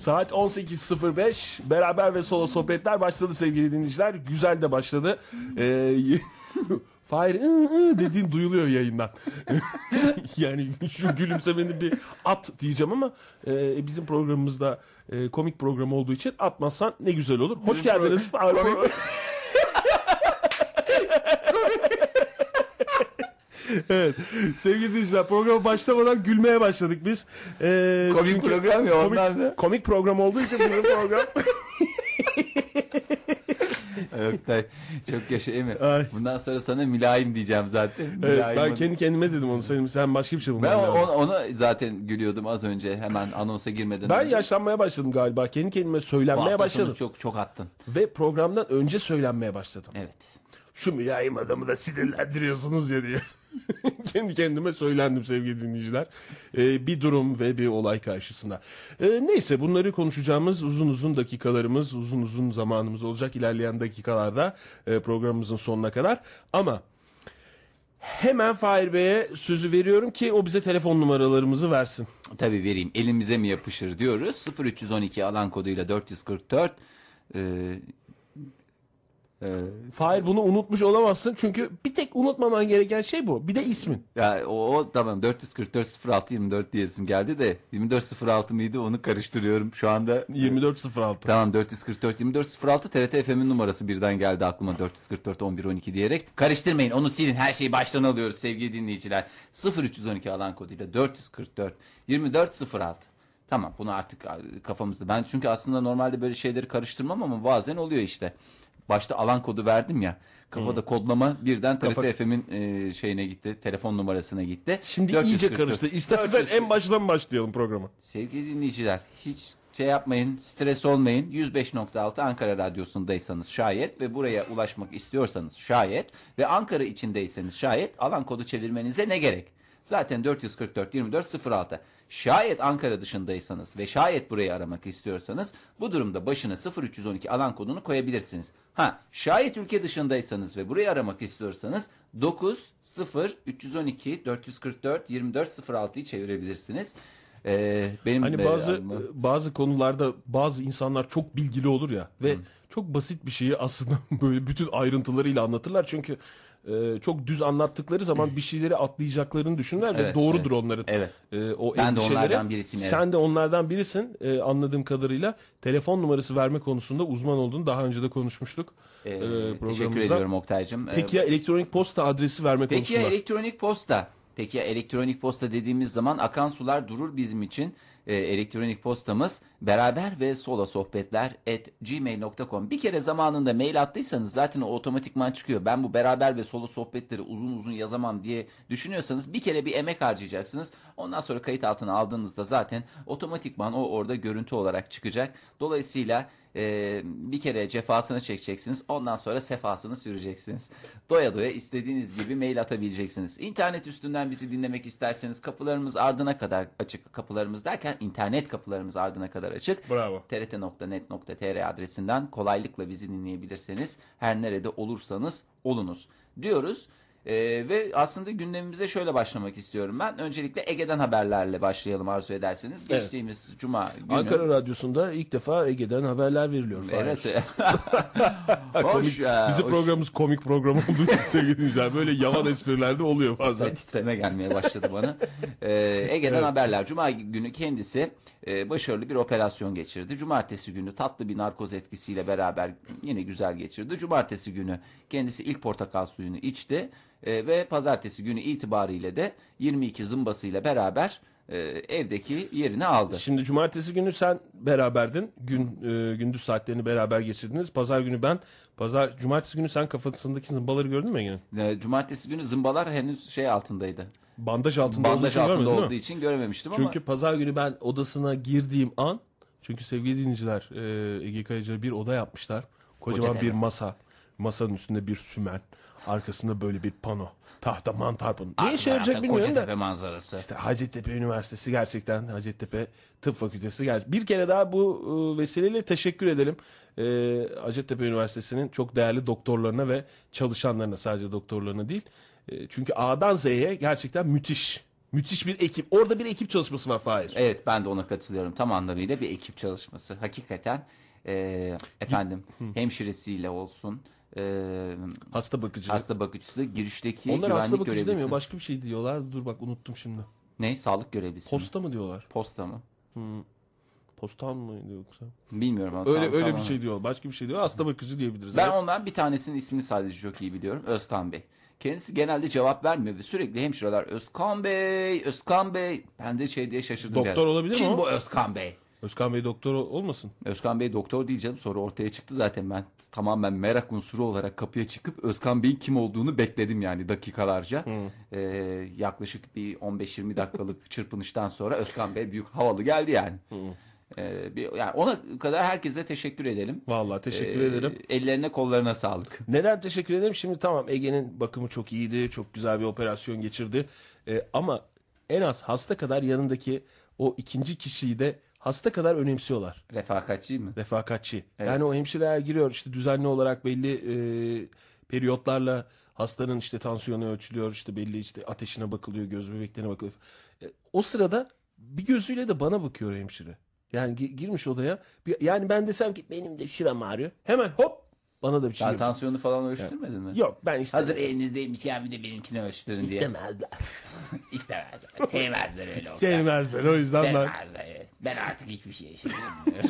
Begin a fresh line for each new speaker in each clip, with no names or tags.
Saat 18.05. Beraber ve solo sohbetler başladı sevgili dinleyiciler. Güzel de başladı. Fahir dediğin duyuluyor yayından. Yani şu gülümsemeni bir at diyeceğim ama bizim programımızda komik program olduğu için atmazsan ne güzel olur. Hoş geldiniz. Evet. Sevgili dinleyiciler, programa başlamadan gülmeye başladık biz.
Komik program ya ondan da.
Komik program olduğu için bizim program.
Oktay çok yaşa mi? Bundan sonra sana mülayim diyeceğim zaten.
Evet, ben kendi kendime dedim onu. Sen başka bir şey bulman lazım.
Ben ona zaten gülüyordum az önce hemen anonsa girmeden.
Ben yaşlanmaya başladım galiba. Kendi kendime söylenmeye başladım.
Çok attın.
Ve programdan önce söylenmeye başladım.
Evet.
Şu mülayim adamı da sinirlendiriyorsunuz ya diye. Kendi kendime söylendim sevgili dinleyiciler. Bir durum ve bir olay karşısında. Neyse, bunları konuşacağımız uzun dakikalarımız, uzun zamanımız olacak ilerleyen dakikalarda programımızın sonuna kadar. Ama hemen Fahir Bey'e sözü veriyorum ki o bize telefon numaralarımızı versin.
Tabii vereyim. Elimize mi yapışır diyoruz. 0312 alan koduyla 444.
Fahir, bunu unutmuş olamazsın çünkü bir tek unutmaman gereken şey bu. Bir de ismin.
Ya o tamam, 444 06 24 diyesim geldi de 2406 mıydı, onu karıştırıyorum şu anda.
2406.
Tamam, 444 2406 TRT FM'in numarası birden geldi aklıma, 444 11 12 diyerek. Karıştırmayın, onu silin, her şeyi baştan alıyoruz sevgili dinleyiciler. 0312 alan koduyla 444 2406. Tamam, bunu artık kafamızda. Ben çünkü aslında normalde böyle şeyleri karıştırmam ama bazen oluyor işte. Başta alan kodu verdim ya. Kafada kodlama birden TRT FM'in şeyine gitti. Telefon numarasına gitti.
Şimdi 444. iyice karıştı. İstersen en baştan başlayalım programa.
Sevgili dinleyiciler, hiç şey yapmayın, stres olmayın. 105.6 Ankara Radyosu'ndaysanız şayet ve buraya ulaşmak istiyorsanız şayet ve Ankara içindeyseniz şayet alan kodu çevirmenize ne gerek? Zaten 444 2406. Şayet Ankara dışındaysanız ve şayet burayı aramak istiyorsanız bu durumda başına 0312 alan kodunu koyabilirsiniz. Şayet ülke dışındaysanız ve burayı aramak istiyorsanız 312 444 2406'yı çevirebilirsiniz. Benim
hani bazı konularda bazı insanlar çok bilgili olur ya ve çok basit bir şeyi aslında böyle bütün ayrıntılarıyla anlatırlar çünkü çok düz anlattıkları zaman bir şeyleri atlayacaklarını düşünürler ve doğrudur onların o
ben
endişeleri.
de onlardan birisiyim.
Sen de onlardan birisin anladığım kadarıyla. Telefon numarası verme konusunda uzman olduğunu daha önce de konuşmuştuk programımızda.
Teşekkür ediyorum Oktay'cığım.
Peki ya elektronik posta adresi verme konusunda?
Peki ya elektronik posta? Peki ya elektronik posta dediğimiz zaman akan sular durur bizim için. Elektronik postamız beraber ve solo sohbetler @gmail.com. Bir kere zamanında mail attıysanız zaten o otomatikman çıkıyor. Ben bu beraber ve solo sohbetleri uzun yazamam diye düşünüyorsanız bir kere bir emek harcayacaksınız. Ondan sonra kayıt altına aldığınızda zaten otomatikman o orada görüntü olarak çıkacak. Dolayısıyla bir kere cefasını çekeceksiniz. Ondan sonra sefasını süreceksiniz. Doya doya istediğiniz gibi mail atabileceksiniz. İnternet üstünden bizi dinlemek isterseniz kapılarımız ardına kadar açık. Kapılarımız derken internet kapılarımız ardına kadar açık.
Bravo.
trt.net.tr adresinden kolaylıkla bizi dinleyebilirsiniz. Her nerede olursanız olunuz diyoruz. Ve aslında gündemimize şöyle başlamak istiyorum ben. Öncelikle Ege'den haberlerle başlayalım arzu ederseniz. Geçtiğimiz Cuma günü.
Ankara Radyosu'nda ilk defa Ege'den haberler veriliyor.
Evet.
Hoş ya. Bizim programımız komik program olduğu için sevgili dinleyiciler. Böyle yavan espriler de oluyor bazen.
Titreme gelmeye başladı bana. Ege'den haberler. Cuma günü kendisi başarılı bir operasyon geçirdi. Cumartesi günü tatlı bir narkoz etkisiyle beraber yine güzel geçirdi. Cumartesi günü kendisi ilk portakal suyunu içti. Ve pazartesi günü itibariyle de 22 zımbasıyla beraber evdeki yerini aldı.
Şimdi cumartesi günü sen beraberdin. Gündüz saatlerini beraber geçirdiniz. Pazar günü ben. Cumartesi günü sen kafasındaki zımbaları gördün mü Ege'nin?
Cumartesi günü zımbalar henüz şey altındaydı.
Bandaj altında
olduğu için görememiştim ama.
Çünkü pazar günü ben odasına girdiğim an, çünkü sevgili dinleyiciler Ege Kayacan'a bir oda yapmışlar. Kocaman bir masa. Masanın üstünde bir sümen. Arkasında böyle bir pano. Tahta mantar pano. Ne işe yarayacak bilmiyorum da.
Kocatepe manzarası.
İşte Hacettepe Üniversitesi, gerçekten Hacettepe Tıp Fakültesi. Bir kere daha bu vesileyle teşekkür edelim. Hacettepe Üniversitesi'nin çok değerli doktorlarına ve çalışanlarına, sadece doktorlarına değil. Çünkü A'dan Z'ye gerçekten müthiş Müthiş bir ekip. Orada bir ekip çalışması var Fahir.
Evet, ben de ona katılıyorum. Tam anlamıyla bir ekip çalışması. Hakikaten efendim hemşiresiyle olsun,
Hasta bakıcı.
hasta bakıcısı, girişteki
Onlar hasta
güvenlik
bakıcı
görevlisi.
demiyor. Başka bir şey diyorlar. Dur bak unuttum şimdi.
Ne? Sağlık görevlisi mi?
Posta mı diyorlar?
Posta mı?
Postan mıydı yoksa?
Bilmiyorum ama
Öyle
tam
bir şey diyor. Başka bir şey diyor. Hasta bakıcı diyebiliriz.
Ben
Evet.
ondan bir tanesinin ismini sadece çok iyi biliyorum. Özkan Bey. Kendisi genelde cevap vermiyor ve sürekli hemşireler Özkan Bey, Özkan Bey. Ben de şey diye şaşırdım.
Doktor
yani.
olabilir mi
Kim
o?
bu Özkan Bey?
Özkan Bey doktor olmasın?
Özkan Bey doktor değil canım. Sonra ortaya çıktı zaten, ben tamamen merak unsuru olarak kapıya çıkıp Özkan Bey'in kim olduğunu bekledim yani dakikalarca. Yaklaşık bir 15-20 dakikalık çırpınıştan sonra Özkan Bey büyük havalı geldi yani. Yani ona kadar herkese teşekkür edelim.
Vallahi teşekkür ederim.
Ellerine kollarına sağlık.
Neden teşekkür ederim? Şimdi tamam, Ege'nin bakımı çok iyiydi. Çok güzel bir operasyon geçirdi. Ama en az hasta kadar yanındaki o ikinci kişiyi de hasta kadar önemsiyorlar.
Refakatçi mi?
Refakatçi.
Evet.
Yani o hemşireler giriyor işte düzenli olarak belli periyotlarla hastanın işte tansiyonu ölçülüyor, işte belli işte ateşine bakılıyor, göz bebeklerine bakılıyor. O sırada bir gözüyle de bana bakıyor hemşire. Yani girmiş odaya. Yani ben desem ki benim de şuram ağrıyor. Hemen hop bana da bir şey
Sen
yapıyor.
tansiyonu falan ölçtürmedin mi?
Yok, ben istemem.
Hazır elinizdeymiş ya, bir de benimkini ölçtürün diye.
İstemezler.
İstemezler. Sevmezler öyle.
Sevmezler. O yüzden
Sevmezler. Evet. Ben artık hiçbir şey yaşamıyorum.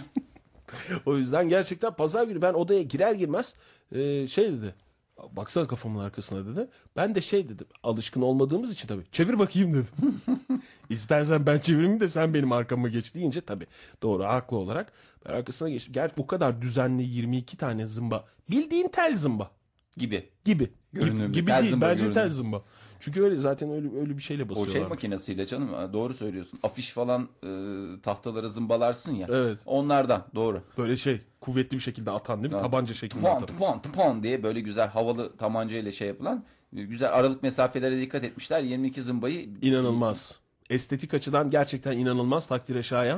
o yüzden gerçekten pazar günü ben odaya girer girmez şey dedi. Baksana kafamın arkasına dedi. Ben de şey dedim. Alışkın olmadığımız için tabii. Çevir bakayım dedim. İstersen ben çevireyim de sen benim arkama geç deyince tabii. Doğru, haklı olarak. Ben arkasına geçtim. Gerçi bu kadar düzenli 22 tane zımba. Bildiğin tel zımba
Gibi.
gibi.
Görünümlü.
Gibi
Tel
değil.
zımba
Bence
görünümlü.
tel zımba. Çünkü öyle zaten öyle bir şeyle
O
basıyorlar.
şey makinesiyle canım, doğru söylüyorsun. Afiş falan tahtalara zımbalarsın ya.
Evet.
Onlardan, doğru.
Böyle şey kuvvetli bir şekilde atan değil mi? Tabanca şeklinde
Tıpon
atan.
tıpon tıpon diye böyle güzel havalı tabanca ile şey yapılan, güzel aralık mesafelere dikkat etmişler. 22 zımbayı
İnanılmaz. Estetik açıdan gerçekten inanılmaz, takdire şayan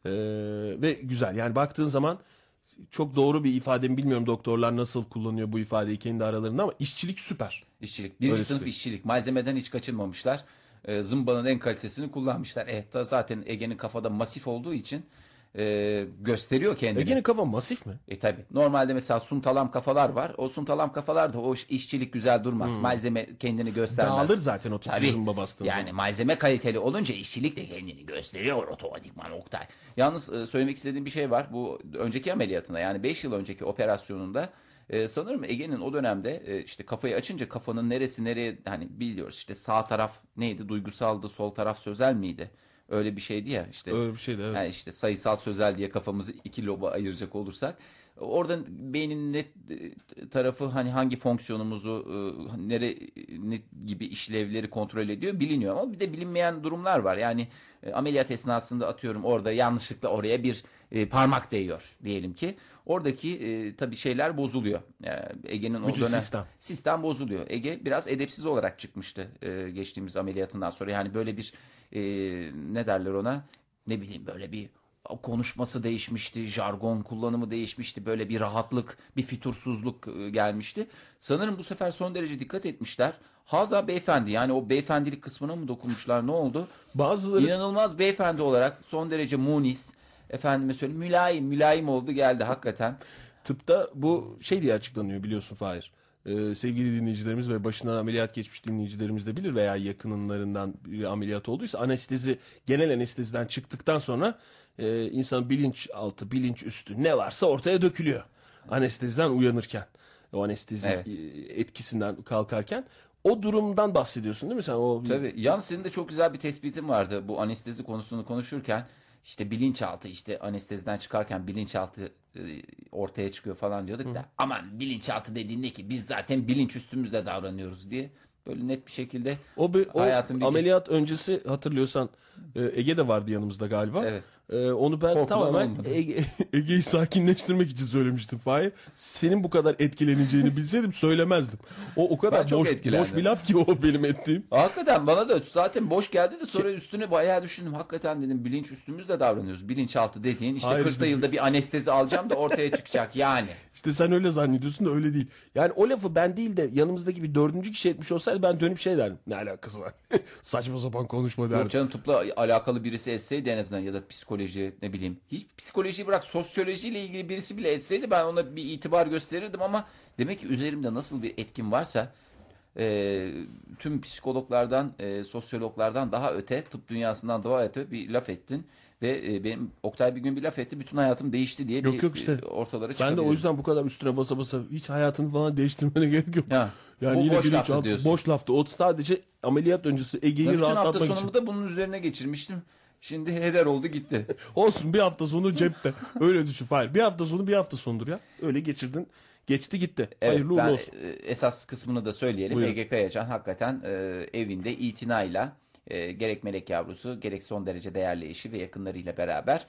ve güzel. Yani baktığın zaman çok doğru bir ifade mi bilmiyorum, doktorlar nasıl kullanıyor bu ifadeyi kendi aralarında, ama işçilik süper.
işçilik. Birinci
Öyle
sınıf
söyleyeyim.
işçilik. Malzemeden hiç kaçırmamışlar. Zımbanın en kalitesini kullanmışlar. Zaten Ege'nin kafada masif olduğu için gösteriyor kendini.
Ege'nin kafa masif mi?
Tabi. Normalde mesela suntalam kafalar var. O suntalam kafalarda o işçilik güzel durmaz. Malzeme kendini göstermez.
Dağılır zaten o tip
Tabii.
zımba bastığın
Yani
zaman.
malzeme kaliteli olunca işçilik de kendini gösteriyor otomatikman, Oktay. Yalnız söylemek istediğim bir şey var. Bu önceki ameliyatında, yani 5 yıl önceki operasyonunda sanırım Ege'nin o dönemde işte kafayı açınca kafanın nereye, hani biliyoruz işte sağ taraf neydi, duygusaldı, sol taraf sözel miydi? Öyle bir şeydi ya işte.
Öyle bir şeydi, evet.
Yani işte sayısal sözel diye kafamızı iki loba ayıracak olursak. Oradan beynin net tarafı, hani hangi fonksiyonumuzu ne gibi işlevleri kontrol ediyor biliniyor, ama bir de bilinmeyen durumlar var. Yani ameliyat esnasında atıyorum orada yanlışlıkla oraya bir parmak değiyor diyelim ki. Oradaki tabii şeyler bozuluyor. Ege'nin o
Bütün
dönem
sistem
bozuluyor. Ege biraz edepsiz olarak çıkmıştı geçtiğimiz ameliyatından sonra. Yani böyle bir ne derler ona? Ne bileyim, böyle bir konuşması değişmişti, jargon kullanımı değişmişti, böyle bir rahatlık, bir fütursuzluk gelmişti. Sanırım bu sefer son derece dikkat etmişler. Haza beyefendi, yani o beyefendilik kısmına mı dokunmuşlar, ne oldu?
Bazıları
İnanılmaz beyefendi olarak son derece munis, efendime söyleyeyim mülayim oldu geldi hakikaten.
tıpta bu şey diye açıklanıyor, biliyorsun Fahir. Sevgili dinleyicilerimiz ve başından ameliyat geçmiş dinleyicilerimiz de bilir, veya yakınlarından bir ameliyat olduysa, genel anesteziden çıktıktan sonra insanın bilinçaltı, bilinç üstü ne varsa ortaya dökülüyor. Anesteziden uyanırken, o anestezi
Evet.
etkisinden kalkarken, o durumdan bahsediyorsun değil mi sen?
Tabii. Yalnız senin de çok güzel bir tespitin vardı bu anestezi konusunu konuşurken. İşte bilinçaltı, işte anesteziden çıkarken bilinçaltı ortaya çıkıyor falan diyorduk da, aman bilinçaltı dediğin ne ki, biz zaten bilinç üstümüzde davranıyoruz diye böyle net bir şekilde
O
hayatın bir
ameliyat öncesi hatırlıyorsan Ege de vardı yanımızda galiba.
Evet.
Onu ben
Korkudan
tamamen
olmadı.
Ege'yi sakinleştirmek için söylemiştim Fahir. Senin bu kadar etkileneceğini bilseydim söylemezdim. O
Ben
kadar
çok
boş
etkilendim.
bir laf ki o benim ettiğim.
Hakikaten bana da zaten boş geldi de sonra üstüne bayağı düşündüm. Hakikaten dedim bilinç üstümüzle davranıyoruz. Bilinçaltı dediğin işte
Hayır,
40'ta
işte-
yılda bir anestezi alacağım da ortaya çıkacak yani.
İşte sen öyle zannediyorsun da öyle değil. Yani o lafı ben değil de yanımızdaki bir dördüncü kişi etmiş olsaydı ben dönüp şey derdim. Ne alakası var? Saçma sapan konuşma derdim.
Yok canım tıpla alakalı birisi etseydi en azından ya da psikoloji ne bileyim. Hiç psikolojiyi bırak sosyolojiyle ilgili birisi bile etseydi ben ona bir itibar gösterirdim ama demek ki üzerimde nasıl bir etkim varsa tüm psikologlardan, sosyologlardan daha öte, tıp dünyasından daha öte bir laf ettin. Ve benim Oktay bir gün bir laf etti. Bütün hayatım değişti diye
Yok, yok işte.
ortalara
Ben de
çıkabilirim.
o yüzden bu kadar üstüne basa basa hiç hayatını falan değiştirmene gerek yok.
Ha, bu
yine
boş
bilinçaltı-
laftı diyorsun.
Boş laftı. O sadece ameliyat öncesi Ege'yi
Ben bütün hafta
rahatlatmak için.
sonumu da bunun üzerine geçirmiştim. Şimdi heder oldu gitti.
Olsun, bir hafta sonu cepte. Öyle düşün Fahir. Bir hafta sonu bir hafta sonudur ya. Öyle geçirdin. Geçti gitti.
Evet,
Hayırlı uğurlu
ben
olsun.
esas kısmını da söyleyelim.
Buyurun.
Ege Kayacan hakikaten evinde itinayla gerek melek yavrusu gerek son derece değerli eşi ve yakınlarıyla beraber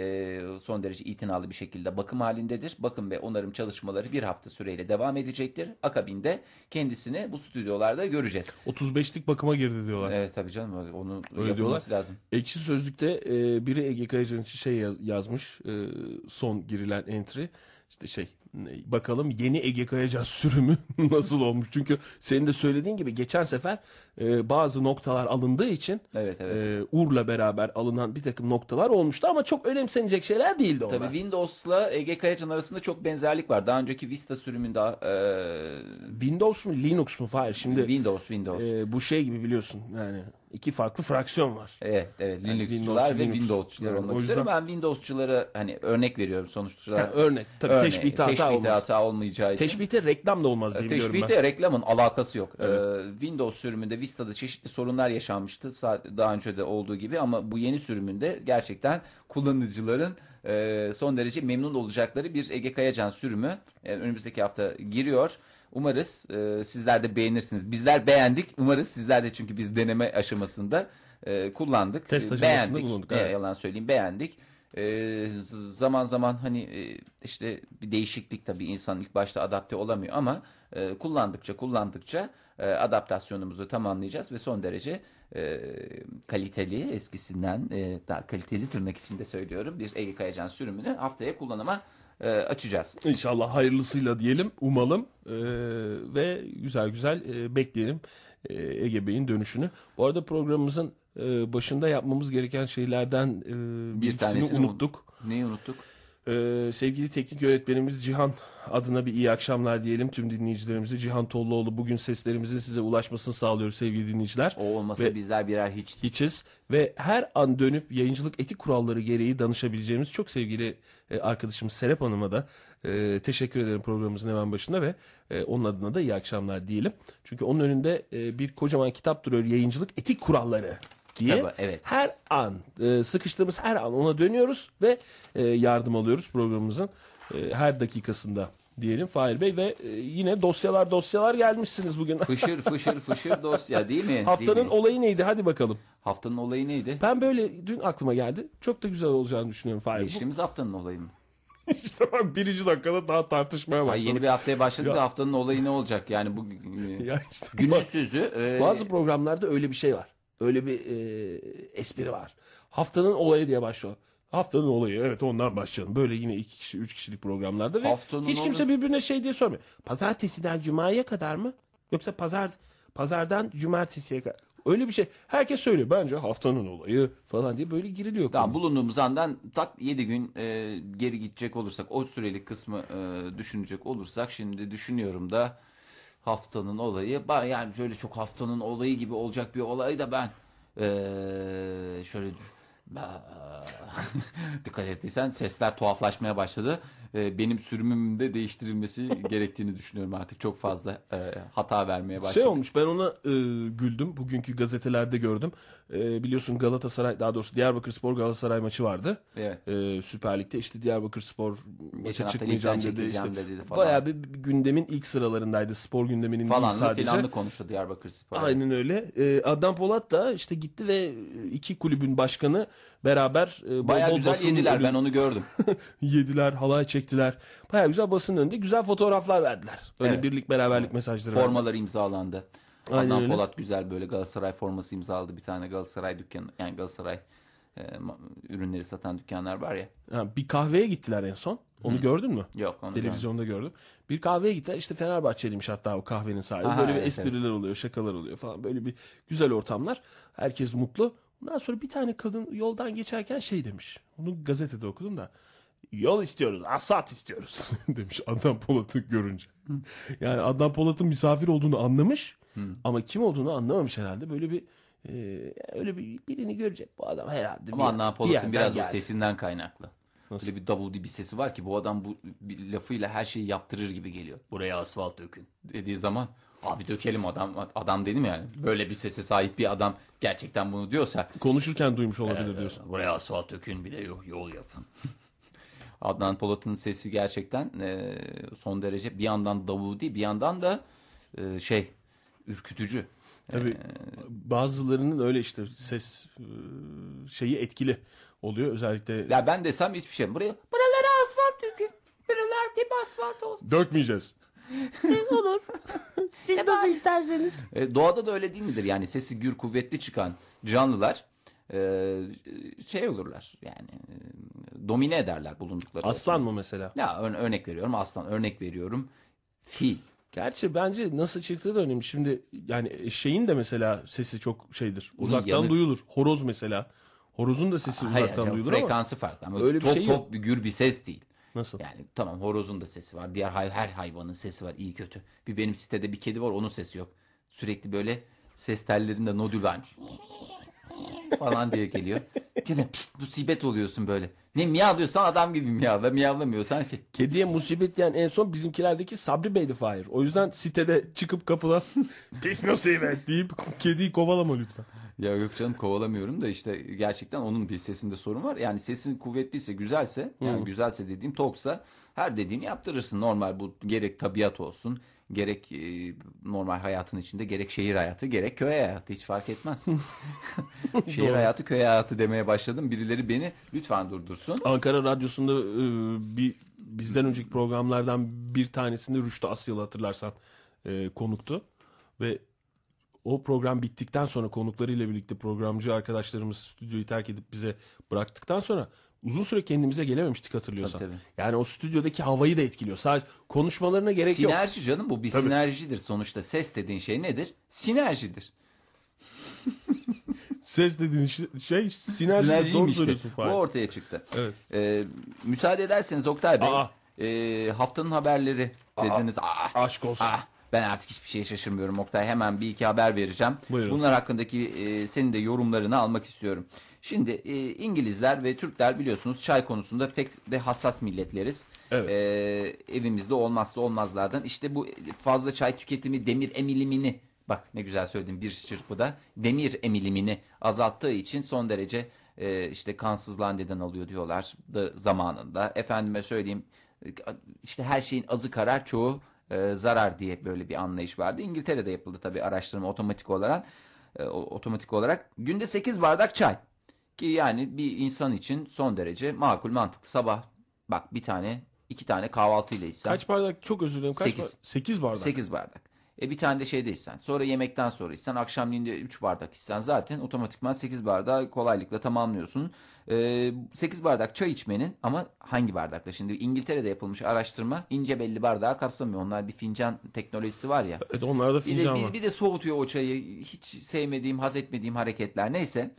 son derece itinalı bir şekilde bakım halindedir. Bakım ve onarım çalışmaları bir hafta süreyle devam edecektir. Akabinde kendisini bu stüdyolarda göreceğiz.
35'lik bakıma girdi diyorlar.
Evet tabii canım onu
Öyle
yapılması
diyorlar.
lazım.
Ekşi Sözlük'te biri Ege Kayacan için şey yazmış. Son girilen entry. İşte bakalım yeni Ege Kayacan sürümü nasıl olmuş? Çünkü senin de söylediğin gibi geçen sefer bazı noktalar alındığı için
Evet.
Ur'la beraber alınan bir takım noktalar olmuştu ama çok önemsenecek şeyler değildi onlar.
Tabii Windows'la Ege Kayacan arasında çok benzerlik var. Daha önceki Vista sürümünde
Windows mu Linux mu? Hayır, şimdi
Windows.
bu şey gibi biliyorsun, yani iki farklı fraksiyon var.
Evet,
Yani
Linux'çular
Windows,
ve
Linux.
Windows'çular
Yani
olmak
o
üzere.
yüzden-
Ben Windows'çulara hani örnek veriyorum sonuçta.
Örnek. Tabii teşbihte hata olmaz.
hata olmayacağı için.
Teşbihte reklam da olmaz diye biliyorum ben.
Teşbihte reklamın alakası yok. Windows sürümünde Vista'da çeşitli sorunlar yaşanmıştı. Daha önce de olduğu gibi ama bu yeni sürümünde gerçekten kullanıcıların son derece memnun olacakları bir Ege Kayacan sürümü önümüzdeki hafta giriyor. Umarız sizler de beğenirsiniz. Bizler beğendik. Umarız sizler de, çünkü biz deneme aşamasında kullandık.
Test aşamasında
Beğendik.
bulunduk,
Ne
evet.
yalan söyleyeyim, beğendik. Zaman zaman hani işte bir değişiklik, tabii insan ilk başta adapte olamıyor ama kullandıkça adaptasyonumuzu tamamlayacağız ve son derece kaliteli, eskisinden daha kaliteli, tırnak içinde söylüyorum, bir Ege Kayacan sürümünü haftaya kullanıma açacağız.
İnşallah hayırlısıyla diyelim, umalım ve güzel bekleyelim Ege Bey'in dönüşünü. Bu arada programımızın başında yapmamız gereken şeylerden bir tanesini unuttuk.
Neyi unuttuk?
Sevgili teknik yönetmenimiz Cihan adına bir iyi akşamlar diyelim tüm dinleyicilerimize. Cihan Tolluoğlu bugün seslerimizin size ulaşmasını sağlıyor sevgili dinleyiciler.
O olmasa
Ve
bizler birer
hiçiz ve her an dönüp yayıncılık etik kuralları gereği danışabileceğimiz çok sevgili arkadaşımız Serap Hanım'a da teşekkür ederim programımızın hemen başında ve onun adına da iyi akşamlar diyelim. Çünkü onun önünde bir kocaman kitap duruyor, yayıncılık etik kuralları diye.
Kitabı, evet.
Her an sıkıştığımız her an ona dönüyoruz ve yardım alıyoruz programımızın her dakikasında diyelim Fahir Bey ve yine dosyalar gelmişsiniz bugün.
Fışır dosya değil mi?
Haftanın
Değil mi?
olayı neydi? Hadi bakalım.
Haftanın olayı neydi?
Ben böyle dün aklıma geldi. Çok da güzel olacağını düşünüyorum Fahir.
Geçtiğimiz haftanın olayı mı?
İşte ben birinci dakikada daha tartışmaya
Ay,
başladım.
yeni bir haftaya başladık
Ya.
da haftanın olayı ne olacak? Yani bu
Ya işte
günün sözü
bazı programlarda öyle bir şey var. Öyle bir espri var. Haftanın olayı diye başlıyor. Haftanın olayı, evet, ondan başlayalım. Böyle yine 2 kişi 3 kişilik programlarda ve
Haftanın
hiç kimse
olayı-
birbirine şey diye sormuyor. Pazartesiden cumaya kadar mı? Yoksa pazardan cumartesiye kadar. Öyle bir şey. Herkes söylüyor. Bence haftanın olayı falan diye böyle giriliyor.
Tamam, bulunduğumuz andan tak 7 gün geri gidecek olursak, o sürelik kısmı düşünecek olursak, şimdi düşünüyorum da haftanın olayı, yani şöyle çok haftanın olayı gibi olacak bir olay da ben şöyle dikkat ettiysen sesler tuhaflaşmaya başladı. Benim sürümümün de değiştirilmesi gerektiğini düşünüyorum artık. Çok fazla hata vermeye başladı.
Şey olmuş, ben ona güldüm. Bugünkü gazetelerde gördüm. Biliyorsun Galatasaray, daha doğrusu Diyarbakırspor Galatasaray maçı vardı.
Evet.
Süper Lig'de işte Diyarbakırspor
Geçen
maça
hafta
çıkmayacağım
ligden
dedi.
çekileceğim
İşte
dedi falan.
bayağı bir gündemin ilk sıralarındaydı. Spor gündeminin değil
Falanlı
sadece.
filanlı konuştu Diyarbakırspor.
Aynen öyle. Adnan Polat da işte gitti ve iki kulübün başkanı beraber
Bayağı
bol
güzel
basının
yediler, ben onu gördüm.
yediler, halay çektiler. Bayağı güzel basının önünde güzel fotoğraflar verdiler. Öyle
Evet.
birlik beraberlik mesajları verdiler.
Formaları imzalandı.
Aynen
Adnan
öyle.
Polat güzel böyle Galatasaray forması imzaladı. Bir tane Galatasaray dükkanı, yani Galatasaray ürünleri satan dükkanlar var ya.
Ha, bir kahveye gittiler en son. Onu gördün mü?
Yok, onu
Televizyonda gördüm. Bir kahveye gittiler. İşte Fenerbahçeliymiş hatta o kahvenin sahibi.
Aha,
Böyle bir
evet,
espriler oluyor, şakalar oluyor falan. Böyle bir güzel ortamlar. Herkes mutlu. Ondan sonra bir tane kadın yoldan geçerken şey demiş. Onu gazetede okudum da. Yol istiyoruz, asfalt istiyoruz demiş Adnan Polat'ı görünce. Yani Adnan Polat'ın misafir olduğunu anlamış ama kim olduğunu anlamamış herhalde. Böyle bir öyle birini görecek bu adam herhalde.
Ama Adnan Polat'ın
yerden
biraz o
geldi.
sesinden kaynaklı.
Nasıl?
Böyle bir davudi bir sesi var ki bu adam bu bir lafıyla her şeyi yaptırır gibi geliyor. Buraya asfalt dökün dediği zaman abi dökelim, adam dedim yani. Böyle bir sese sahip bir adam gerçekten bunu diyorsa
Konuşurken duymuş olabilir diyorsun.
buraya asfalt dökün, bir de yol yapın. Adnan Polat'ın sesi gerçekten son derece, bir yandan davudi bir yandan da ürkütücü.
Tabii bazılarının öyle işte ses şeyi etkili oluyor özellikle.
Ya ben desem hiçbir şey. Buralara asfalt dökün. Buralar tip asfalt olsun.
Dökmeyeceğiz.
Olur. Siz nasıl isterseniz.
Doğada da öyle değil midir? Yani sesi gür kuvvetli çıkan canlılar olurlar. Yani domine ederler bulundukları.
Aslan mı mesela?
Ya örnek veriyorum aslan, örnek veriyorum fil.
Gerçi bence nasıl çıktığı da önemli. Şimdi yani eşeğin de mesela sesi çok şeydir.
Bunun
Uzaktan
yanı-
duyulur. Horoz mesela. Horozun da sesi
Hayır,
uzaktan
canım,
duyulur ama
frekansı farklı ama
öyle bir
top
şey
top
yok.
bir gür bir ses değil.
Nasıl?
Yani tamam, horozun da sesi var. Diğer her hayvanın sesi var, iyi kötü. Benim sitede bir kedi var, onun sesi yok. Sürekli böyle ses tellerinde nodül var. falan diye geliyor. Gene pist musibet oluyorsun böyle. Ne miyavlıyorsan adam gibi miyavla, miyavlamıyorsan şey.
Kediye musibet diyen en son bizimkilerdeki Sabri Bey'di Fahir. O yüzden sitede çıkıp kapıdan pis musibet deyip kediyi kovalama lütfen.
Ya yok canım, kovalamıyorum da işte gerçekten onun bir sesinde sorun var. Yani sesin kuvvetliyse, güzelse, yani güzelse dediğim toksa her dediğini yaptırırsın. Normal bu, gerek tabiat olsun, gerek normal hayatın içinde, gerek şehir hayatı, gerek köy hayatı, hiç fark etmez. Şehir
Doğru.
hayatı, köy hayatı demeye başladım. Birileri beni lütfen durdursun.
Ankara Radyosu'nda bizden önceki programlardan bir tanesinde Rüştü Asyalı hatırlarsan konuktu. Ve o program bittikten sonra konuklarıyla birlikte programcı arkadaşlarımız stüdyoyu terk edip bize bıraktıktan sonra uzun süre kendimize gelememiştik hatırlıyorsan.
Tabii.
Yani o stüdyodaki havayı da etkiliyor. Sadece konuşmalarına gerek yok.
Sinerji canım, bu bir
Tabii.
sinerjidir sonuçta. Ses dediğin şey nedir? Sinerjidir.
Ses dediğin şey sinerji. Doğru
Sinerjiymiş işte.
söylüyorsun
Bu
Fahir.
ortaya çıktı.
Evet.
Müsaade ederseniz Oktay Bey,
Aa.
haftanın haberleri dediniz.
Aşk olsun.
Ben artık hiçbir şeye şaşırmıyorum Oktay. Hemen bir iki haber vereceğim.
Buyurun.
Bunlar hakkındaki senin de yorumlarını almak istiyorum. Şimdi İngilizler ve Türkler biliyorsunuz çay konusunda pek de hassas milletleriz.
Evet.
Evimizde olmazsa olmazlardan. İşte bu fazla çay tüketimi demir emilimini, bak ne güzel söyledim bir çırpıda, demir emilimini azalttığı için son derece işte kansızlığa neden oluyor diyorlar da zamanında. Efendime söyleyeyim, işte her şeyin azı karar, çoğu zarar diye böyle bir anlayış vardı. İngiltere'de yapıldı tabii araştırma otomatik olarak. Günde 8 bardak çay. Ki yani bir insan için son derece makul, mantıklı. Sabah bak, bir tane, iki tane kahvaltıyla içsen.
Kaç bardak? Çok özür dilerim. Kaç
8.
bardak? 8 bardak.
8 bardak. Bir tane de şeyde içsen. Sonra yemekten sonra içsen. Akşamleyin de 3 bardak içsen. Zaten otomatikman 8 bardağı kolaylıkla tamamlıyorsun. 8 bardak çay içmenin, ama hangi bardakla? Şimdi İngiltere'de yapılmış araştırma ince belli bardağı kapsamıyor. Onlar bir fincan teknolojisi var ya.
Evet, onlarda
Bir
fincan
de,
var.
bir de soğutuyor o çayı. Hiç sevmediğim, haz etmediğim hareketler. Neyse.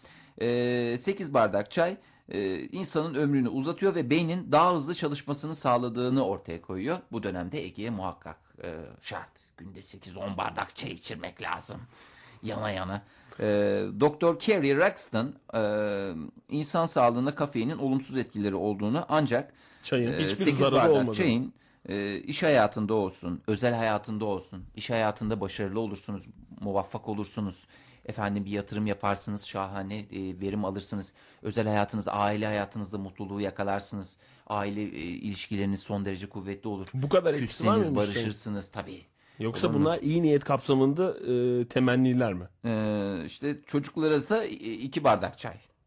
8 bardak çay insanın ömrünü uzatıyor ve beynin daha hızlı çalışmasını sağladığını ortaya koyuyor. Bu dönemde Ege'ye muhakkak şart. Günde 8-10 bardak çay içirmek lazım. Yana yana. Doktor Kerry Raxton insan sağlığına kafeinin olumsuz etkileri olduğunu, ancak
Çayın hiçbir
8
zararı
bardak
olmadı.
çayın iş hayatında olsun, özel hayatında olsun, iş hayatında başarılı olursunuz, muvaffak olursunuz. Efendim bir yatırım yaparsınız, şahane verim alırsınız. Özel hayatınızda, aile hayatınızda mutluluğu yakalarsınız. Aile ilişkileriniz son derece kuvvetli olur.
Bu kadar etkisi var
Küsseniz
mıymış
barışırsınız tabii.
Yoksa
Olur mu?
bunlar iyi niyet kapsamında temenniler mi?
İşte çocuklara ise 2 bardak çay.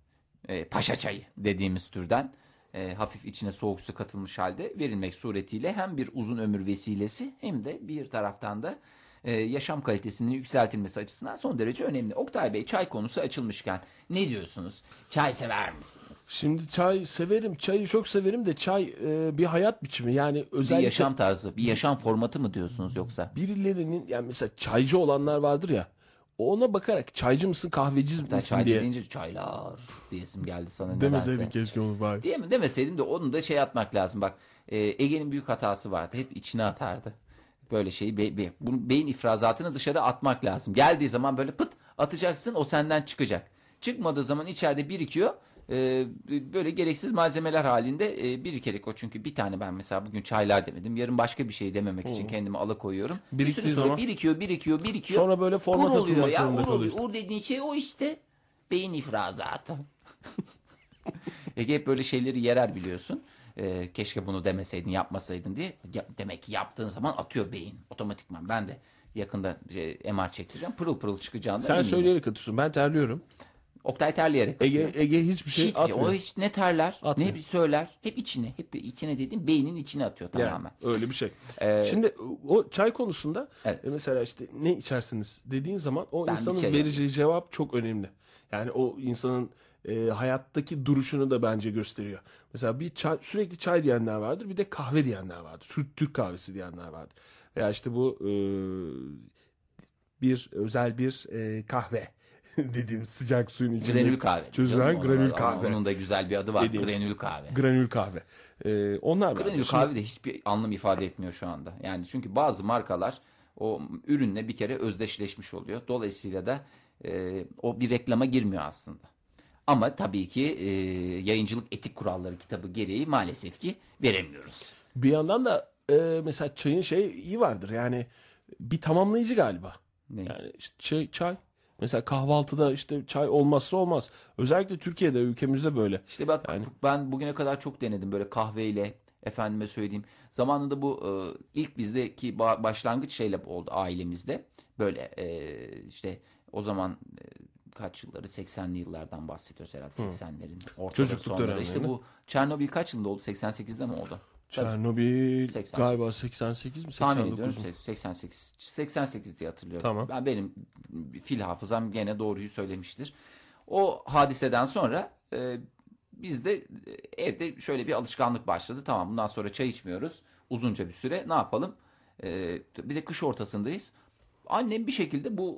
paşa çayı dediğimiz türden hafif içine soğuk su katılmış halde verilmek suretiyle hem bir uzun ömür vesilesi hem de bir taraftan da yaşam kalitesinin yükseltilmesi açısından son derece önemli. Oktay Bey, çay konusu açılmışken ne diyorsunuz? Çay sever misiniz?
Şimdi çay severim, çayı çok severim de çay bir hayat biçimi. Yani
Bir
özellikle
yaşam tarzı, bir yaşam formatı mı diyorsunuz yoksa?
birilerinin, yani mesela çaycı olanlar vardır ya, ona bakarak çaycı mısın kahveci
Hatta
misin
çaycı
diye
deyince çaylar diyesim geldi sana
demeseydin
nedense.
keşke onu bari.
Değil mi? Demeseydim de onun da şey atmak lazım. Bak Ege'nin büyük hatası vardı. Hep içine atardı. Böyle şeyi bunu beyin ifrazatını dışarı atmak lazım. Geldiği zaman böyle pıt atacaksın, o senden çıkacak. Çıkmadığı zaman içeride birikiyor. Böyle gereksiz malzemeler halinde birikerek o, çünkü bir tane ben mesela bugün çaylar demedim. Yarın başka bir şey dememek için kendimi alıkoyuyorum. Bir
Biriktiği
süre sonra
zaman
birikiyor.
sonra böyle format
Ur oluyor
atılmak
ya.
zorunda
Ur oluyor.
kalıyorsun.
Ur dediğin şey o işte. Beyin ifrazatı. Ege hep böyle şeyleri yerer biliyorsun. Keşke bunu demeseydin, yapmasaydın diye. Demek ki yaptığın zaman atıyor beyin otomatikman. Ben de yakında MR çektireceğim. Pırıl pırıl çıkacağından
Sen
eminim.
söyleyerek atıyorsun, ben terliyorum.
Oktay terleyerek atıyor.
Ege hiçbir şey
Hiç,
atmıyor.
o hiç ne terler,
Atmıyor.
ne bir söyler. Hep içine. Hep içine dediğim beynin içine atıyor
Yani
tamamen.
öyle bir şey. Şimdi o çay konusunda
Evet.
mesela işte ne içersiniz dediğin zaman o
Ben bir
insanın
çay
vereceği cevap çok önemli. Yani o insanın hayattaki duruşunu da bence gösteriyor. Mesela bir çay, sürekli çay diyenler vardır, bir de kahve diyenler vardır. Türk kahvesi diyenler vardır. Veya işte bu bir özel bir kahve dediğimiz sıcak suyun içinde
Granül kahve.
çözülen
Canım,
granül
ama
kahve.
onun da güzel bir adı var.
Dediğimiz.
Granül kahve.
Granül kahve. Onlar vardır.
Granül
Şimdi-
kahve de hiçbir anlam ifade etmiyor şu anda. Yani çünkü bazı markalar o ürünle bir kere özdeşleşmiş oluyor. Dolayısıyla da o bir reklama girmiyor aslında. Ama tabii ki yayıncılık etik kuralları kitabı gereği maalesef ki veremiyoruz.
Bir yandan da mesela çayın iyi vardır, yani bir tamamlayıcı galiba.
Ne?
Yani işte çay. Mesela kahvaltıda işte çay olmazsa olmaz. Özellikle Türkiye'de, ülkemizde böyle.
İşte bak
Yani-
ben bugüne kadar çok denedim böyle kahveyle, efendime söyleyeyim. Zamanında bu ilk bizdeki başlangıç şeyle oldu ailemizde. Böyle işte o zaman kaç yılları, 80'li yıllardan bahsediyoruz herhalde, 80'lerin ortaları
Çocukluk
sonları.
dönemleri.
İşte bu Çernobil kaç yılında oldu? 88'de mi oldu? Tabii.
Çernobil
88.
galiba 88 mi
Tahmin
89
ediyorum
mu?
88 diye hatırlıyorum.
Tamam.
Benim fil hafızam gene doğruyu söylemiştir. O hadiseden sonra biz de evde şöyle bir alışkanlık başladı. Tamam, bundan sonra çay içmiyoruz uzunca bir süre. Ne yapalım? Bir de kış ortasındayız. Annem bir şekilde bu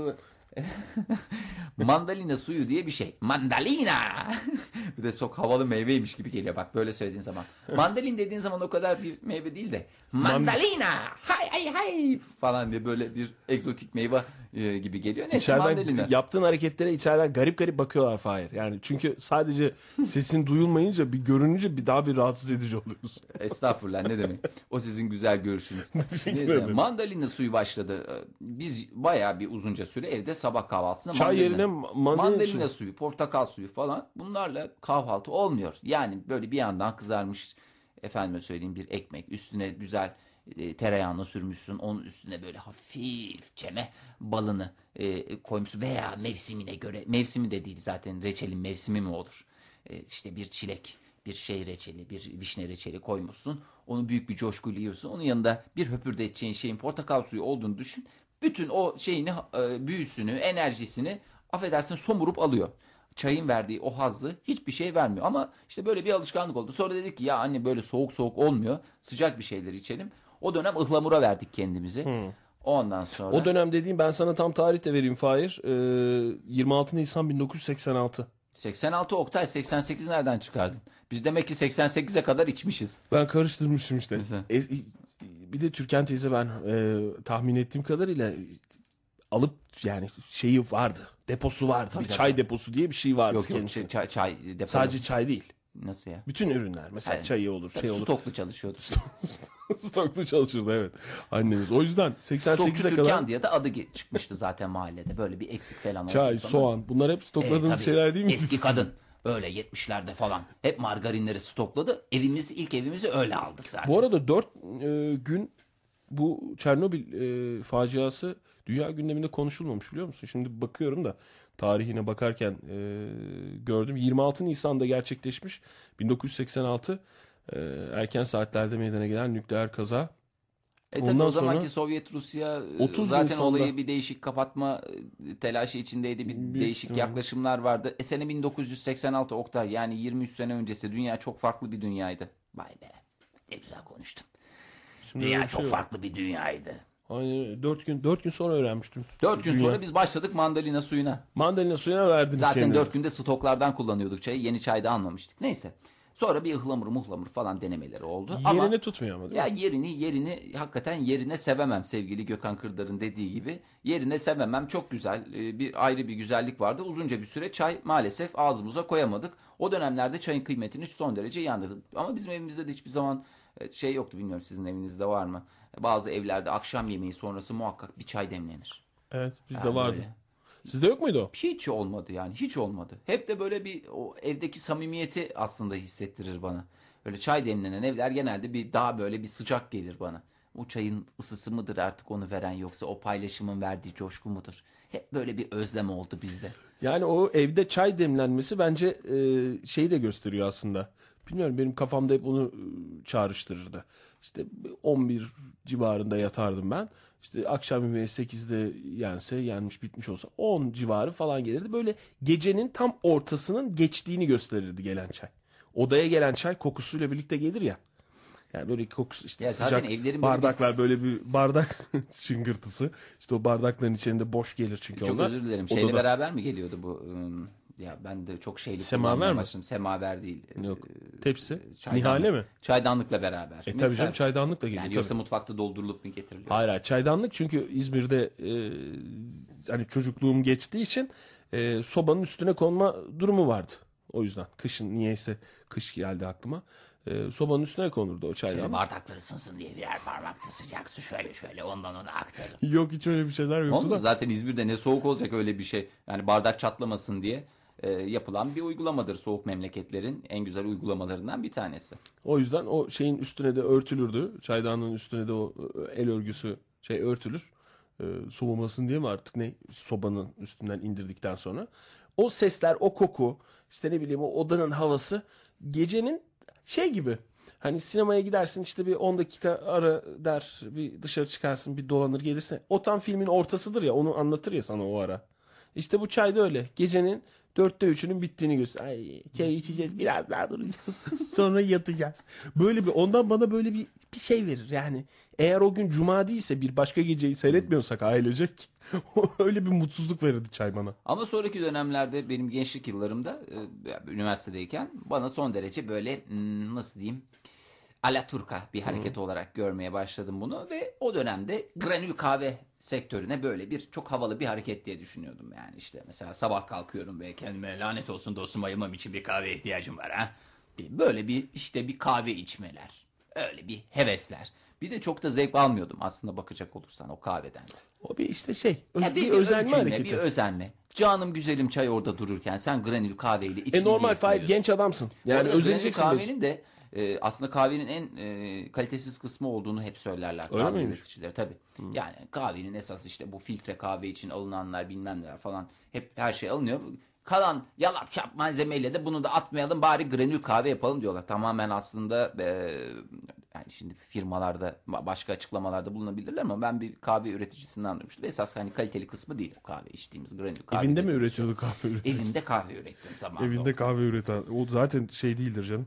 mandalina suyu diye bir şey. Mandalina. Bir de çok havalı meyveymiş gibi geliyor bak böyle söylediğin zaman. Mandalin dediğin zaman o kadar bir meyve değil de mandalina. Hay hay hay falan diye böyle bir egzotik meyve gibi geliyor. Neyse, mandalina.
İçeriden yaptığın hareketlere içeriden garip garip bakıyorlar Fahir. Yani çünkü sadece sesin duyulmayınca, bir görününce bir daha bir rahatsız edici oluyorsun.
Estağfurullah, ne demek. O sizin güzel görüşünüz.
Teşekkür
Neyse,
ederim.
mandalina suyu başladı. Biz bayağı bir uzunca süre evde sabah kahvaltısında
Çay yerine
mandalina suyu, portakal suyu falan, bunlarla kahvaltı olmuyor. Yani böyle bir yandan kızarmış, efendime söyleyeyim, bir ekmek, üstüne güzel tereyağını sürmüşsün, onun üstüne böyle hafif çeme balını koymuşsun veya mevsimine göre, mevsimi de değil zaten, reçelin mevsimi mi olur? İşte bir çilek, bir şey reçeli, bir vişne reçeli koymuşsun. Onu büyük bir coşkuyla yiyorsun. Onun yanında bir höpürdeteceğin şeyin portakal suyu olduğunu düşün. Bütün o şeyini, büyüsünü, enerjisini, affedersin, somurup alıyor. Çayın verdiği o hazzı hiçbir şey vermiyor. Ama işte böyle bir alışkanlık oldu. Sonra dedik ki ya anne, böyle soğuk soğuk olmuyor. Sıcak bir şeyler içelim. O dönem ıhlamura verdik kendimizi. Ondan sonra...
O dönem dediğim, ben sana tam tarih de vereyim Fahir. 26 Nisan 1986.
86 Oktay, 88 nereden çıkardın? Biz demek ki 88'e kadar içmişiz.
Ben karıştırmışım işte.
Güzel.
Bir de Türkan teyze, ben tahmin ettiğim kadarıyla alıp, yani şeyi vardı. Deposu vardı.
Tabii,
bir
tabii.
çay deposu diye bir şey vardı
Yok
kendisi.
çay depo.
Sadece çay değil.
Nasıl ya?
Bütün ürünler. Mesela
Yani,
çayı olur, şey olur.
Stoklu çalışıyordu.
Stoklu çalışırdı, evet. Annemiz. O yüzden
Stokçu
88'e
Türkan
kadar
diye de adı çıkmıştı zaten mahallede. Böyle bir eksik falan olduğu
çay,
zaman.
soğan, bunlar hep stokladığınız
Tabii,
şeyler değil mi?
eski kadın. Öyle 70'lerde falan. Hep margarinleri stokladı. İlk evimizi öyle aldık zaten.
Bu arada 4 gün bu Çernobil faciası dünya gündeminde konuşulmamış, biliyor musun? Şimdi bakıyorum da tarihine bakarken gördüm. 26 Nisan'da gerçekleşmiş 1986 erken saatlerde meydana gelen nükleer kaza.
Tabii
Ondan
o zamanki
sonra
Sovyet Rusya
30
zaten
Nisan'da
olayı bir değişik kapatma telaşı içindeydi. Bir
büyük
değişik
ihtimalle.
yaklaşımlar vardı. Sene 1986 Oktay, yani 23 sene öncesi dünya çok farklı bir dünyaydı. Vay be, ne güzel konuştum.
Şimdi öyle
Dünya
bir
çok
şey yok.
farklı bir dünyaydı.
Aynen 4 gün sonra öğrenmiştim.
4 gün
Dünya.
sonra biz başladık mandalina suyuna.
Mandalina suyuna verdiniz
Zaten
kendinizi.
4 günde stoklardan kullanıyorduk çayı. Yeni çay da almamıştık. Neyse. Sonra bir ıhlamur falan denemeleri oldu.
Yerini
Ama
tutmuyor ama değil
ya
mi?
yerini hakikaten yerine sevemem, sevgili Gökhan Kırdar'ın dediği gibi. Yerine sevemem. Çok güzel. Bir ayrı bir güzellik vardı. Uzunca bir süre çay maalesef ağzımıza koyamadık. O dönemlerde çayın kıymetini son derece iyi anladık. Ama bizim evimizde de hiçbir zaman şey yoktu. Bilmiyorum sizin evinizde var mı? Bazı evlerde akşam yemeği sonrası muhakkak bir çay demlenir.
Evet bizde
Yani
vardı.
böyle.
Sizde yok muydu o?
Hiç olmadı yani, hiç olmadı. Hep de böyle bir o evdeki samimiyeti aslında hissettirir bana. Öyle çay demlenen evler genelde bir daha böyle bir sıcak gelir bana. O çayın ısısı mıdır artık onu veren, yoksa o paylaşımın verdiği coşku mudur? Hep böyle bir özlem oldu bizde.
Yani o evde çay demlenmesi bence şeyi de gösteriyor aslında. Bilmiyorum, benim kafamda hep onu çağrıştırırdı. İşte 11 civarında yatardım ben. İşte akşam yemeği 8'de yenmiş bitmiş olsa 10 civarı falan gelirdi. Böyle gecenin tam ortasının geçtiğini gösterirdi gelen çay. Odaya gelen çay kokusuyla birlikte gelir ya. Yani böyle kokusu işte
Ya zaten
sıcak
evlerin böyle
bardaklar,
bir-
böyle bir bardak şıngırtısı. İşte o bardakların içinde boş gelir çünkü
Çok
onlar.
özür dilerim. Şeyle
Odada-
beraber mi geliyordu bu? Ya ben de çok şeyli
Semaver
kullanmaya
mi?
başladım. Semaver değil.
Yok. Tepsi.
Çaydanlık.
Nihale mi?
Çaydanlıkla beraber.
Tabii canım,
Misal.
çaydanlıkla geliyor.
Yani
tabii.
yoksa mutfakta doldurulup mu getiriliyor?
Hayır, hayır, çaydanlık, çünkü İzmir'de hani çocukluğum geçtiği için sobanın üstüne konma durumu vardı. O yüzden kışın, niyeyse kış geldi aklıma. Sobanın üstüne konurdu o
Şöyle
çaydanlık.
bardaklar ısınsın diye birer parmakta sıcak su şöyle ondan ona aktarın.
Yok, hiç öyle bir şeyler yoktu
Oldu
da.
zaten İzmir'de ne soğuk olacak öyle bir şey. Yani bardak çatlamasın diye yapılan bir uygulamadır soğuk memleketlerin en güzel uygulamalarından bir tanesi.
O yüzden o şeyin üstüne de örtülürdü. Çaydanlığın üstüne de o el örgüsü örtülür. Soğumasın diye mi artık, ne, sobanın üstünden indirdikten sonra. O sesler, o koku, işte ne bileyim, o odanın havası gecenin şey gibi. Hani sinemaya gidersin, işte bir 10 dakika ara der, bir dışarı çıkarsın, bir dolanır gelirsin. O tam filmin ortasıdır ya, onu anlatır ya sana o ara. İşte bu çay da öyle. Gecenin 3'ünün bittiğini göster. Ay, çay içeceğiz, biraz daha duracağız. Sonra yatacağız. Böyle bir, ondan bana böyle bir şey verir. Yani eğer o gün cuma değilse, bir başka geceyi seyretmiyorsak ailecek, öyle bir mutsuzluk verirdi çay bana.
Ama sonraki dönemlerde benim gençlik yıllarımda üniversitedeyken bana son derece böyle nasıl diyeyim, Alaturka bir hareket olarak görmeye başladım bunu ve o dönemde granül kahve sektörüne böyle bir çok havalı bir hareket diye düşünüyordum. Yani işte mesela sabah kalkıyorum ve kendime lanet olsun dostum ayılmam için bir kahveye ihtiyacım var ha. Böyle bir işte bir kahve içmeler, öyle bir hevesler. Bir de çok da zevk almıyordum aslında bakacak olursan o kahveden.
O bir işte şey,
Ya
bir özenme
ölçülme,
hareketi.
bir özenme. Canım güzelim çay orada dururken sen granül kahveyle içini
Normal
diye
Fahir,
koyuyorsun.
genç adamsın. Yani
Orada
özeneceksin.
granül
belki.
kahvenin de aslında kahvenin en kalitesiz kısmı olduğunu hep söylerler
Öyle
kahve
miymiş?
üreticileri tabii. Yani kahvenin esas işte bu filtre kahve için alınanlar bilmem neler falan hep her şey alınıyor. Kalan yalap çap malzemeyle de bunu da atmayalım, bari granül kahve yapalım diyorlar. Tamamen aslında yani şimdi firmalarda başka açıklamalarda bulunabilirler ama ben bir kahve üreticisinden duymuştum. Esas hani kaliteli kısmı değil o kahve içtiğimiz granül kahve.
Evinde mi
dediğimiz
üretiyordu kahve üretici?
şey. Evimde kahve ürettim zamanında.
Evinde kahve üreten. O zaten şey değildir canım.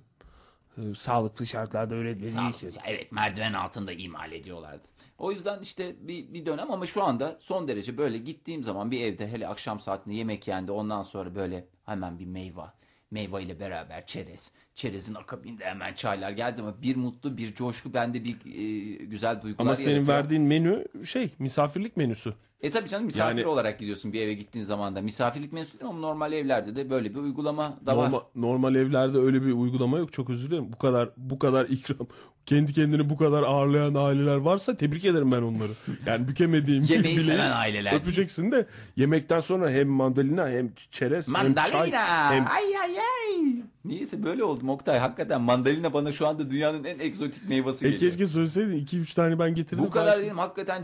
Sağlıklı şartlarda üretmediği için.
Evet, merdiven altında imal ediyorlardı. O yüzden işte bir dönem, ama şu anda son derece böyle gittiğim zaman bir evde hele akşam saatinde yemek yendi, ondan sonra böyle hemen bir meyve ile beraber çerezin akabinde hemen çaylar geldi ama bir mutlu bir coşku bende, bir güzel duygular
Ama senin
yaratıyor.
verdiğin menü misafirlik menüsü.
Tabii canım, misafir
Yani-
olarak gidiyorsun bir eve gittiğin zaman da misafirlik menüsü değil ama normal evlerde de böyle bir uygulama da var.
Normal evlerde öyle bir uygulama yok. Çok özür dilerim. Bu kadar ikram, kendi kendini bu kadar ağırlayan aileler varsa tebrik ederim ben onları. Yani bükemediğim
Yemeği
bileği
seven aileler.
öpeceksin de yemekten sonra hem mandalina hem çerez hem çay
Mandalina.
hem
Ay ay ay. Niyeyse böyle oldum Oktay. Hakikaten mandalina bana şu anda dünyanın en egzotik meyvesi geliyor.
keşke söyleseydin 2-3 tane ben getirdim.
Bu kadar
Farsi.
dedim hakikaten canım.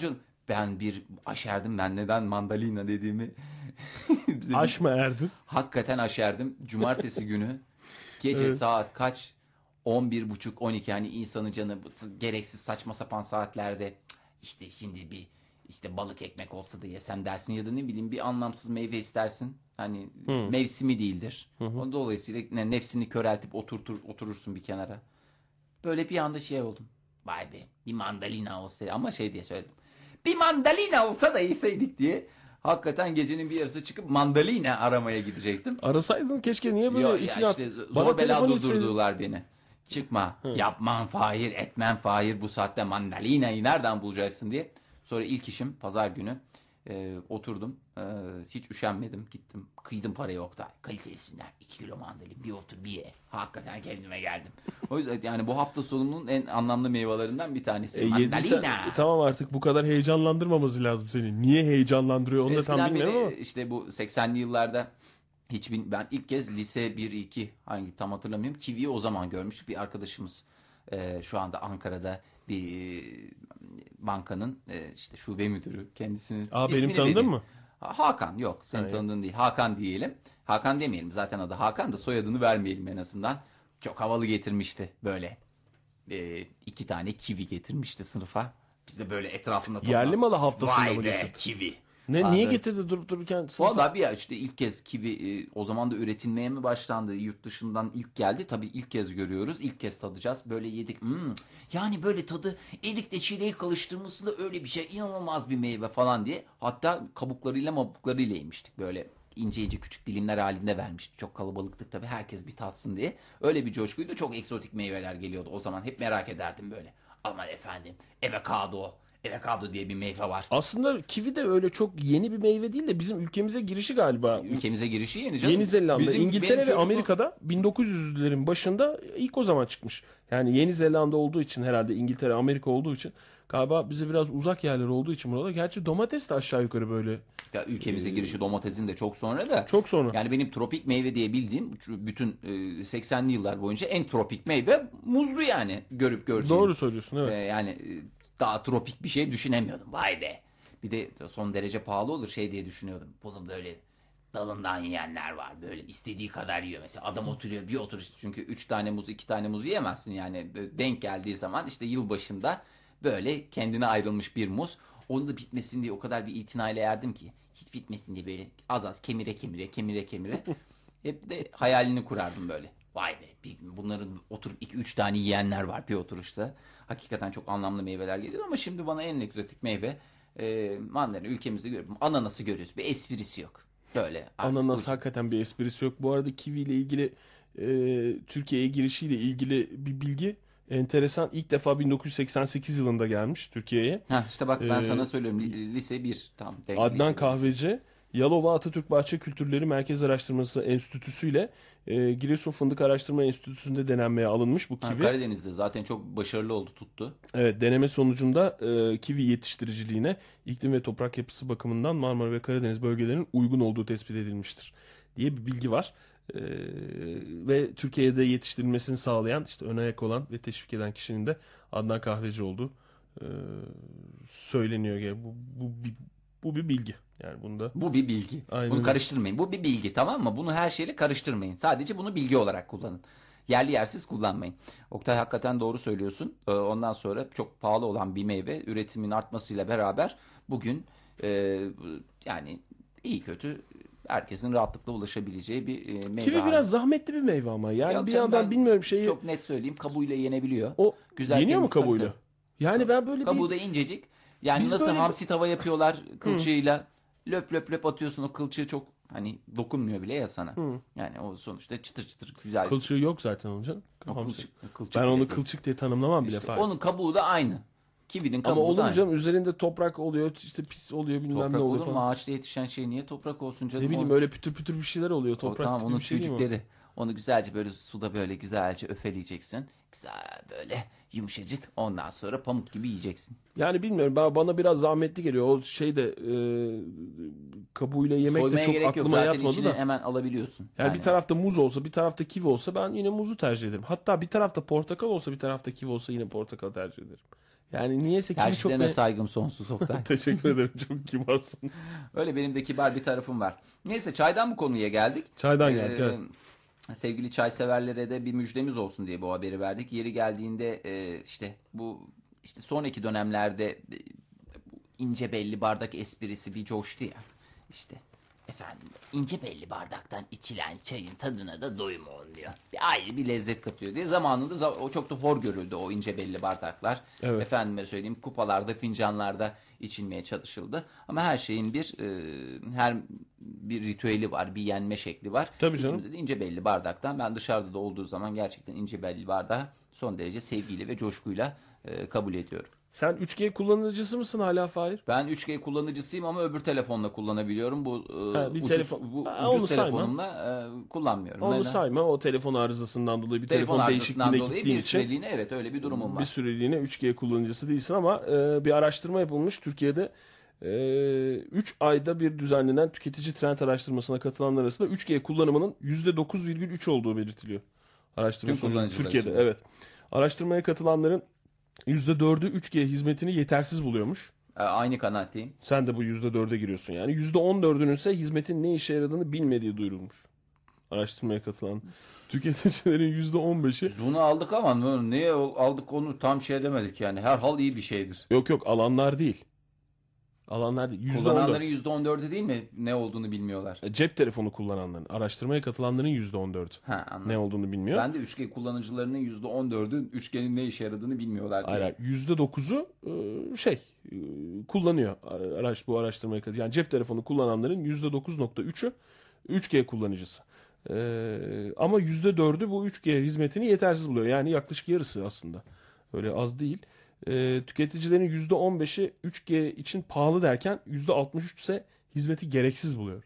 Ben bir aşerdim, ben neden mandalina dediğimi. Bize
Aş mı erdin?
Hakikaten aşerdim. Cumartesi günü gece
Evet.
saat kaç? 11.30-12, yani insanın canı gereksiz saçma sapan saatlerde işte şimdi bir işte balık ekmek olsa da yesen dersin ya da ne bileyim bir anlamsız meyve istersin. Hani mevsimi değildir. Dolayısıyla nefsini köreltip oturursun bir kenara. Böyle bir anda şey oldum. Vay be, bir mandalina olsaydı, ama şey diye söyledim. Bir mandalina olsa da yeseydik diye. Hakikaten gecenin bir yarısı çıkıp mandalina aramaya gidecektim.
Arasaydın keşke, niye böyle
Ya
içine at.
işte
Bana
zor bela
telefon etseydin.
durdurdular beni. Çıkma, yapman Fahir, etmen Fahir, bu saatte mandalinayı nereden bulacaksın diye. Sonra ilk işim pazar günü oturdum. Hiç üşenmedim, gittim. Kıydım parayı Oktay. Kalitesinden 2 kilo mandalin, bir otur bir ye. Hakikaten kendime geldim. O yüzden yani bu hafta sonumunun en anlamlı meyvelerinden bir tanesi.
Yediysen,
Mandalina.
tamam, artık bu kadar heyecanlandırmaması lazım seni. Niye heyecanlandırıyor onu da tam
Eskiden
bilmiyorum
beri
ama.
işte bu 80'li yıllarda ben ilk kez lise 1-2, hangi tam hatırlamıyorum. Kiwi'yi o zaman görmüştük. Bir arkadaşımız şu anda Ankara'da bir bankanın işte şube müdürü, kendisinin
Benim
ismini
tanıdığım
vereyim.
mı?
Hakan, yok senin
Hayır.
tanıdığın değil. Hakan diyelim. Hakan demeyelim, zaten adı Hakan da soyadını vermeyelim en azından. Çok havalı getirmişti böyle. 2 tane kivi getirmişti sınıfa. Biz de böyle etrafında
Yerli malı haftasında
Vay
mı
be,
getirdi?
kivi.
Niye
Bazı-
getirdi durup dururken sınıfa?
Vallahi bir ya işte ilk kez kivi o zaman da üretilmeye mi başlandı? Yurt dışından ilk geldi. Tabii ilk kez görüyoruz. İlk kez tadacağız. Böyle yedik. Yani böyle tadı erikle çileği karıştırmasında öyle bir şey. İnanılmaz bir meyve falan diye. Hatta kabuklarıyla yemiştik. Böyle ince ince küçük dilimler halinde vermiştik. Çok kalabalıktık tabii. Herkes bir tatsın diye. Öyle bir coşkuydu. Çok egzotik meyveler geliyordu. O zaman hep merak ederdim böyle. Aman efendim, avokado. Avokado diye bir meyve var.
Aslında kivi de öyle çok yeni bir meyve değil de bizim ülkemize girişi galiba.
Ülkemize girişi yeni canım.
Yeni Zelanda, İngiltere
benim
ve
çocukluğum-
Amerika'da 1900'lerin başında ilk o zaman çıkmış. Yani Yeni Zelanda olduğu için, herhalde İngiltere, Amerika olduğu için galiba bize biraz uzak yerler olduğu için burada. Gerçi domates de aşağı yukarı böyle
Ya ülkemize girişi domatesin de çok sonra da.
çok sonra.
Yani benim tropik meyve diye bildiğim bütün 80'li yıllar boyunca en tropik meyve muzlu, yani görüp göreceğim.
Doğru söylüyorsun, evet.
Yani daha tropik bir şey düşünemiyordum. Vay be. Bir de son derece pahalı olur şey diye düşünüyordum. Bunun böyle dalından yiyenler var. Böyle istediği kadar yiyor. Mesela adam oturuyor bir oturuş. Çünkü 3 tane muz 2 tane muz yiyemezsin. Yani denk geldiği zaman işte yılbaşında böyle kendine ayrılmış bir muz. Onu da bitmesin diye o kadar bir itinayla yerdim ki. Hiç bitmesin diye böyle az az kemire. Hep de hayalini kurardım böyle. Vay be, bunların oturup 2-3 tane yiyenler var bir oturuşta. Hakikaten çok anlamlı meyveler geliyor ama şimdi bana en egzotik meyve mandalina. Ülkemizde görüyorum. Ananası görüyoruz. Bir esprisi yok. Böyle. artık
Ananas
ucu-
hakikaten bir esprisi yok. Bu arada kivi ile ilgili Türkiye'ye girişiyle ilgili bir bilgi enteresan. İlk defa 1988 yılında gelmiş Türkiye'ye.
Heh, işte bak ben
Ee,
sana söylüyorum. Lise 1 tam.
Adnan
lise bir.
Kahveci, Yalova Atatürk Bahçe Kültürleri Merkez Araştırması Enstitüsü ile Giresun Fındık Araştırma Enstitüsü'nde denenmeye alınmış bu
Ha,
kivi.
Karadeniz'de zaten çok başarılı oldu, tuttu.
Evet, deneme sonucunda kivi yetiştiriciliğine iklim ve toprak yapısı bakımından Marmara ve Karadeniz bölgelerinin uygun olduğu tespit edilmiştir diye bir bilgi var. Ve Türkiye'de yetiştirilmesini sağlayan, işte ön ayak olan ve teşvik eden kişinin de Adnan Kahveci olduğu söyleniyor. Yani bu bir bilgi. Yani bunda
Bu bir bilgi.
Aynen
Bunu
öyle.
karıştırmayın. Bu bir bilgi, tamam mı? Bunu her şeyle karıştırmayın. Sadece bunu bilgi olarak kullanın. Yerli yersiz kullanmayın. Oktay hakikaten doğru söylüyorsun. Ondan sonra çok pahalı olan bir meyve üretimin artmasıyla beraber bugün yani iyi kötü herkesin rahatlıkla ulaşabileceği bir meyve.
kivi biraz zahmetli bir meyve ama. Yani
Yok
bir
canım,
yandan
ben
bilmiyorum şeyi.
Çok net söyleyeyim, kabuğuyla yenebiliyor.
O
Güzel
yeniyor mu
tabii,
kabuğuyla?
tabii.
Yani ben böyle
Kabuğu
bir
da incecik. Yani
Biz
nasıl
böyle-
hamsi tava yapıyorlar kılçığıyla. Löp löp löp atıyorsun, o kılçığı çok hani dokunmuyor bile ya sana. Yani o sonuçta çıtır çıtır güzel.
kılçığı yok zaten onun canım.
O
Hamsi.
kılçık
Ben
bile
onu
değil.
kılçık diye tanımlamam bile
İşte
Fahri.
onun kabuğu da aynı. Kivinin
Ama
kabuğu
olur
da
mu
aynı.
canım, üzerinde toprak oluyor, işte pis oluyor, bilmem
Toprak
ne oluyor
olur mu?
falan.
Ağaçta yetişen şey niye toprak olsun canım?
Ne bileyim,
O-
öyle pütür pütür bir şeyler oluyor,
o
toprak
tamam,
gibi
onun
bir şey değil mi o?
tüycükleri. Onu güzelce böyle suda böyle güzelce öfeleyeceksin. Güzel böyle yumuşacık. Ondan sonra pamuk gibi yiyeceksin.
Yani bilmiyorum, bana biraz zahmetli geliyor. O şey de kabuğuyla yemek de
Soymaya
çok
gerek yok.
aklıma
Zaten
yatmadı
içine
da.
hemen alabiliyorsun.
Yani bir tarafta muz olsa, bir tarafta kivi olsa ben yine muzu tercih ederim. Hatta bir tarafta portakal olsa, bir tarafta kivi olsa yine portakal tercih ederim. Yani niyeyse kivi çok...
Tercihlerine saygım sonsuz Oktay.
Teşekkür ederim, çok kibarsınız.
Öyle benim de kibar bir tarafım var. Neyse çaydan bu konuya geldik.
Çaydan geldik, evet.
Sevgili çay severlere de bir müjdemiz olsun diye bu haberi verdik. Yeri geldiğinde işte sonraki dönemlerde bu ince belli bardak esprisi bir coştu ya. İşte efendim ince belli bardaktan içilen çayın tadına da doyum olmuyor. Ayrı bir lezzet katıyor diye zamanında o çok da hor görüldü o ince belli bardaklar.
Evet.
Efendime söyleyeyim kupalarda, fincanlarda içilmeye çalışıldı. Ama her şeyin her bir ritüeli var, bir yenme şekli var.
Tabii canım.
Ülkemizde de ince belli bardaktan ben dışarıda da olduğu zaman gerçekten ince belli bardağı son derece sevgiyle ve coşkuyla kabul ediyorum.
Sen 3G kullanıcısı mısın hala Fahir?
Ben 3G kullanıcısıyım ama öbür telefonla kullanabiliyorum. Bu
bir
ucuz,
telefon.
bu
Onu
ucuz
sayma.
telefonumla kullanmıyorum.
Onu
Neden?
sayma, o telefon arızasından dolayı bir telefon
arızasından
değişikliğine
dolayı
gittiğin
bir
için
süreliğine evet öyle bir durumum
bir
var.
süreliğine 3G kullanıcısı değilsin ama bir araştırma yapılmış Türkiye'de. 3 ayda bir düzenlenen tüketici trend araştırmasına katılanlar arasında 3G kullanımının %9,3 olduğu belirtiliyor. Araştırma
Tüm
sonucu
kullanıcılar
Türkiye'de,
için.
evet. Araştırmaya katılanların %4'ü 3G hizmetini yetersiz buluyormuş.
Aynı kanaatteyim.
Sen de bu %4'e giriyorsun yani. %14'ünün ise hizmetin ne işe yaradığını bilmediği duyurulmuş. Araştırmaya katılan tüketicilerin %15'i
Biz bunu aldık ama niye aldık onu tam şey demedik yani. Herhal iyi bir şeydir.
yok alanlar değil. Alanlar değil.
Kullananların
%14.
%14'ü değil mi ne olduğunu bilmiyorlar.
Cep telefonu kullananların, araştırmaya katılanların %14.
Ha, anladım.
Ne olduğunu bilmiyor.
Ben de 3G kullanıcılarının %14'ü 3G'nin ne işe yaradığını bilmiyorlar diye.
Hayır, %9'u kullanıyor bu araştırmaya katı. Yani cep telefonu kullananların %9,3'ü 3G kullanıcısı. Ama %4'ü bu 3G hizmetini yetersiz buluyor. Yani yaklaşık yarısı aslında. Öyle az değil. Tüketicilerin %15'i 3G için pahalı derken %63 ise hizmeti gereksiz buluyor.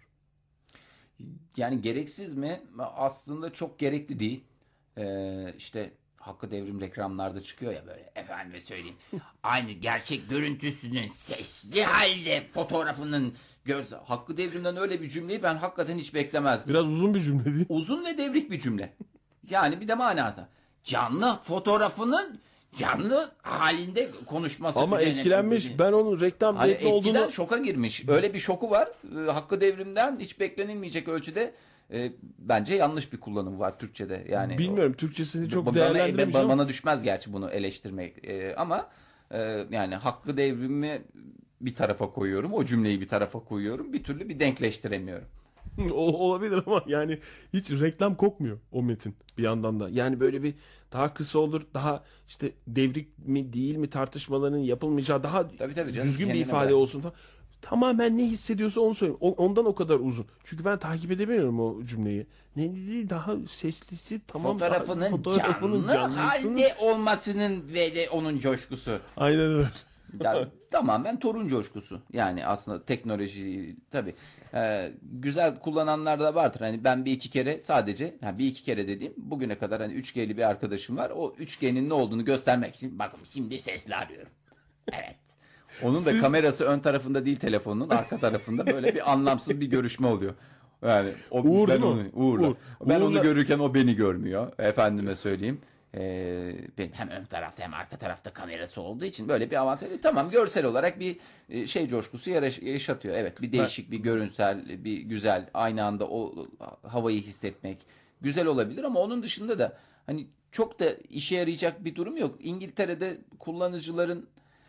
Yani gereksiz mi? Aslında çok gerekli değil. İşte Hakkı Devrim reklamlarda çıkıyor ya böyle efendime söyleyeyim. Aynı gerçek görüntüsünün sesli halde fotoğrafının Hakkı Devrim'den öyle bir cümleyi ben hakikaten hiç beklemezdim.
Biraz uzun bir cümle değil.
Uzun ve devrik bir cümle. Yani bir de manada. Canlı fotoğrafının canlı halinde konuşması.
Ama
üzerine
etkilenmiş.
kurulu.
Ben onun reklam
Hani
metni
etkiden
olduğunu...
şoka girmiş. Öyle bir şoku var. Hakkı Devrim'den hiç beklenilmeyecek ölçüde bence yanlış bir kullanım var Türkçe'de. Yani
Bilmiyorum, Türkçesini çok
bana,
değerlendiremeyeceğim.
bana düşmez gerçi bunu eleştirmek. Ama yani Hakkı Devrim'i bir tarafa koyuyorum. O cümleyi bir tarafa koyuyorum. Bir türlü bir denkleştiremiyorum.
Olabilir ama yani hiç reklam kokmuyor o metin bir yandan da. Yani böyle bir daha kısa olur, daha işte devrik mi değil mi tartışmaların yapılmayacağı daha
Tabii canım,
düzgün bir
kendine
ifade
bırak.
olsun falan. Tamamen ne hissediyorsa onu söyleyeyim. Ondan o kadar uzun. Çünkü ben takip edemiyorum o cümleyi. Ne dedi daha seslisi tamam.
Fotoğrafının canlı halde olmasının ve de onun coşkusu.
Aynen öyle.
Ya, tamamen torun coşkusu. Yani aslında teknoloji tabii güzel kullananlar da vardır. Hani ben bir iki kere sadece bir iki kere dediğim bugüne kadar hani 3G'li bir arkadaşım var. O 3G'nin ne olduğunu göstermek için bakın şimdi sesli arıyorum. Evet. Onun da kamerası ön tarafında değil telefonun arka tarafında böyle bir anlamsız bir görüşme oluyor. Yani
Uğur
ben
değil mi?
Uğur'la.
Uğur.
Ben
Uğur'la-
onu görürken o beni görmüyor. Efendime söyleyeyim. Benim hem ön tarafta hem arka tarafta kamerası olduğu için böyle bir avantaj. Tamam görsel olarak bir şey coşkusu yaşatıyor. Evet bir değişik bir görünsel bir güzel aynı anda o havayı hissetmek güzel olabilir ama onun dışında da hani çok da işe yarayacak bir durum yok. İngiltere'de kullanıcıların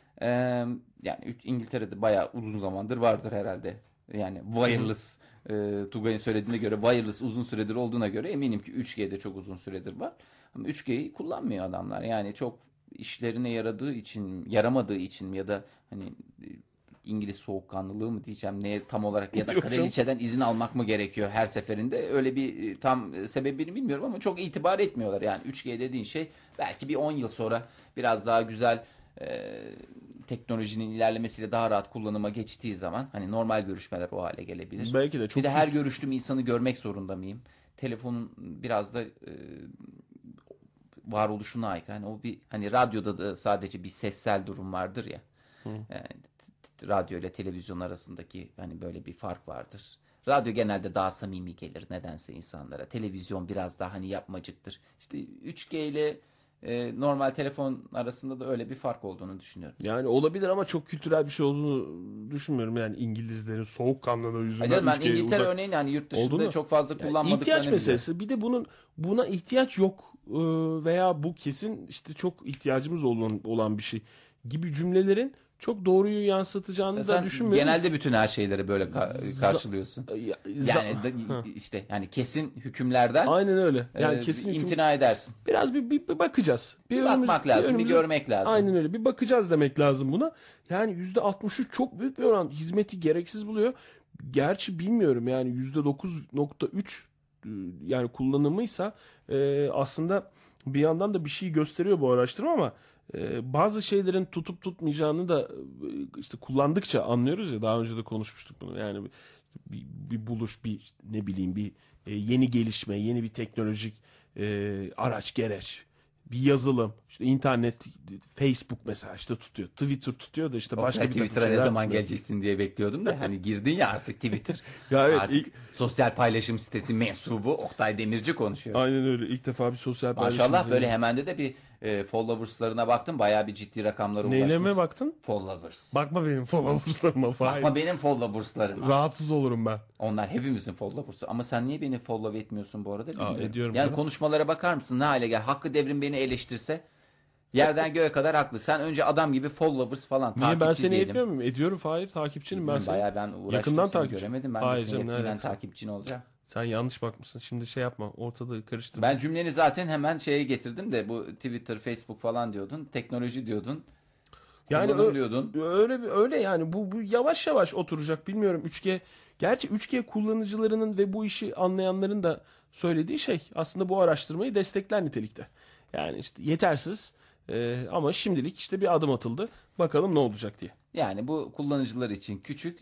yani İngiltere'de bayağı uzun zamandır vardır herhalde. Yani wireless Tugay'ın söylediğine göre wireless uzun süredir olduğuna göre eminim ki 3G'de çok uzun süredir var. Ama 3G'yi kullanmıyor adamlar. Yani çok işlerine yaramadığı için ya da hani İngiliz soğukkanlılığı mı diyeceğim neye tam olarak ya da
Yok canım.
kraliçeden izin almak mı gerekiyor her seferinde? Öyle bir tam sebebini bilmiyorum ama çok itibar etmiyorlar. Yani 3G dediğin şey belki bir 10 yıl sonra biraz daha güzel teknolojinin ilerlemesiyle daha rahat kullanıma geçtiği zaman hani normal görüşmeler o hale gelebilir.
Belki de çok
Bir de her görüştüğüm insanı görmek zorunda mıyım? telefonun biraz da varoluşuna aykırı. Hani o bir hani radyoda da sadece bir sessel durum vardır ya. Yani, radyo ile televizyon arasındaki hani böyle bir fark vardır. Radyo genelde daha samimi gelir nedense insanlara. Televizyon biraz daha hani yapmacıktır. İşte 3G ile normal telefon arasında da öyle bir fark olduğunu düşünüyorum.
Yani olabilir ama çok kültürel bir şey olduğunu düşünmüyorum. Yani İngilizlerin soğukkanlılığı yüzünden
Acaba ben
3G'ye
İngiltere
uzak
örneğin yani yurt
olduğunu-
dışında çok fazla
Yani
kullanmadıklarını
ihtiyaç
biliyorum.
meselesi. Bir de buna ihtiyaç yok veya bu kesin işte çok ihtiyacımız olan bir şey gibi cümlelerin çok doğruyu yansıtacağını da
Sen
düşünmüyorum.
genelde bütün her şeyleri böyle karşılıyorsun. Yani
Ha.
işte yani kesin hükümlerden
Aynen öyle. Yani kesin
imtina edersin.
biraz bir bakacağız.
Bir bakmak lazım, bir görmek lazım.
Aynen öyle. Bir bakacağız demek lazım buna. Yani %63 çok büyük bir oran. Hizmeti gereksiz buluyor. Gerçi bilmiyorum yani %9.3 yani kullanımıysa aslında bir yandan da bir şey gösteriyor bu araştırma ama bazı şeylerin tutup tutmayacağını da işte kullandıkça anlıyoruz ya, daha önce de konuşmuştuk bunu. Yani bir buluş, bir ne bileyim bir yeni gelişme, yeni bir teknolojik araç, gereç, bir yazılım, işte internet, Facebook mesela işte tutuyor. Twitter tutuyor da işte başka bir takım
Twitter'a ne
şeyler
zaman
tutuyor.
geleceksin diye bekliyordum da hani girdin ya artık Twitter.
Ya evet,
Artık sosyal paylaşım sitesi mensubu Oktay Demirci konuşuyor.
aynen öyle. İlk defa bir sosyal paylaşım.
Maşallah böyle hemen de bir followers'larına baktım. Bayağı bir ciddi rakamlara ulaşmış.
Neyleme baktın?
Followers.
Bakma benim followers'larıma Fahir.
Bakma benim followers'larıma.
Rahatsız olurum ben.
Onlar hepimizin followers'ı. Ama sen niye beni follow etmiyorsun bu arada? Bilmiyorum.
ediyorum
Yani
canım.
konuşmalara bakar mısın? Ne hale gel? Hakkı Devrim beni eleştirse yerden göğe kadar haklı. Sen önce adam gibi followers falan
Niye, ben
takipçi
seni
diyelim.
etmiyor muyum? Ediyorum Fahir, takipçinim ben seni.
Bayağı ben uğraştım
yakından
seni
takip.
göremedim. Ben
Hayır
de
canım,
senin
ne
yakından
alakası?
takipçin olacağım.
Sen yanlış bakmışsın. Şimdi şey yapma. Ortalığı karıştırma.
Ben cümleni zaten hemen şeye getirdim de bu Twitter, Facebook falan diyordun. Teknoloji diyordun.
Yani
kullanım diyordun.
öyle yani bu yavaş yavaş oturacak, bilmiyorum 3G. Gerçi 3G kullanıcılarının ve bu işi anlayanların da söylediği şey aslında bu araştırmayı destekler nitelikte. Yani işte yetersiz ama şimdilik işte bir adım atıldı. Bakalım ne olacak diye.
Yani bu kullanıcılar için küçük,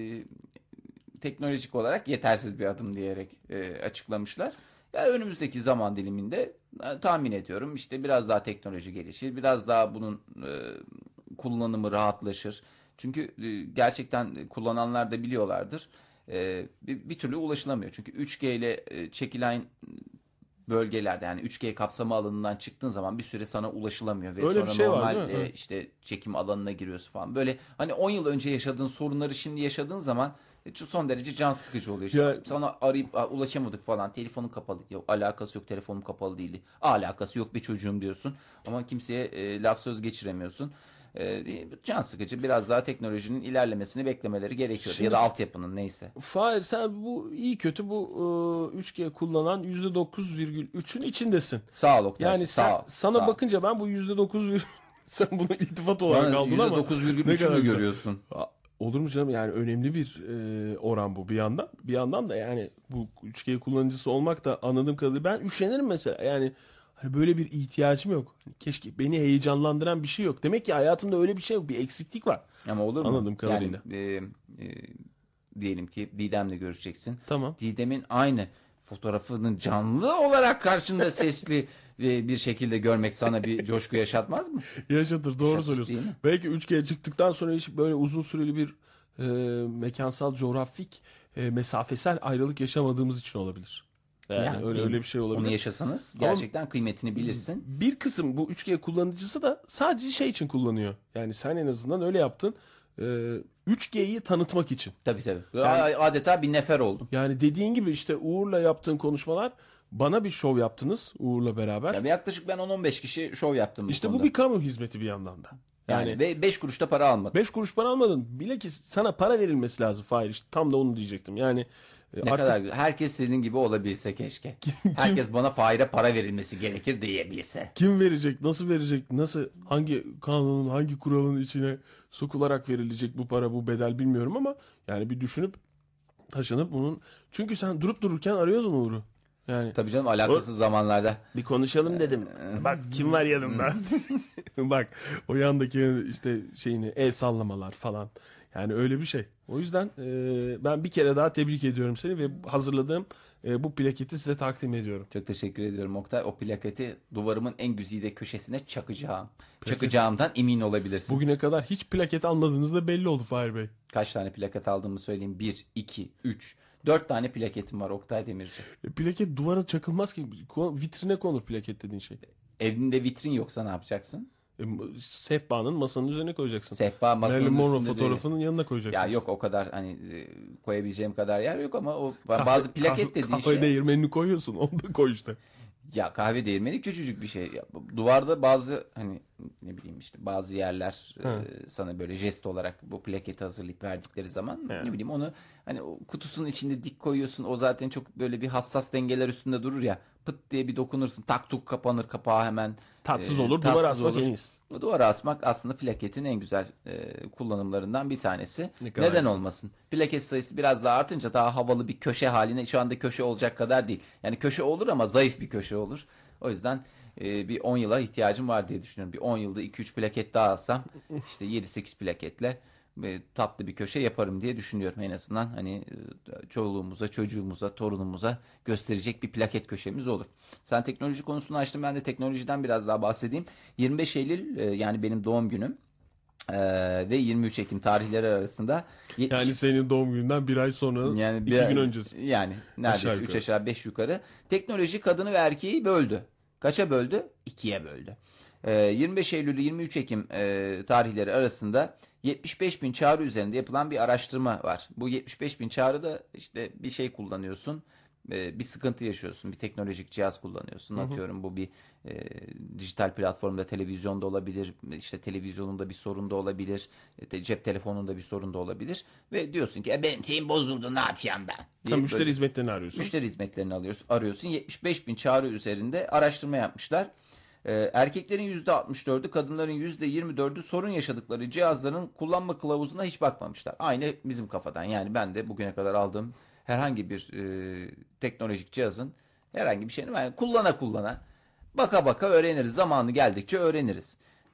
teknolojik olarak yetersiz bir adım diyerek açıklamışlar. Ya önümüzdeki zaman diliminde tahmin ediyorum işte biraz daha teknoloji gelişir, biraz daha bunun kullanımı rahatlaşır. Çünkü gerçekten kullananlar da biliyorlardır. Bir türlü ulaşılamıyor. Çünkü 3G ile çekilen bölgelerde yani 3G kapsama alanından çıktığın zaman bir süre sana ulaşılamıyor ve
Öyle bir
sonra
şey var,
normal
değil mi?
işte çekim alanına giriyorsun falan. Böyle hani 10 yıl önce yaşadığın sorunları şimdi yaşadığın zaman son derece can sıkıcı oluyor. İşte
Ya-
sana arayıp ulaşamadık falan. Telefonun kapalı. Yok alakası yok, telefonum kapalı değildi. Alakası yok be çocuğum diyorsun. Ama kimseye laf söz geçiremiyorsun. Can sıkıcı. Biraz daha teknolojinin ilerlemesini beklemeleri gerekiyor.
Şimdi-
Ya da altyapının neyse.
Fahir, sen bu iyi kötü bu 3G kullanan %9,3'ün içindesin.
Sağ ol Oktay.
Yani sana
sağ ol.
bakınca ben bu %9, sen bunu iltifat olarak aldın ama ne
%9,3'ü
kadar
mü
güzel.
görüyorsun?
Olur mu canım, yani önemli bir oran bu bir yandan. Bir yandan da yani bu 3G kullanıcısı olmak da anladığım kadarıyla ben üşenirim mesela. Yani hani böyle bir ihtiyacım yok. Hani keşke, beni heyecanlandıran bir şey yok. Demek ki hayatımda öyle bir şey yok. Bir eksiklik var.
Ama olur mu?
Anladığım kadarıyla.
Yani, diyelim ki Didem'le görüşeceksin.
Tamam.
Didem'in aynı fotoğrafının canlı olarak karşında sesli bir şekilde görmek sana bir coşku yaşatmaz mı?
Yaşatır, doğru
Yaşatır,
söylüyorsun.
değil mi?
Belki 3G çıktıktan sonra hiç böyle uzun süreli bir mekansal, coğrafik, mesafesel ayrılık yaşamadığımız için olabilir. Yani öyle bir şey olabilir.
Onu yaşasanız gerçekten kıymetini bilirsin.
Bir kısım bu 3G kullanıcısı da sadece şey için kullanıyor. Yani sen en azından öyle yaptın. 3G'yi tanıtmak için.
Tabii tabii.
Yani-
Adeta bir nefer oldum.
Yani dediğin gibi işte Uğur'la yaptığın konuşmalar, bana bir şov yaptınız Uğur'la beraber.
Ya yaklaşık ben 10-15 kişi şov yaptım bu
İşte
konuda.
bu bir kamu hizmeti bir yandan da.
yani ve 5 kuruş da para almadım.
5 kuruş para almadın. Bile ki sana para verilmesi lazım Fahir. İşte tam da onu diyecektim. Yani
Ne
artık
kadar güzel. Herkes senin gibi olabilse keşke. Herkes bana Fahir'e para verilmesi gerekir diyebilse.
kim verecek, nasıl verecek, nasıl, hangi kanunun, hangi kuralın içine sokularak verilecek bu para, bu bedel bilmiyorum ama yani bir düşünüp taşınıp bunun, çünkü sen durup dururken arıyordun Uğur'u. Yani
Tabii canım alakasız zamanlarda.
bir konuşalım dedim. Bak kim var yanımda. Bak o yandaki işte şeyini, el sallamalar falan. Yani öyle bir şey. O yüzden ben bir kere daha tebrik ediyorum seni ve hazırladığım bu plaketi size takdim ediyorum.
Çok teşekkür ediyorum Oktay. O plaketi duvarımın en güzide köşesine çakacağım. Çakacağımdan emin olabilirsin.
Bugüne kadar hiç plaket almadığınız da belli oldu Fahir Bey.
Kaç tane plaket aldığımı söyleyeyim. 1, 2, 3, 4 tane plaketim var Oktay Demirci.
Plaket duvara çakılmaz ki. Vitrine konur plaket dediğin şey.
Evinde vitrin yoksa ne yapacaksın?
Sehpanın masanın üzerine koyacaksın.
Sehpa masanın
Marilyn Monroe
üstünde
fotoğrafının yanına koyacaksın.
Ya yok o kadar hani koyabileceğim kadar yer yok ama o bazı plaket dediğin
Kahve
şey.
değirmenini koyuyorsun. Onu da koy işte.
Ya kahve değirmeni küçücük bir şey. Ya, duvarda bazı hani ne bileyim işte bazı yerler sana böyle jest olarak bu plaketi hazırlayıp verdikleri zaman ne bileyim onu hani o kutusunun içinde dik koyuyorsun. O zaten çok böyle bir hassas dengeler üstünde durur ya. Pıt diye bir dokunursun. Tak tuk kapanır kapağı hemen.
Tatsız olur.
Tatsız
Duvara asmak
olur.
en iyisi.
Duvara asmak aslında plaketin en güzel kullanımlarından bir tanesi.
Ne kadar
Neden
güzel.
olmasın? Plaket sayısı biraz daha artınca daha havalı bir köşe haline, şu anda köşe olacak kadar değil. Yani köşe olur ama zayıf bir köşe olur. O yüzden bir 10 yıla ihtiyacım var diye düşünüyorum. Bir 10 yılda 2-3 plaket daha alsam işte 7-8 plaketle tatlı bir köşe yaparım diye düşünüyorum. En azından hani çoluğumuza, çocuğumuza, torunumuza gösterecek bir plaket köşemiz olur. Sen teknoloji konusunu açtın, ben de teknolojiden biraz daha bahsedeyim. 25 Eylül yani benim doğum günüm ve 23 Ekim tarihleri arasında
Yani senin doğum gününden bir ay sonra,
yani
2 gün öncesi.
yani neredeyse
Aşağı
3
yukarı.
aşağı 5 yukarı teknoloji kadını ve erkeği böldü. Kaça böldü? 2'ye böldü. 25 Eylül 23 Ekim tarihleri arasında 75 bin çağrı üzerinde yapılan bir araştırma var. Bu 75 bin çağrıda işte bir şey kullanıyorsun, bir sıkıntı yaşıyorsun, bir teknolojik cihaz kullanıyorsun. Atıyorum bu bir dijital platformda, televizyonda olabilir, işte televizyonunda bir sorun da olabilir, cep telefonunda bir sorun da olabilir ve diyorsun ki benim şeyim bozuldu, ne yapacağım ben? diye
Sen müşteri
böyle-
hizmetlerini arıyorsun.
Müşteri hizmetlerini arıyorsun. 75 bin çağrı üzerinde araştırma yapmışlar. Erkeklerin %64'ü, kadınların %24'ü sorun yaşadıkları cihazların kullanma kılavuzuna hiç bakmamışlar. Aynı bizim kafadan. Yani ben de bugüne kadar aldığım herhangi bir teknolojik cihazın herhangi bir şeyini yani kullana baka baka öğreniriz. Zamanı geldikçe öğreniriz.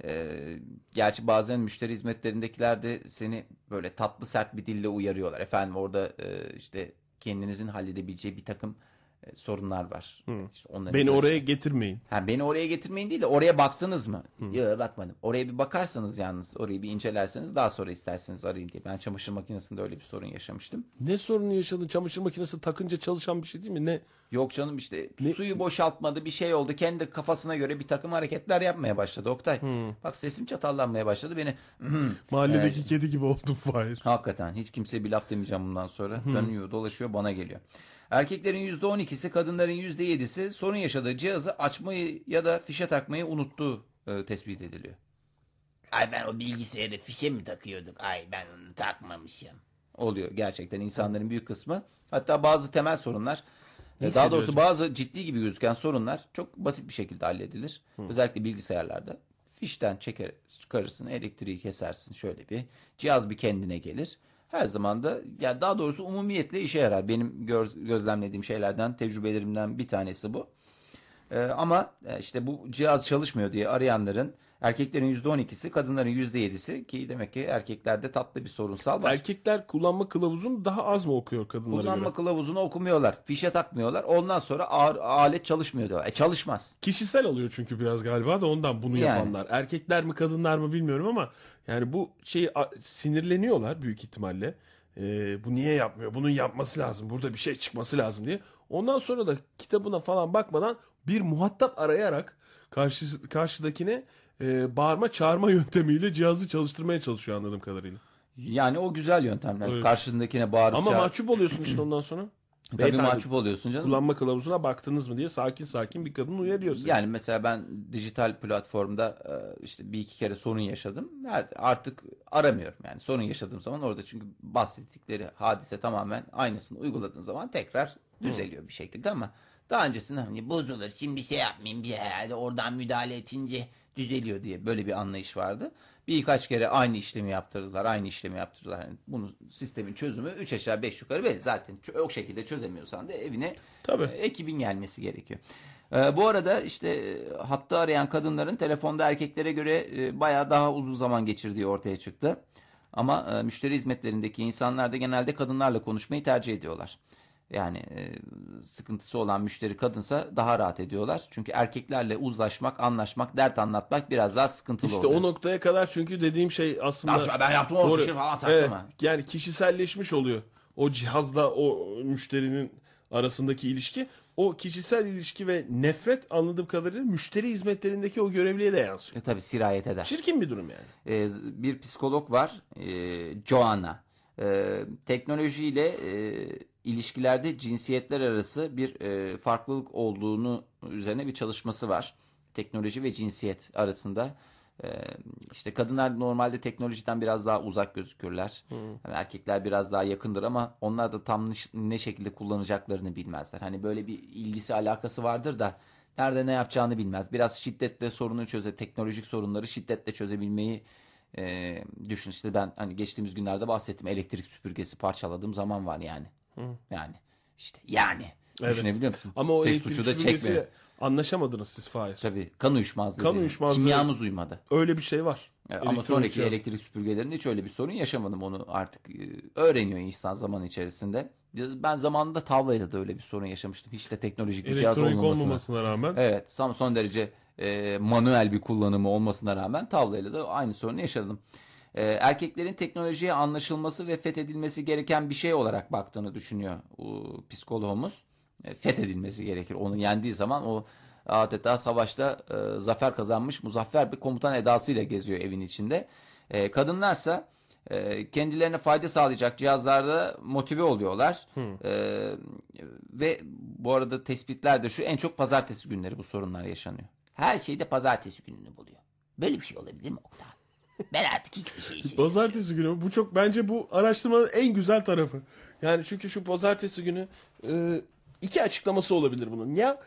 Gerçi bazen müşteri hizmetlerindekiler de seni böyle tatlı sert bir dille uyarıyorlar. Efendim orada işte kendinizin halledebileceği bir takım sorunlar var. İşte onları
Beni
böyle-
oraya getirmeyin.
Beni oraya getirmeyin değil de oraya baktınız mı? Yok bakmadım. Oraya bir bakarsanız yalnız orayı bir incelerseniz daha sonra isterseniz arayın diye. Ben çamaşır makinesinde öyle bir sorun yaşamıştım.
Ne sorunu yaşadın? Çamaşır makinesi takınca çalışan bir şey değil mi? Ne?
Yok canım işte suyu boşaltmadı bir şey oldu. Kendi kafasına göre bir takım hareketler yapmaya başladı Oktay. Bak sesim çatallanmaya başladı. Beni
Mahalledeki kedi gibi oldun Fahir.
hakikaten hiç kimseye bir laf demeyeceğim bundan sonra. Dönüyor dolaşıyor bana geliyor. Erkeklerin %12'si, kadınların %7'si sorun yaşadığı cihazı açmayı ya da fişe takmayı unuttuğu tespit ediliyor.
Ay ben o bilgisayarı fişe mi takıyorduk? Ay ben onu takmamışım.
Oluyor gerçekten insanların büyük kısmı. Hatta bazı temel sorunlar, daha
hissediyor
doğrusu
acaba?
bazı ciddi gibi gözüken sorunlar çok basit bir şekilde halledilir. Özellikle bilgisayarlarda. Fişten çıkarırsın, elektriği kesersin şöyle bir. Cihaz bir kendine gelir. Her zaman da yani daha doğrusu umumiyetle işe yarar. Benim gözlemlediğim şeylerden, tecrübelerimden bir tanesi bu. Ama işte bu cihaz çalışmıyor diye arayanların erkeklerin %12'si, kadınların %7'si ki demek ki erkeklerde tatlı bir sorunsal var.
Erkekler kullanma kılavuzunu daha az mı okuyor kadınlara
Kullanma
göre?
kılavuzunu okumuyorlar. Fişe takmıyorlar. Ondan sonra alet çalışmıyor diyorlar. Çalışmaz.
Kişisel alıyor çünkü biraz galiba da ondan bunu
Yani.
yapanlar. Erkekler mi kadınlar mı bilmiyorum ama yani bu şeyi sinirleniyorlar büyük ihtimalle. Bu niye yapmıyor? Bunun yapması lazım. Burada bir şey çıkması lazım diye. Ondan sonra da kitabına falan bakmadan bir muhatap arayarak karşıdakine bağırma çağırma yöntemiyle cihazı çalıştırmaya çalışıyor anladığım kadarıyla.
Yani o güzel yöntemler.
Evet.
Karşındakine bağırıp
Ama
çağır.
mahcup oluyorsun işte ondan sonra.
Tabii
Beyefendi,
mahcup oluyorsun canım.
kullanma kılavuzuna baktınız mı diye sakin sakin bir kadın uyarıyor seni.
Yani mesela ben dijital platformda işte bir iki kere sorun yaşadım. Artık aramıyorum yani sorun yaşadığım zaman orada çünkü bahsettikleri hadise tamamen aynısını uyguladığın zaman tekrar düzeliyor bir şekilde ama daha öncesinde hani
Bozulur şimdi şey yapmayayım bir herhalde oradan müdahale edince
düzeliyor diye böyle bir anlayış vardı. Birkaç kere aynı işlemi yaptırdılar. Yani bunun sistemin çözümü 3 aşağı 5 yukarı ve zaten o şekilde çözemiyorsan da evine
Tabii.
ekibin gelmesi gerekiyor. Bu arada işte hattı arayan kadınların telefonda erkeklere göre bayağı daha uzun zaman geçirdiği ortaya çıktı. Ama müşteri hizmetlerindeki insanlar da genelde kadınlarla konuşmayı tercih ediyorlar. Yani sıkıntısı olan müşteri kadınsa daha rahat ediyorlar. Çünkü erkeklerle uzlaşmak, anlaşmak, dert anlatmak biraz daha sıkıntılı
İşte
oluyor.
o noktaya kadar çünkü dediğim şey aslında...
Nasıl ben yaptım o
Doğru.
fişi falan taktım
Evet,
ha.
yani kişiselleşmiş oluyor. O cihazla o müşterinin arasındaki ilişki. O kişisel ilişki ve nefret anladığım kadarıyla müşteri hizmetlerindeki o görevliye de yansıyor.
Tabii sirayet eder.
Çirkin bir durum yani.
Bir psikolog var, Joanna. Teknolojiyle ilişkilerde cinsiyetler arası bir farklılık olduğunu üzerine bir çalışması var. Teknoloji ve cinsiyet arasında. İşte kadınlar normalde teknolojiden biraz daha uzak gözükürler. Yani erkekler biraz daha yakındır ama onlar da tam ne şekilde kullanacaklarını bilmezler. Hani böyle bir ilgisi alakası vardır da nerede ne yapacağını bilmez. Biraz şiddetle sorunu teknolojik sorunları şiddetle çözebilmeyi düşün. İşte ben hani geçtiğimiz günlerde bahsettim, elektrik süpürgesi parçaladığım zaman var yani. Yani işte yani.
Evet.
Düşünebiliyor musun?
Ama o
Tek
elektrik
suçu da
süpürgesiyle
çekme.
anlaşamadınız siz Fahir.
Tabii kan uyuşmazlığı.
Kan
diyelim.
uyuşmazlığı.
Kimyamız uymadı.
Öyle bir şey var.
Ama
Elektronik
sonraki
cihaz.
elektrik süpürgelerinde hiç öyle bir sorun yaşamadım. Onu artık öğreniyor insan zaman içerisinde. Ben zamanında tavlayla da öyle bir sorun yaşamıştım. Hiç de teknolojik bir cihaz
Elektronik
olmamasına.
olmamasına rağmen.
Evet, son derece manuel bir kullanımı olmasına rağmen tavlayla da aynı sorunu yaşadım. Erkeklerin teknolojiye anlaşılması ve fethedilmesi gereken bir şey olarak baktığını düşünüyor psikoloğumuz. Fethedilmesi gerekir. Onu yendiği zaman o adeta savaşta zafer kazanmış muzaffer bir komutan edasıyla geziyor evin içinde. Kadınlarsa kendilerine fayda sağlayacak cihazlarda motive oluyorlar. Ve bu arada tespitler de şu, en çok pazartesi günleri bu sorunlar yaşanıyor.
Her şeyde pazartesi gününü buluyor. Böyle bir şey olabilir mi Oktay? Ben artık hiçbir şey
Pazartesi günü bu çok, bence bu araştırmanın en güzel tarafı. Yani çünkü şu pazartesi günü iki açıklaması olabilir bunun. Ya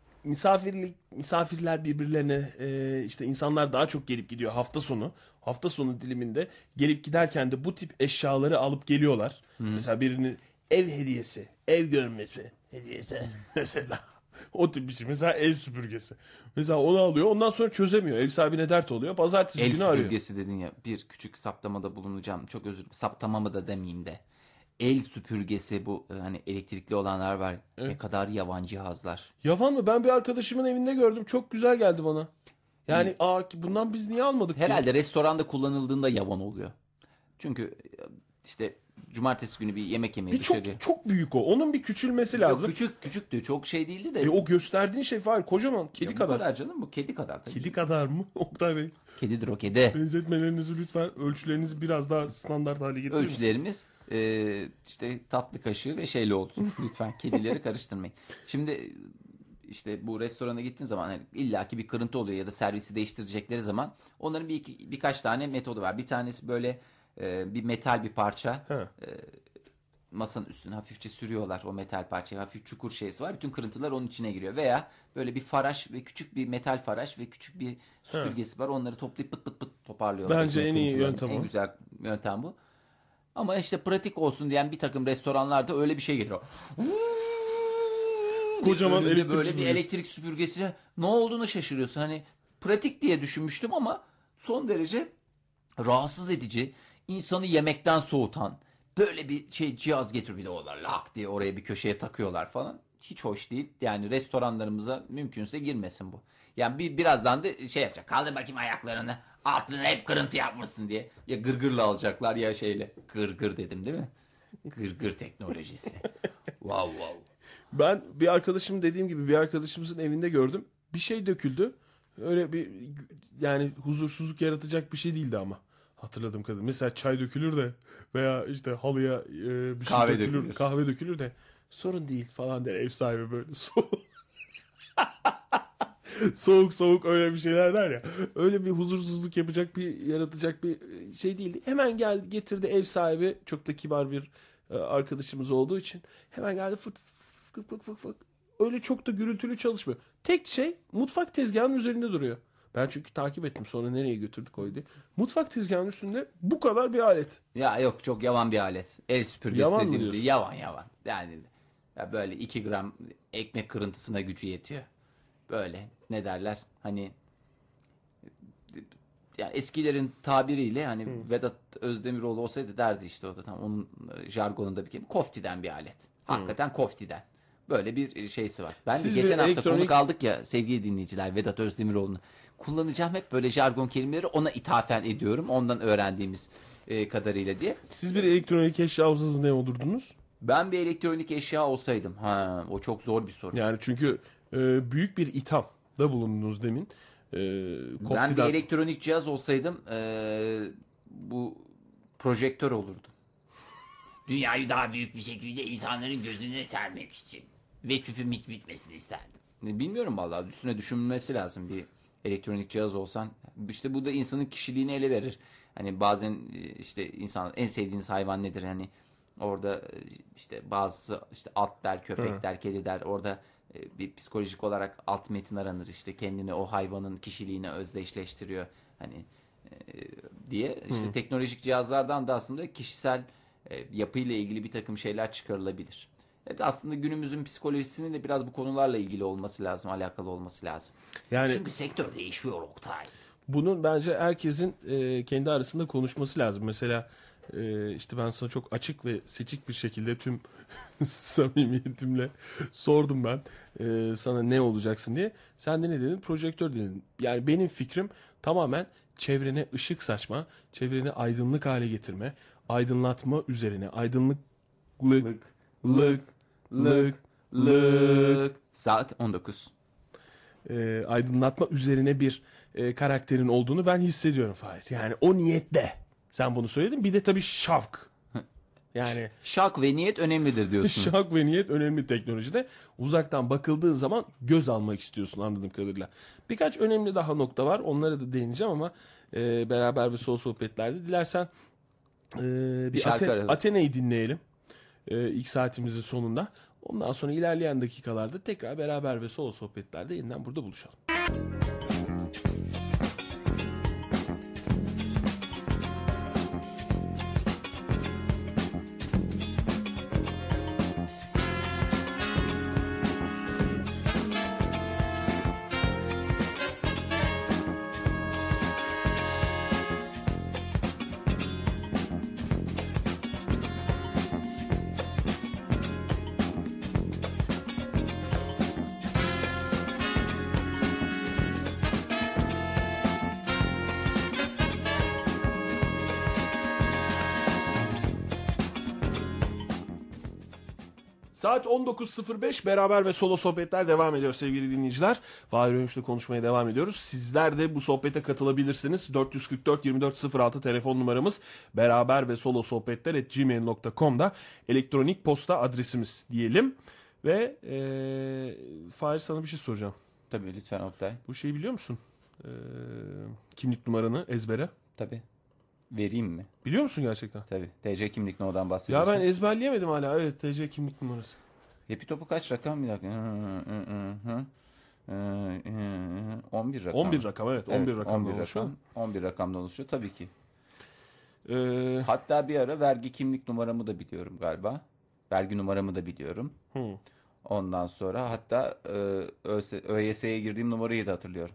misafirler birbirlerine işte insanlar daha çok gelip gidiyor hafta sonu diliminde gelip giderken de bu tip eşyaları alıp geliyorlar. Mesela birinin ev hediyesi, ev görmesi hediyesi mesela. O tip bir şey. Mesela ev süpürgesi. Mesela onu alıyor. Ondan sonra çözemiyor. Ev sahibine dert oluyor. Pazartesi
El
günü arıyor.
süpürgesi dedin ya, bir küçük saptamada bulunacağım. Çok özür dilerim. Saptamamı da demeyeyim de. El süpürgesi, bu hani elektrikli olanlar var. Ne kadar yavan cihazlar.
Yavan mı? Ben bir arkadaşımın evinde gördüm. Çok güzel geldi bana. Yani bundan biz niye almadık ki?
Herhalde restoranda kullanıldığında yavan oluyor. Çünkü işte cumartesi günü bir yemek yemeye
Bir çok
dışarı.
çok büyük o. Onun bir küçülmesi
Yok,
lazım.
küçüktü. Çok şey değildi de.
O gösterdiğin şey var. Kocaman. Kedi
Ya bu
kadar.
kadar canım, bu kedi kadar. Tabii.
Kedi kadar mı? Oktay Bey.
Kedidir o, kedi.
Benzetmelerinizi lütfen, ölçülerinizi biraz daha standart hale getirir misiniz?
Ölçülerimiz işte tatlı kaşığı ve şeyli olsun. Lütfen kedileri karıştırmayın. Şimdi işte bu restorana gittiğin zaman hani illaki bir kırıntı oluyor ya da servisi değiştirecekleri zaman onların birkaç tane metodu var. Bir tanesi böyle bir metal bir parça masanın üstüne hafifçe sürüyorlar, o metal parçayı. Hafif çukur şeysi var. Bütün kırıntılar onun içine giriyor. Veya böyle bir faraş ve küçük bir metal faraş ve küçük bir süpürgesi var. Onları toplayıp pıt pıt pıt toparlıyorlar.
Bence
Bütün
en iyi
kırıntılarını.
yöntem
En
o.
güzel yöntem bu. Ama işte pratik olsun diyen bir takım restoranlarda öyle bir şey geliyor.
Kocaman
Önünde
elektrik
böyle bir
süpürgesi.
elektrik süpürgesine ne olduğunu şaşırıyorsun. Hani pratik diye düşünmüştüm ama son derece rahatsız edici, insanı yemekten soğutan böyle bir cihaz getiriyorlar, lak diye oraya bir köşeye takıyorlar falan. Hiç hoş değil. Yani restoranlarımıza mümkünse girmesin bu. Yani birazdan da şey yapacak.
Kaldır bakayım ayaklarını. Altına hep kırıntı yapmışsın diye.
Ya gırgırla alacaklar ya şeyle. Gırgır dedim değil mi? Gırgır teknolojisi. Wow wow.
Ben bir arkadaşım, dediğim gibi bir arkadaşımızın evinde gördüm. Bir şey döküldü. Öyle bir, yani huzursuzluk yaratacak bir şey değildi ama. Hatırladım kadın. Mesela çay dökülür de veya işte halıya bir şey
Kahve
dökülür,
dökülür.
kahve dökülür de sorun değil falan der ev sahibi böyle soğuk. Soğuk soğuk öyle bir şeyler der ya. Öyle bir huzursuzluk yapacak, bir yaratacak bir şey değildi. Hemen geldi, getirdi ev sahibi. Çok da kibar bir arkadaşımız olduğu için hemen geldi, fıt fık fık fık fık. Öyle çok da gürültülü çalışmıyor. Tek şey, mutfak tezgahının üzerinde duruyor. Ben çünkü takip ettim sonra nereye götürdü koydu. Mutfak tezgahının üstünde bu kadar bir alet.
Ya yok, çok yavan bir alet. El süpürgesi
Yavan mı
dediğimiz
diyorsun?
gibi yavan. Yani ya böyle 2 gram ekmek kırıntısına gücü yetiyor. Böyle ne derler hani yani eskilerin tabiriyle hani Vedat Özdemiroğlu olsaydı derdi işte o da tam onun jargonunda bir kelime. Koftiden bir alet. Hakikaten koftiden. Böyle bir şeysi var. Ben
Siz
de geçen
bir
hafta
elektronik-
konuk aldık ya sevgili dinleyiciler Vedat Özdemiroğlu'nu. Kullanacağım hep böyle jargon kelimeleri ona ithafen ediyorum. Ondan öğrendiğimiz kadarıyla diye.
Siz bir elektronik eşya olsanız ne olurdunuz?
Ben bir elektronik eşya olsaydım. O çok zor bir soru.
Yani çünkü büyük bir ithamda bulundunuz demin.
Ben bir elektronik cihaz olsaydım bu projektör olurdu.
Dünyayı daha büyük bir şekilde insanların gözüne sermek için. Ve tüpüm hiç bitmesini isterdim.
Bilmiyorum vallahi üstüne düşünülmesi lazım bir elektronik cihaz olsan. İşte bu da insanın kişiliğini ele verir. Hani bazen işte insan en sevdiğiniz hayvan nedir? Hani orada işte bazısı işte at der, köpek der, kedi der. Orada bir psikolojik olarak alt metin aranır işte kendini o hayvanın kişiliğine özdeşleştiriyor. Hani diye işte teknolojik cihazlardan da aslında kişisel yapıyla ilgili bir takım şeyler çıkarılabilir. Evet, aslında günümüzün psikolojisinin de biraz bu konularla ilgili olması lazım, alakalı olması lazım.
Yani
Çünkü sektör değişiyor Oktay.
bunun bence herkesin kendi arasında konuşması lazım. Mesela işte ben sana çok açık ve seçik bir şekilde tüm samimiyetimle sordum ben sana ne olacaksın diye. Sen de ne dedin? Projektör dedin. Yani benim fikrim tamamen çevrene ışık saçma, çevreni aydınlık hale getirme, aydınlatma üzerine, lık.
Saat 19.
Aydınlatma üzerine bir karakterin olduğunu ben hissediyorum Fahir. Yani o niyetle sen bunu söyledin. Bir de tabii şavk. Yani
Şak ve niyet önemlidir diyorsun.
şavk ve niyet önemli teknolojide. Uzaktan bakıldığı zaman göz almak istiyorsun anladığım kadarıyla. Birkaç önemli daha nokta var. Onlara da değineceğim ama beraber ve sol sohbetlerde. Dilersen bir
şarkı aralım.
Athena'yı dinleyelim. İlk saatimizin sonunda. Ondan sonra ilerleyen dakikalarda tekrar beraber ve solo sohbetlerde yeniden burada buluşalım. Saat 19.05 beraber ve solo sohbetler devam ediyor sevgili dinleyiciler. Fahir Öğünç'le konuşmaya devam ediyoruz. Sizler de bu sohbete katılabilirsiniz. 444-2406 telefon numaramız beraber ve solo sohbetler @gmail.com'da elektronik posta adresimiz diyelim. Ve Fahir sana bir şey soracağım.
Tabii lütfen Oktay.
Bu şeyi biliyor musun? Kimlik numaranı ezbere.
Tabii. Vereyim mi?
Biliyor musun gerçekten?
Tabii. TC kimlik no'dan
Ya
bahsediyorsun.
ben ezberleyemedim hala. Evet, TC kimlik numarası.
Hepi topu kaç rakam bir dakika. 11 rakam.
11 rakam evet. 11 rakamdan oluşuyor.
11 rakamdan oluşuyor tabii ki.
Ee,
Hatta bir ara vergi kimlik numaramı da biliyorum galiba. Vergi numaramı da biliyorum. Ondan sonra hatta ÖYS'ye girdiğim numarayı da hatırlıyorum.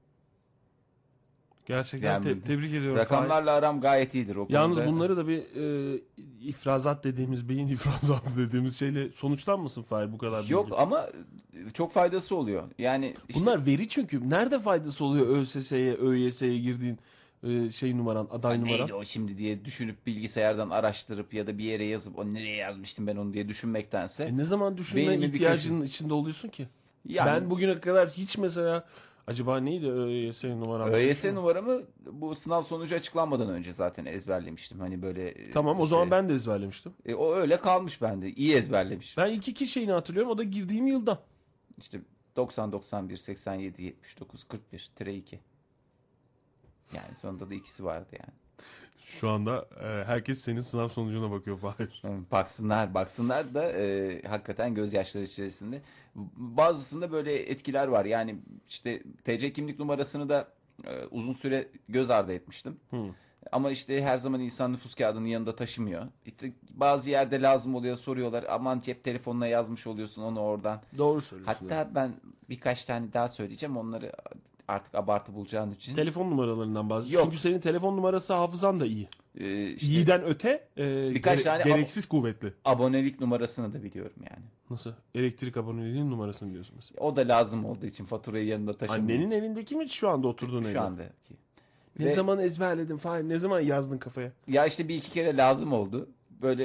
Gerçekten
Yani
tebrik ediyorum.
Rakamlarla aram gayet iyidir. O
Yalnız
konuda.
bunları da bir ifrazat dediğimiz, beyin ifrazatı dediğimiz şeyle sonuçlanmasın Fahir bu kadar bilgi.
Yok ama çok faydası oluyor. Yani işte
Bunlar veri çünkü. Nerede faydası oluyor ÖSS'ye, ÖYS'ye girdiğin şey numaran, aday numaran?
neydi o şimdi diye düşünüp bilgisayardan araştırıp ya da bir yere yazıp o nereye yazmıştım ben onu diye düşünmektense.
Ne zaman düşünme
Beynimin
ihtiyacının içinde oluyorsun ki?
Yani-
Ben bugüne kadar hiç mesela acaba neydi ÖYS numaram?
ÖYS numaramı bu sınav sonucu açıklanmadan önce zaten ezberlemiştim. Hani böyle
Tamam o
işte-
zaman ben de ezberlemiştim.
o öyle kalmış bende. İyi ezberlemişim.
Ben iki şeyini hatırlıyorum. O da girdiğim yıldan.
İşte 90 91 87 79 41 -2. Yani sonunda da ikisi vardı yani.
Şu anda herkes senin sınav sonucuna bakıyor Fahir.
Baksınlar da hakikaten gözyaşları içerisinde. Bazısında böyle etkiler var. Yani işte TC kimlik numarasını da uzun süre göz ardı etmiştim. Ama işte her zaman insan nüfus kağıdını yanında taşımıyor. İşte bazı yerde lazım oluyor soruyorlar. Aman cep telefonuna yazmış oluyorsun onu oradan.
Doğru söylüyorsun.
Hatta ben birkaç tane daha söyleyeceğim. Onları artık abartı bulacağın için.
Telefon numaralarından bahsediyor.
Yok.
Çünkü senin telefon numarası hafızan da iyi.
İşte
İyiden öte
Birkaç tane
gereksiz kuvvetli.
abonelik numarasını da biliyorum yani.
Nasıl? Elektrik aboneliğinin numarasını diyorsun mesela.
O da lazım olduğu için faturayı yanında taşımıyorum.
Annenin evindeki mi şu anda oturduğun evde?
Şu andaki.
Ne
Ve-
zaman ezberledin Fahir? Ne zaman yazdın kafaya?
Ya işte bir iki kere lazım oldu. Böyle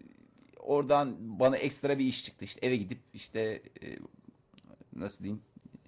oradan bana ekstra bir iş çıktı. İşte eve gidip işte nasıl diyeyim?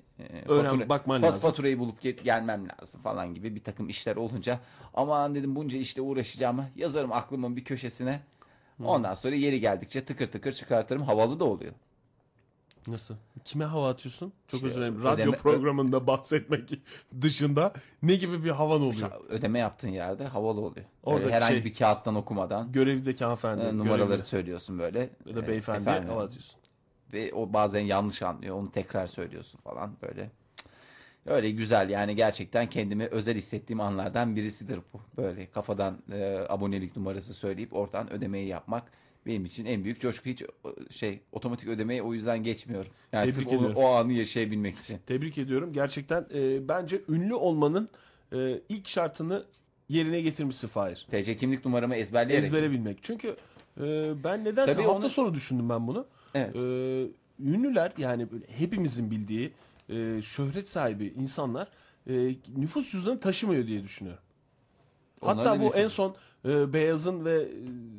Bakman lazım.
Faturayı bulup gelmem lazım falan gibi bir takım işler olunca. Aman dedim bunca işte uğraşacağıma yazarım aklımın bir köşesine. Ondan sonra yeri geldikçe tıkır tıkır çıkartırım. Havalı da oluyor.
Nasıl? Kime hava atıyorsun? Çok
İşte
özür dilerim. Radyo
ödeme-
programında bahsetmek dışında ne gibi bir havan oluyor?
Ödeme yaptığın yerde havalı oluyor.
Orada
Böyle herhangi
şey-
bir kağıttan okumadan
Görevdeki hanımefendi.
numaraları
görevli
söylüyorsun böyle.
ya da beyefendiye
Efendim,
hava atıyorsun.
ve o bazen yanlış anlıyor. Onu tekrar söylüyorsun falan böyle. Cık. Öyle güzel yani gerçekten kendimi özel hissettiğim anlardan birisidir bu. Böyle kafadan abonelik numarası söyleyip oradan ödemeyi yapmak benim için en büyük coşku. Hiç otomatik ödemeyi o yüzden geçmiyorum. Yani
Tebrik
sırf
ediyorum.
o anı yaşayabilmek için.
Tebrik ediyorum. Gerçekten bence ünlü olmanın ilk şartını yerine getirmişsin Fahir.
TC kimlik numaramı ezberleyerek.
Ezbere bilmek. Çünkü ben nedense
Tabii
hafta
onu-
sonu düşündüm ben bunu.
Evet.
Ünlüler yani böyle hepimizin bildiği şöhret sahibi insanlar nüfus cüzdanı taşımıyor diye düşünüyorum.
Onlar
Hatta
da
bu
nüfus-
en son Beyaz'ın ve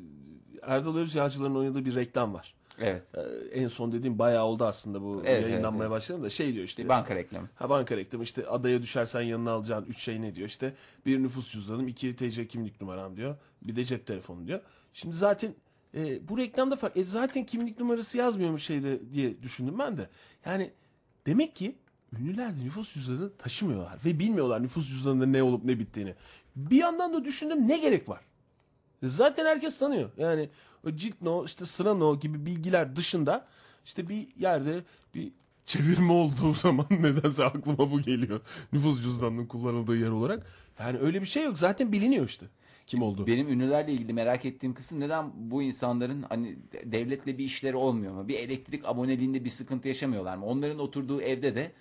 Erdal Özyağcılar'ın oynadığı bir reklam var.
Evet.
En son dediğim bayağı oldu aslında bu
Evet,
yayınlanmaya
evet.
başladı da şey diyor işte.
Bir banka reklamı.
Ha banka reklamı işte adaya düşersen yanına alacağın 3 şey ne diyor işte bir nüfus cüzdanım 2 TC kimlik numaram diyor bir de cep telefonu diyor. Şimdi zaten bu reklamda zaten kimlik numarası yazmıyormuş şeyde diye düşündüm ben de. Yani demek ki ünlüler de nüfus cüzdanını taşımıyorlar ve bilmiyorlar nüfus cüzdanında ne olup ne bittiğini. Bir yandan da düşündüm ne gerek var? Zaten herkes tanıyor. Yani o cilt no, işte sıra no gibi bilgiler dışında işte bir yerde bir çevirme olduğu zaman nedense aklıma bu geliyor. Nüfus cüzdanının kullanıldığı yer olarak. Yani öyle bir şey yok. Zaten biliniyor işte kim olduğu.
Benim ünlülerle ilgili merak ettiğim kısım neden bu insanların hani devletle bir işleri olmuyor mu? Bir elektrik aboneliğinde bir sıkıntı yaşamıyorlar mı? Onların oturduğu evde de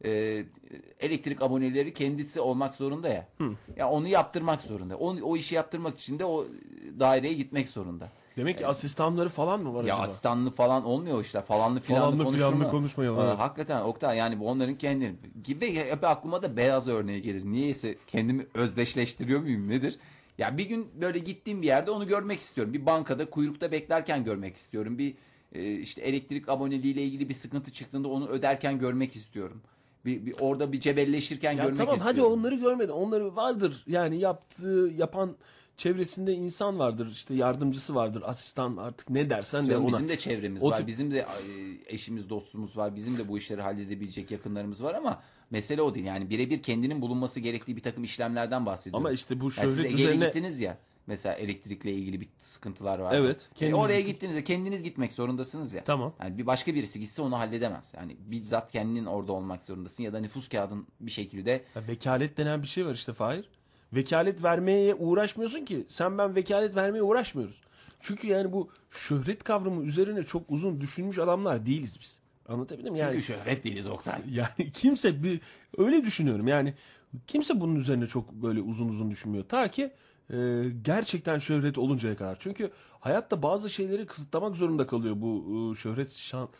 elektrik aboneleri kendisi olmak zorunda ya. Ya onu yaptırmak zorunda. O işi yaptırmak için de o daireye gitmek zorunda.
Demek ki asistanları falan mı var
Ya
acaba?
asistanlı falan olmuyor o işler. Falanlı filanlı
Falanlı filanlı konuşmayalım, evet.
Hakikaten Oktay yani bu onların kendini. Gibi hep aklıma da beyaz örneği gelir. Niyeyse kendimi özdeşleştiriyor muyum nedir? Ya bir gün böyle gittiğim bir yerde onu görmek istiyorum. Bir bankada kuyrukta beklerken görmek istiyorum. Bir işte elektrik aboneliğiyle ilgili bir sıkıntı çıktığında onu öderken görmek istiyorum. Bir orada bir cebelleşirken
Ya
görmek
tamam
istiyorum.
hadi onları görmedin. Onları vardır. Yani yapan çevresinde insan vardır. İşte yardımcısı vardır. Asistan artık ne dersen de
Canım,
ona.
bizim de çevremiz
O
var.
tip-
Bizim de eşimiz, dostumuz var. Bizim de bu işleri halledebilecek yakınlarımız var ama mesele o değil. Yani birebir kendinin bulunması gerektiği bir takım işlemlerden bahsediyorum.
Ama işte bu
Yani siz
şöhret
Ege'ye
üzerine
gittiniz ya. Mesela elektrikle ilgili bir sıkıntılar var.
Evet, kendiniz
Oraya
gittik.
gittiğinizde kendiniz gitmek zorundasınız ya.
Tamam.
Yani bir başka birisi gitse onu halledemez. Yani bizzat kendinin orada olmak zorundasın ya da nüfus kağıdın bir şekilde
Ya vekalet denen bir şey var işte Fahir. Vekalet vermeye uğraşmıyorsun ki. Sen ben vekalet vermeye uğraşmıyoruz. Çünkü yani bu şöhret kavramı üzerine çok uzun düşünmüş adamlar değiliz biz. Anlatabildim mi?
çünkü
Yani,
şöhret değiliz Oktay.
yani kimse öyle düşünüyorum. Yani kimse bunun üzerine çok böyle uzun uzun düşünmüyor. Ta ki gerçekten şöhret oluncaya kadar. Çünkü hayatta bazı şeyleri kısıtlamak zorunda kalıyor bu şöhret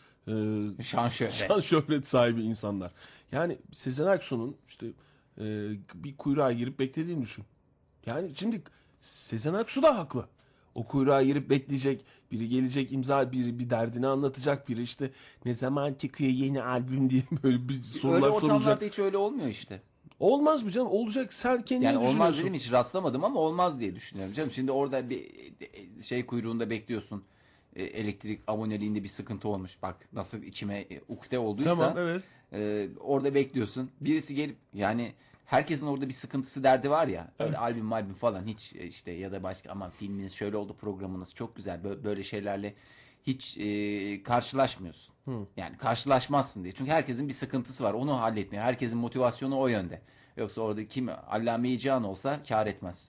Şan şöhret.
şan şöhret sahibi insanlar. Yani Sezen Aksu'nun işte bir kuyruğa girip beklediğini düşün. Yani şimdi Sezen Aksu da haklı. O kuyruğa girip bekleyecek, biri gelecek imza, biri bir derdini anlatacak, biri işte ne zaman çıkıyor yeni albüm diye böyle bir
Öyle
sorular
ortamlarda
sorulacak.
hiç öyle olmuyor işte.
Olmaz mı canım? Olacak. Sen kendini
Yani olmaz
düşünüyorsun.
dedim hiç rastlamadım ama olmaz diye düşünüyorum canım. Şimdi orada bir şey kuyruğunda bekliyorsun. Elektrik aboneliğinde bir sıkıntı olmuş. Bak nasıl içime ukde olduysa.
Tamam evet.
Orada bekliyorsun. Birisi gelip yani herkesin orada bir sıkıntısı derdi var ya. Öyle albüm falan hiç işte ya da başka ama filminiz şöyle oldu programınız çok güzel. Böyle şeylerle hiç karşılaşmıyorsun. Yani karşılaşmazsın diye. Çünkü herkesin bir sıkıntısı var. Onu halletmeye. Herkesin motivasyonu o yönde. Yoksa orada kim Allame-i Cihan olsa kâr etmez.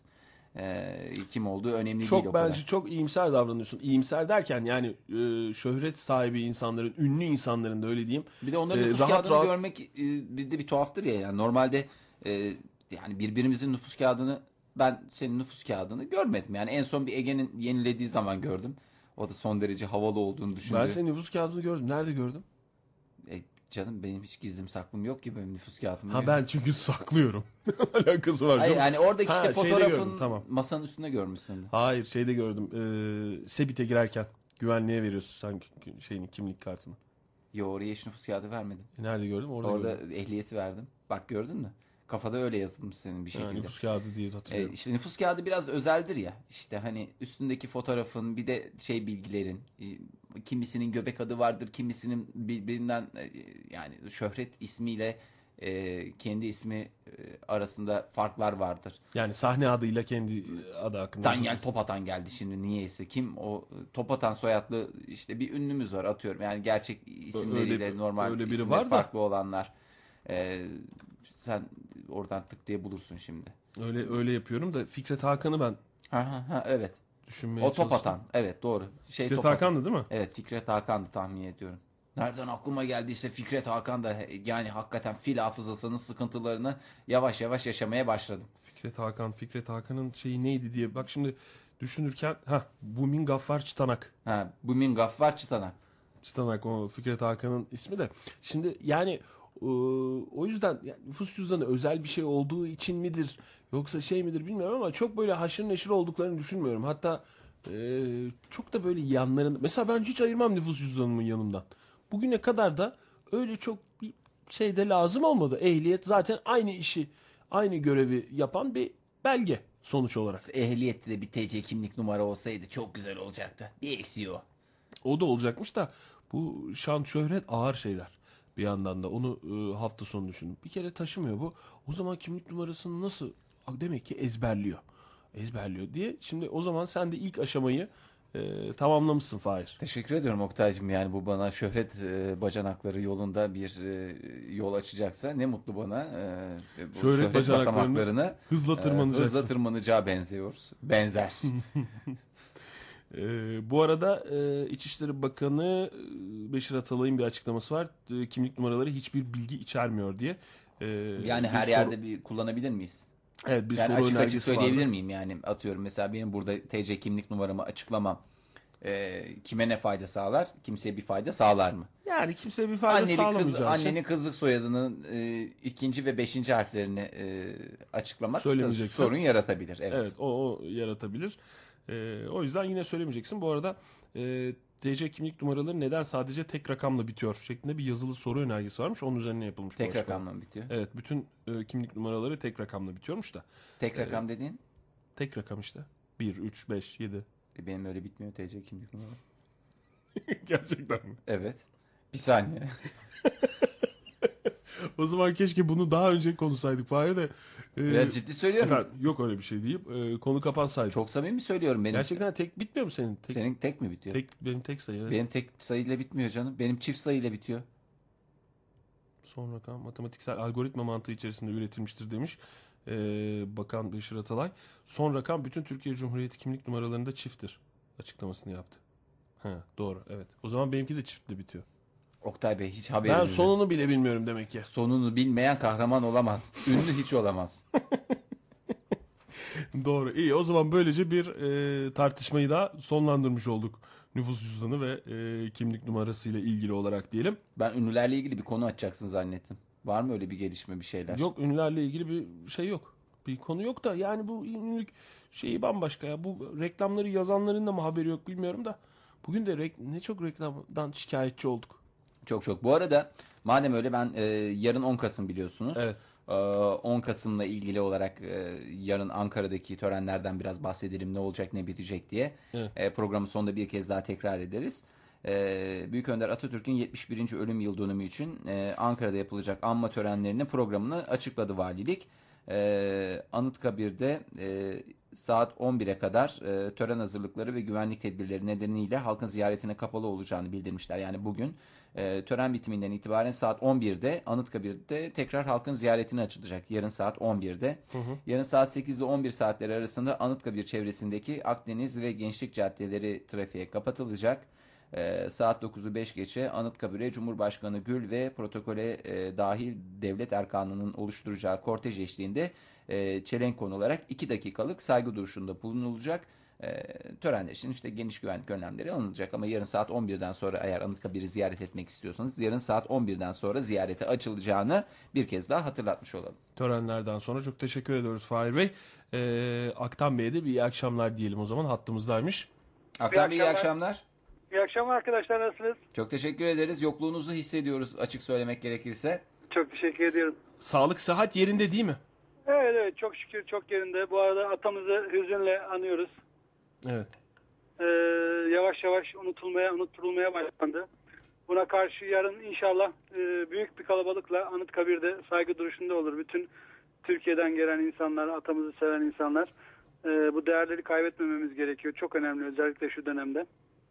Kim olduğu önemli değil
Çok
o kadar.
bence çok iyimser davranıyorsun. İyimser derken yani şöhret sahibi insanların, ünlü insanların da öyle diyeyim.
Bir de onların nüfus
rahat
kağıdını
rahat-
görmek bir de bir tuhaftır ya. Yani normalde yani birbirimizin nüfus kağıdını, ben senin nüfus kağıdını görmedim. Yani en son bir Ege'nin yenilediği zaman gördüm. O da son derece havalı olduğunu düşündü.
Ben senin nüfus kağıdını gördüm. Nerede gördüm?
Canım benim hiç gizlim saklım yok ki benim nüfus kağıdımı.
Ha ben çünkü saklıyorum. Alakası var.
Hayır,
Çok-
yani oradaki işte
Ha, şeyde
fotoğrafın
gördüm, tamam.
masanın üstünde görmüşsün.
Hayır şeyde gördüm. Sebit'e girerken güvenliğe veriyorsun sen şeyini, kimlik kartını.
Yo, oraya hiç nüfus kağıdı vermedim.
Nerede gördüm? Orada
Orada
gördüm.
ehliyeti verdim. Bak gördün mü? Kafada öyle yazılmış senin bir
Ha,
şekilde.
nüfus kağıdı diye hatırlıyorum.
İşte nüfus kağıdı biraz özeldir ya. İşte hani üstündeki fotoğrafın, bir de şey bilgilerin, kimisinin göbek adı vardır, kimisinin birbirinden yani şöhret ismiyle kendi ismi arasında farklar vardır.
Yani sahne adıyla kendi adı hakkında.
Daniel Topatan geldi şimdi niyeyse. Kim o Topatan soyadlı işte bir ünlümüz var, atıyorum. Yani gerçek isimleriyle
Öyle-
normal
öyle biri
isimleri
var da.
farklı olanlar. Sen oradan tık diye bulursun şimdi.
Öyle yapıyorum da Fikret Hakan'ı ben
Ha, evet.
düşünmeye
O
çalıştım.
Topatan. Evet, doğru.
Fikret
Topatan.
Hakan'dı değil mi?
Evet, Fikret Hakan'dı tahmin ediyorum. Nereden aklıma geldiyse Fikret Hakan da, yani hakikaten fil hafızasının sıkıntılarını yavaş yavaş yaşamaya başladım.
Fikret Hakan'ın şeyi neydi diye. Bak şimdi düşünürken Bumin Gaffar Çıtanak.
Ha, Bumin Gaffar Çıtanak.
Çıtanak o Fikret Hakan'ın ismi de. Şimdi yani o yüzden yani nüfus cüzdanı özel bir şey olduğu için midir yoksa şey midir bilmiyorum ama çok böyle haşır neşir olduklarını düşünmüyorum. Hatta çok da böyle yanlarında. Mesela ben hiç ayırmam nüfus cüzdanımın yanımdan. Bugüne kadar da öyle çok bir şey de lazım olmadı. Ehliyet zaten aynı işi, aynı görevi yapan bir belge sonuç olarak.
Ehliyette de bir TC kimlik numara olsaydı çok güzel olacaktı. Bir eksiği o.
O da olacakmış da bu şan şöhret ağır şeyler. Bir yandan da onu hafta sonu düşündüm. Bir kere taşımıyor bu. O zaman kimlik numarasını nasıl demek ki ezberliyor. Ezberliyor diye. Şimdi o zaman sen de ilk aşamayı tamamlamışsın Fahir.
Teşekkür ediyorum Oktay'cığım. Yani bu bana şöhret bacanakları yolunda bir yol açacaksa ne mutlu bana. Bu
Şöhret bacanaklarını
basamaklarını
hızla tırmanacaksın.
hızla tırmanacağı benziyoruz. Benzer.
Bu arada İçişleri Bakanı Beşir Atalay'ın bir açıklaması var. Kimlik numaraları hiçbir bilgi içermiyor diye.
Yani
bir
her
soru-
yerde bir kullanabilir miyiz?
Evet bir
Yani
soru
açık açık
önergesi
söyleyebilir
vardı.
miyim? Yani atıyorum mesela benim burada TC kimlik numaramı açıklamam kime ne fayda sağlar? Kimseye bir fayda sağlar mı?
Yani kimseye bir fayda sağlamayacağı için.
Annenin kızlık soyadının ikinci ve beşinci harflerini açıklamak da
Söylemeyeceksin.
sorun yaratabilir. Evet.
Evet o yaratabilir. O yüzden yine söylemeyeceksin. Bu arada TC kimlik numaraları neden sadece tek rakamla bitiyor şeklinde bir yazılı soru önergesi varmış. Onun üzerine yapılmış. bu
Tek
açıklama.
rakamla mı bitiyor?
Evet bütün kimlik numaraları tek rakamla bitiyormuş da.
Tek rakam dediğin?
Tek rakam işte. 1, 3, 5, 7.
Benim öyle bitmiyor TC kimlik numaram.
Gerçekten mi?
Evet. Bir saniye.
O zaman keşke bunu daha önce konuşsaydık Fahri de.
Ya ciddi söylüyorum.
Efendim, yok öyle bir şey deyip konu kapansaydı.
Çok samimi söylüyorum. Benim
Gerçekten tek bitmiyor mu senin?
senin tek mi bitiyor?
Benim tek sayı. Evet.
Benim tek sayıyla bitmiyor canım. Benim çift sayıyla bitiyor.
Son rakam matematiksel algoritma mantığı içerisinde üretilmiştir demiş Bakan Beşir Atalay. Son rakam bütün Türkiye Cumhuriyeti kimlik numaralarında çifttir açıklamasını yaptı. Ha, doğru evet. O zaman benimki de çiftle bitiyor.
Oktay Bey hiç haberiniz
Ben
yok.
sonunu bile bilmiyorum demek ki.
Sonunu bilmeyen kahraman olamaz. Ünlü hiç olamaz.
Doğru. İyi o zaman böylece bir tartışmayı da sonlandırmış olduk. Nüfus cüzdanı ve kimlik numarası ile ilgili olarak diyelim.
Ben ünlülerle ilgili bir konu açacaksın zannettim. Var mı öyle bir gelişme, bir şeyler?
Yok ünlülerle ilgili bir şey yok. Bir konu yok da yani bu ünlülük şeyi bambaşka ya. Bu reklamları yazanların da mı haberi yok bilmiyorum da. Bugün de ne çok reklamdan şikayetçi olduk.
Çok. Bu arada madem öyle ben yarın 10 Kasım biliyorsunuz.
Evet.
10 Kasım'la ilgili olarak yarın Ankara'daki törenlerden biraz bahsedelim. Ne olacak ne bitecek diye.
Evet.
Programın sonunda bir kez daha tekrar ederiz. Büyük Önder Atatürk'ün 71. ölüm yıl dönümü için Ankara'da yapılacak anma törenlerinin programını açıkladı valilik. Anıtkabir'de saat 11'e kadar tören hazırlıkları ve güvenlik tedbirleri nedeniyle halkın ziyaretine kapalı olacağını bildirmişler. Yani bugün Tören bitiminden itibaren saat 11'de Anıtkabir'de tekrar halkın ziyaretine açılacak. Yarın saat 11'de. Yarın saat 8 ile 11 saatleri arasında Anıtkabir çevresindeki Akdeniz ve Gençlik caddeleri trafiğe kapatılacak. Saat 9'u 5 geçe Anıtkabir'e Cumhurbaşkanı Gül ve protokole dahil devlet erkanının oluşturacağı kortej eşliğinde çelenk konularak 2 dakikalık saygı duruşunda bulunulacak. Törenler için işte geniş güvenlik önlemleri alınacak ama yarın saat 11'den sonra eğer Anıtkabir'i ziyaret etmek istiyorsanız yarın saat 11'den sonra ziyarete açılacağını bir kez daha hatırlatmış olalım.
Törenlerden sonra çok teşekkür ediyoruz Fahir Bey. Aktan Bey'e de bir iyi akşamlar diyelim o zaman, hattımızdaymış.
Aktan Bey iyi akşamlar.
İyi akşamlar arkadaşlar, nasılsınız?
Çok teşekkür ederiz. Yokluğunuzu hissediyoruz açık söylemek gerekirse.
Çok teşekkür ediyorum.
Sağlık sıhhat yerinde değil mi?
Evet çok şükür çok yerinde. Bu arada atamızı hüzünle anıyoruz.
Evet.
Yavaş yavaş unutulmaya başlandı. Buna karşı yarın inşallah büyük bir kalabalıkla Anıtkabir'de saygı duruşunda olur. Bütün Türkiye'den gelen insanlar, atamızı seven insanlar. Bu değerleri kaybetmememiz gerekiyor. Çok önemli özellikle şu dönemde.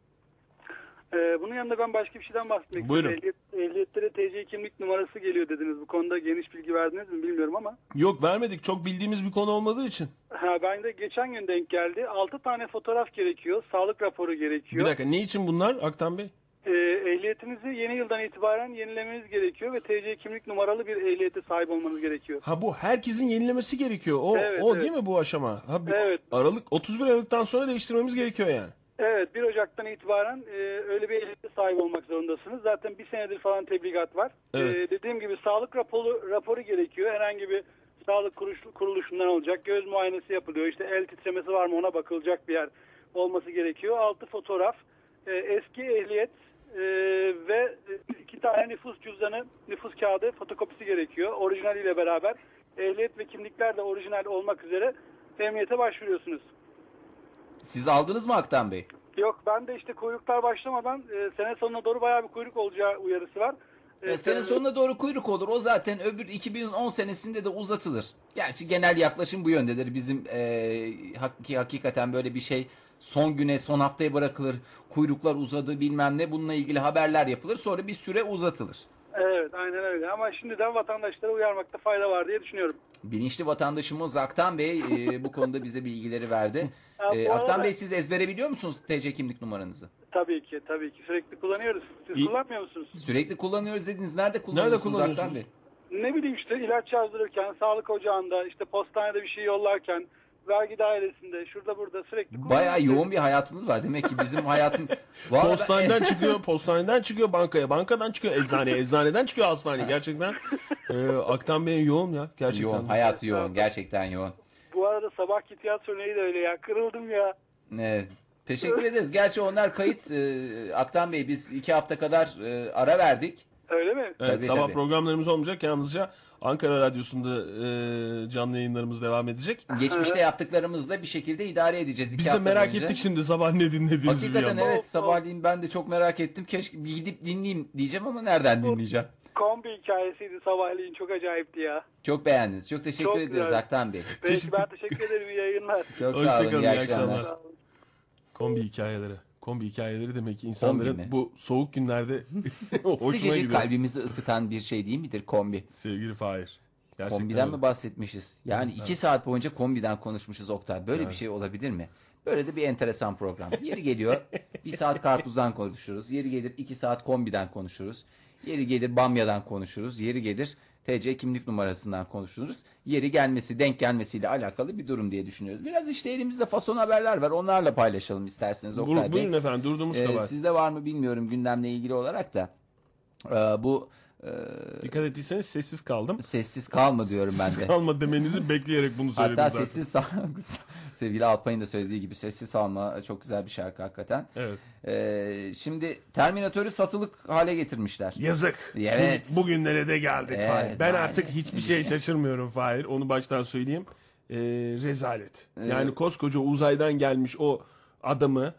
Bunun yanında ben başka bir şeyden bahsetmek
Buyurun.
istiyorum. Ehliyetlere TC kimlik numarası geliyor dediniz. Bu konuda geniş bilgi verdiniz mi bilmiyorum ama.
Yok, vermedik. Çok bildiğimiz bir konu olmadığı için.
Ben de geçen gün denk geldi. 6 tane fotoğraf gerekiyor. Sağlık raporu gerekiyor.
Bir dakika, ne için bunlar Aktan Bey?
Ehliyetinizi yeni yıldan itibaren yenilemeniz gerekiyor ve TC kimlik numaralı bir ehliyete sahip olmanız gerekiyor.
Ha, bu herkesin yenilemesi gerekiyor. O,
Evet,
o
evet.
değil mi bu aşama? Ha,
Evet.
31 Aralık'tan sonra değiştirmemiz gerekiyor yani.
Evet, 1 Ocak'tan itibaren öyle bir ehliyete sahip olmak zorundasınız. Zaten bir senedir falan tebligat var.
Evet.
Dediğim gibi sağlık raporu gerekiyor. Herhangi bir sağlık kuruluşundan olacak. Göz muayenesi yapılıyor. İşte el titremesi var mı ona bakılacak bir yer olması gerekiyor. 6 fotoğraf, eski ehliyet ve 2 tane nüfus cüzdanı, nüfus kağıdı fotokopisi gerekiyor. Orijinaliyle beraber. Ehliyet ve kimlikler de orijinal olmak üzere emniyete başvuruyorsunuz.
Siz aldınız mı Aktan Bey?
Yok, ben de işte kuyruklar başlamadan sene sonuna doğru bayağı bir kuyruk olacağı uyarısı var.
Sene sonuna doğru kuyruk olur. O zaten öbür 2010 senesinde de uzatılır. Gerçi genel yaklaşım bu yöndedir. Bizim hakikaten böyle bir şey son güne, son haftaya bırakılır. Kuyruklar uzadı bilmem ne. Bununla ilgili haberler yapılır. Sonra bir süre uzatılır.
Evet, aynen öyle. Ama şimdiden vatandaşlara uyarmakta fayda var diye düşünüyorum.
Bilinçli vatandaşımız Aktan Bey bu konuda bize bilgileri verdi.
Ha, bu
Aktan
arada-
Bey, siz ezbere biliyor musunuz TC kimlik numaranızı?
Tabii ki sürekli kullanıyoruz. Siz
İyi.
kullanmıyor musunuz?
Sürekli kullanıyoruz dediniz. Nerede kullanıyorsunuz,
kullanıyorsunuz?
Aktan Bey?
Ne bileyim işte ilaç yazdırırken, sağlık ocağında, işte postanede bir şey yollarken, vergi dairesinde, şurada burada sürekli kullanıyoruz.
Bayağı yoğun bir hayatınız var. Demek ki bizim hayatım... Vallahi
Postaneden çıkıyor, postaneden çıkıyor bankaya, bankadan çıkıyor eczaneye, eczaneden çıkıyor hastaneye. Gerçekten Aktan Bey'in yoğun ya. Gerçekten.
yoğun, hayatı yoğun. Gerçekten yoğun.
Bu arada sabahki tiyatro neydi öyle ya? Kırıldım ya.
Evet. Teşekkür ederiz. Gerçi onlar kayıt. Aktan Bey, biz 2 hafta kadar ara verdik.
Öyle mi?
Evet,
Tabii,
sabah
tabii.
programlarımız olmayacak. Yalnızca Ankara Radyosu'nda canlı yayınlarımız devam edecek.
Geçmişte yaptıklarımızla bir şekilde idare edeceğiz. 2
Biz de
hafta
merak
boyunca.
ettik şimdi sabah ne dinlediğinizi. bir
Hakikaten
yandan.
evet, sabahleyin ben de çok merak ettim. Keşke bir gidip dinleyeyim diyeceğim ama nereden dinleyeceğim?
Kombi hikayesiydi sabahleyin, çok acayipti ya.
Çok beğendiniz. Çok teşekkür
Çok
ederiz
güzel.
Aktan Bey.
Peki
Çeşitli-
ben teşekkür ederim, iyi yayınlar.
Çok sağ
Hoşça
olun.
kalın,
İyi
iyi
akşamlar.
akşamlar. Kombi hikayeleri. Kombi hikayeleri demek ki insanların
mi?
bu soğuk günlerde hoşuna
Sıcacık
gidiyor.
kalbimizi ısıtan bir şey değil midir kombi?
Sevgili Fahir. Gerçekten
Kombiden
öyle.
mi bahsetmişiz? Yani 2 saat boyunca kombiden konuşmuşuz Oktay. Böyle bir şey olabilir mi? Böyle de bir enteresan program. Yeri geliyor 1 saat karpuzdan konuşuruz. Yeri gelir 2 saat kombiden konuşuruz. Yeri gelir bamyadan konuşuruz. Yeri gelir TC kimlik numarasından konuşuruz. Yeri gelmesi, denk gelmesiyle alakalı bir durum diye düşünüyoruz. Biraz işte elimizde fason haberler var. Onlarla paylaşalım isterseniz Oktay Bey.
Buyurun efendim, durduğumuz kadar.
Sizde var mı bilmiyorum gündemle ilgili olarak da. Bu
Dikkat ettiyseniz sessiz kaldım.
sessiz kalma diyorum ben
Sessiz
de.
kalma demenizi bekleyerek bunu söyledim
Hatta
zaten.
sessiz sevgili Alpay'ın da söylediği gibi sessiz salma çok güzel bir şarkı hakikaten.
Evet.
Şimdi Terminatör'ü satılık hale getirmişler.
Yazık.
Evet.
Bugünlere de geldik
Evet,
Fahir. Ben
maalesef.
artık hiçbir şey şaşırmıyorum Fahir. Onu baştan söyleyeyim. Rezalet. Yani koskoca uzaydan gelmiş o adamı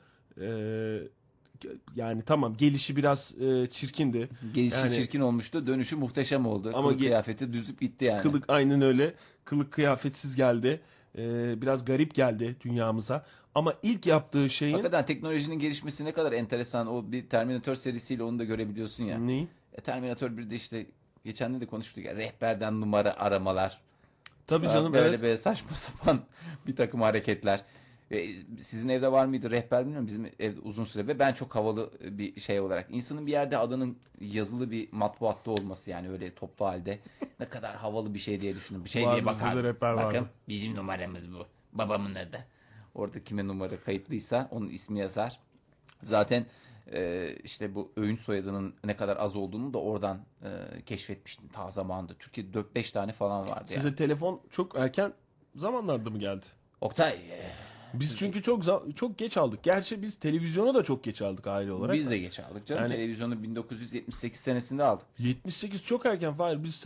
yani tamam, gelişi biraz çirkindi.
Gelişi
Yani
çirkin olmuştu, dönüşü muhteşem oldu.
Ama
Kılık kıyafeti düzüp gitti yani.
Kılık aynen öyle. Kılık kıyafetsiz geldi. Biraz garip geldi dünyamıza. Ama ilk yaptığı şeyin...
Hakikaten teknolojinin gelişmesi ne kadar enteresan. O bir Terminator serisiyle onu da görebiliyorsun ya.
Neyi?
Terminator 1'de işte geçen de konuştuk ya, rehberden numara aramalar.
Tabii canım,
Böyle
evet.
böyle saçma sapan bir takım hareketler. Sizin evde var mıydı rehber bilmiyorum. Bizim evde uzun süre ve ben çok havalı bir şey olarak. İnsanın bir yerde adının yazılı bir matbuatta olması, yani öyle toplu halde ne kadar havalı bir şey diye düşündüm. Bir şey
Var,
diye
bizde de
bakar.
rehber
Bakın
vardı.
bizim numaramız bu. Babamın adı.
Orada kime numara kayıtlıysa onun ismi yazar. Zaten işte bu Öğün soyadının ne kadar az olduğunu da oradan keşfetmiştim ta zamanında. Türkiye'de 4-5 tane falan vardı
Size
yani.
telefon çok erken zamanlarda mı geldi?
Oktay,
Biz çünkü çok geç aldık. Gerçi biz televizyonu da çok geç aldık aile olarak.
biz de geç aldık canım.
Yani-
Televizyonu 1978 senesinde aldık.
78 çok erken Fahir. Biz